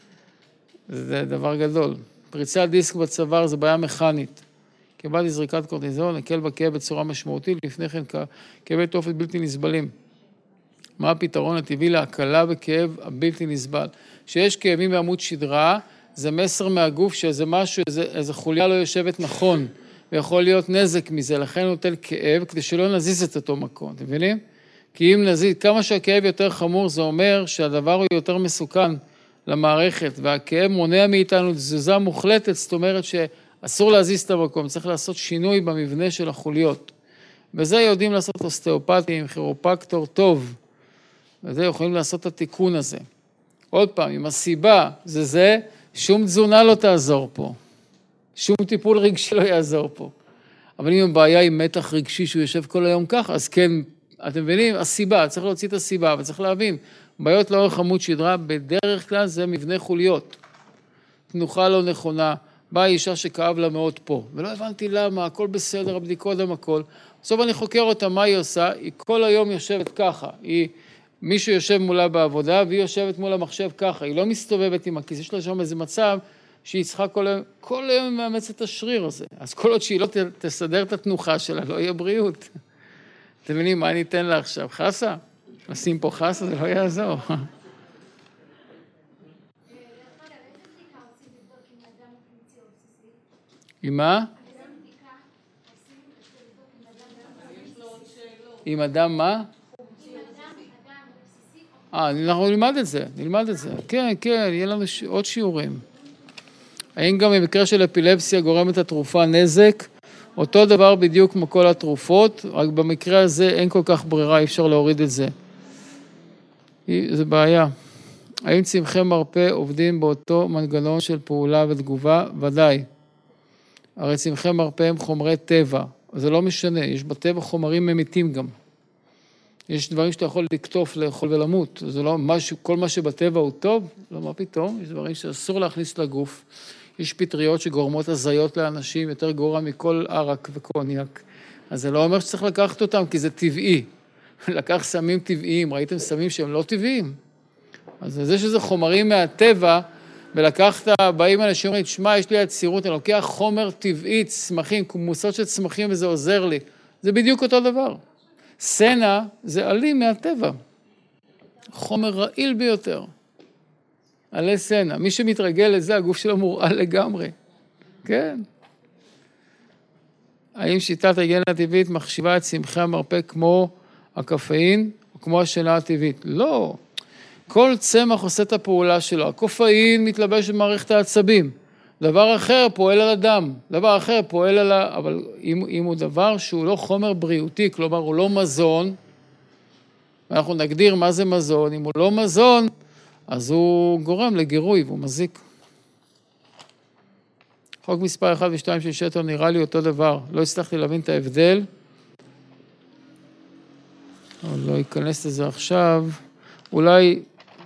זה דבר גדול. פריצת דיסק בצוואר זה בעיה מכנית. קיבלתי זריקת קורטיזון, הקל בכאב בצורה משמעותית, לפני כן כאבי תופת בלתי נסבלים. מה הפתרון הטבעי להקלה בכאב הבלתי נסבל? שיש כאבים בעמוד שדרה, זה מסר מהגוף שזה משהו, איזה חוליה לא יושבת נכון, ויכול להיות נזק מזה, לכן הוא נוטל כאב, כדי שלא נזיז את אותו מקום, אתם מבינים? כי אם נזיז, כמה שהכאב יותר חמור, זה אומר שהדבר הוא יותר מסוכן למערכת, והכאב מונע מאיתנו תזוזה מוחלטת, זאת אומרת שאסור להזיז את המקום, צריך לעשות שינוי במבנה של החוליות. וזה יודעים לעשות אוסטאופטים, כירופרקטור טוב, וזה יכולים לעשות את התיקון הזה. עוד פעם, אם הסיבה זה, שום תזונה לא תעזור פה. שום טיפול רגשי לא יעזור פה. אבל אם הבעיה היא מתח רגשי שהוא יושב כל היום ככה, אז כן, אתם מבינים, הסיבה, צריך להוציא את הסיבה, אבל צריך להבין, בעיות לאורך עמוד שדרה, בדרך כלל זה מבנה חוליות. תנוחה לא נכונה, באה אישה שכאב לה מאוד פה, ולא הבנתי למה, הכל בסדר, הבדיקות הם הכל. בסוף אני חוקר אותה, מה היא עושה? היא כל היום יושבת ככה, מישהו יושב מולה בעבודה, והיא יושבת מול המחשב ככה, היא לא מסתובבת עם הכיס, יש לה שם איזה מצב, שהיא צריכה כל היום מאמץ את השריר הזה. אז כל עוד שהיא לא תסדר את התנוחה שלה, לא יהיה בריאות. אתם מבינים, מה אני אתן לה עכשיו? חסה? נשים פה חסה, זה לא יעזור. עם מה? עם אדם מה? אנחנו נלמד את זה. כן, יהיה לנו עוד שיעורים. האם גם במקרה של אפילפסיה גורמת התרופה נזק? אותו דבר בדיוק כמו כל התרופות, רק במקרה הזה אין כל כך ברירה, אי אפשר להוריד את זה. זה בעיה. האם צמחי מרפא עובדים באותו מנגנון של פעולה ותגובה? ודאי. הרי צמחי מרפא הם חומרי טבע, זה לא משנה, יש בטבע חומרים ממיתים גם. יש דברים שאתה יכול לקטוף, לאכול ולמות, זה לא משהו, כל מה שבטבע הוא טוב, לא מה פתאום, יש דברים שאסור להכניס לגוף. יש פטריות שגורמות הזיות לאנשים, יותר גרוע מכל ערק וקוניאק. אז זה לא אומר שצריך לקחת אותם, כי זה טבעי. לקח סמים טבעיים, ראיתם סמים שהם לא טבעיים? אז זה שזה חומרים מהטבע, ולקחת, באים אנשים אומרים, שמע, יש לי הצירות, אני לוקח חומר טבעי, צמחים, כמוסות של צמחים, וזה עוזר לי. זה בדיוק אותו דבר. סנה זה עלי מהטבע. חומר רעיל ביותר. עלי סנה. מי שמתרגל לזה, הגוף שלו מורעל לגמרי. כן. האם שיטת ההיגיינה הטבעית מחשיבה את צמחי המרפא כמו הקפאין, או כמו השינה הטבעית? לא. כל צמח עושה את הפעולה שלו. הקופאין מתלבש במערכת העצבים. דבר אחר פועל על הדם. דבר אחר פועל על אבל אם הוא דבר שהוא לא חומר בריאותי, כלומר הוא לא מזון, ואנחנו נגדיר מה זה מזון. אם הוא לא מזון, אז הוא גורם לגירוי והוא מזיק. חוק מספר 1 ו-2 של שטון נראה לי אותו דבר. לא הצלחתי להבין את ההבדל. אבל לא אכנס לזה עכשיו. אולי...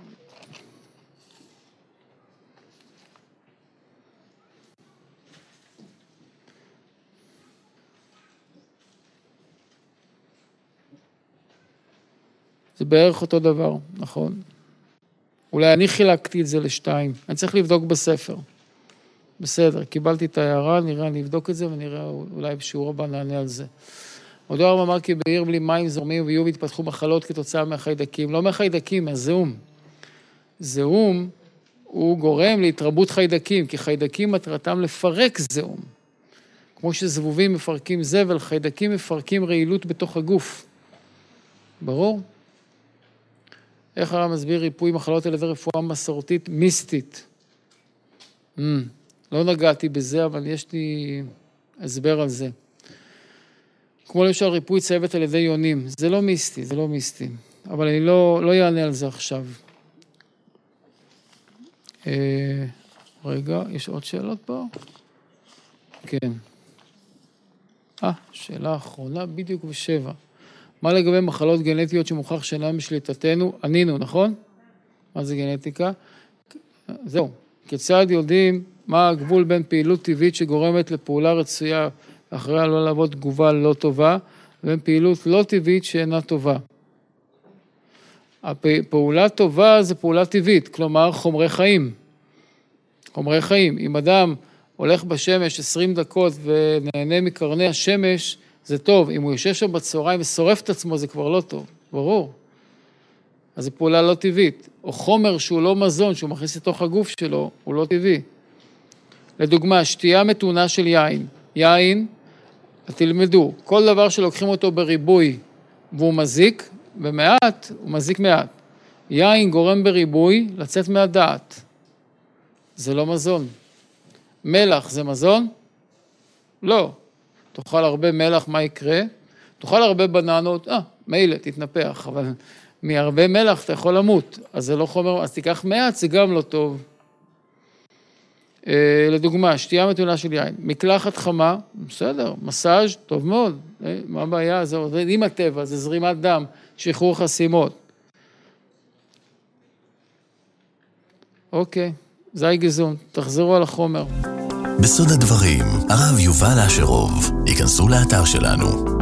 זה בערך אותו דבר, נכון? אולי אני חילקתי את זה לשתיים. אני צריך לבדוק בספר. בסדר, קיבלתי את ההערה, נראה, אני אבדוק את זה, ונראה אולי בשיעור הבא נענה על זה. עוד דבר אמר כי בעיר בלי מים זורמים וביוב התפתחו מחלות כתוצאה מהחיידקים. לא מהחיידקים, מהזיהום. זיהום הוא גורם להתרבות חיידקים, כי חיידקים מטרתם לפרק זיהום. כמו שזבובים מפרקים זבל, חיידקים מפרקים רעילות בתוך הגוף. ברור? איך הרב מסביר ריפוי מחלות על ידי רפואה מסורתית מיסטית? לא נגעתי בזה, אבל יש לי... הסבר על זה. כמו למשל ריפוי צוות על ידי יונים, זה לא מיסטי, זה לא מיסטי, אבל אני לא יענה על זה עכשיו. רגע, יש עוד שאלות פה? כן. שאלה אחרונה, בדיוק ב7. מה לגבי מחלות גנטיות שמוכח שאינן בשליטתנו? ענינו, נכון? מה זה גנטיקה? זהו. כיצד יודעים מה הגבול בין פעילות טבעית שגורמת לפעולה רצויה אחריה לא לעבוד תגובה לא טובה, ובין פעילות לא טבעית שאינה טובה? הפעולה טובה זה פעולה טבעית, כלומר חומרי חיים. חומרי חיים. אם אדם הולך בשמש 20 דקות ונהנה מקרני השמש, זה טוב. אם הוא יושב שם בצהריים ושורף את עצמו, זה כבר לא טוב. ברור. אז זו פעולה לא טבעית. או חומר שהוא לא מזון, שהוא מכניס לתוך הגוף שלו, הוא לא טבעי. לדוגמה, שתייה מתונה של יין. יין, תלמדו, כל דבר שלוקחים אותו בריבוי והוא מזיק, במעט, הוא מזיק מעט. יין גורם בריבוי לצאת מהדעת. זה לא מזון. מלח זה מזון? לא. תאכל הרבה מלח, מה יקרה? תאכל הרבה בננות, מילא, תתנפח, אבל מהרבה מלח אתה יכול למות, אז זה לא חומר, אז תיקח מעט, זה גם לא טוב. לדוגמה, שתייה מתונה של יין, מקלחת חמה, בסדר, מסאז' טוב מאוד, מה הבעיה? זה עובד עם הטבע, זה זרימת דם, שחרור חסימות. אוקיי, זי גזון, תחזרו על החומר. בסוד הדברים, הרב יובל אשרוב, ייכנסו לאתר שלנו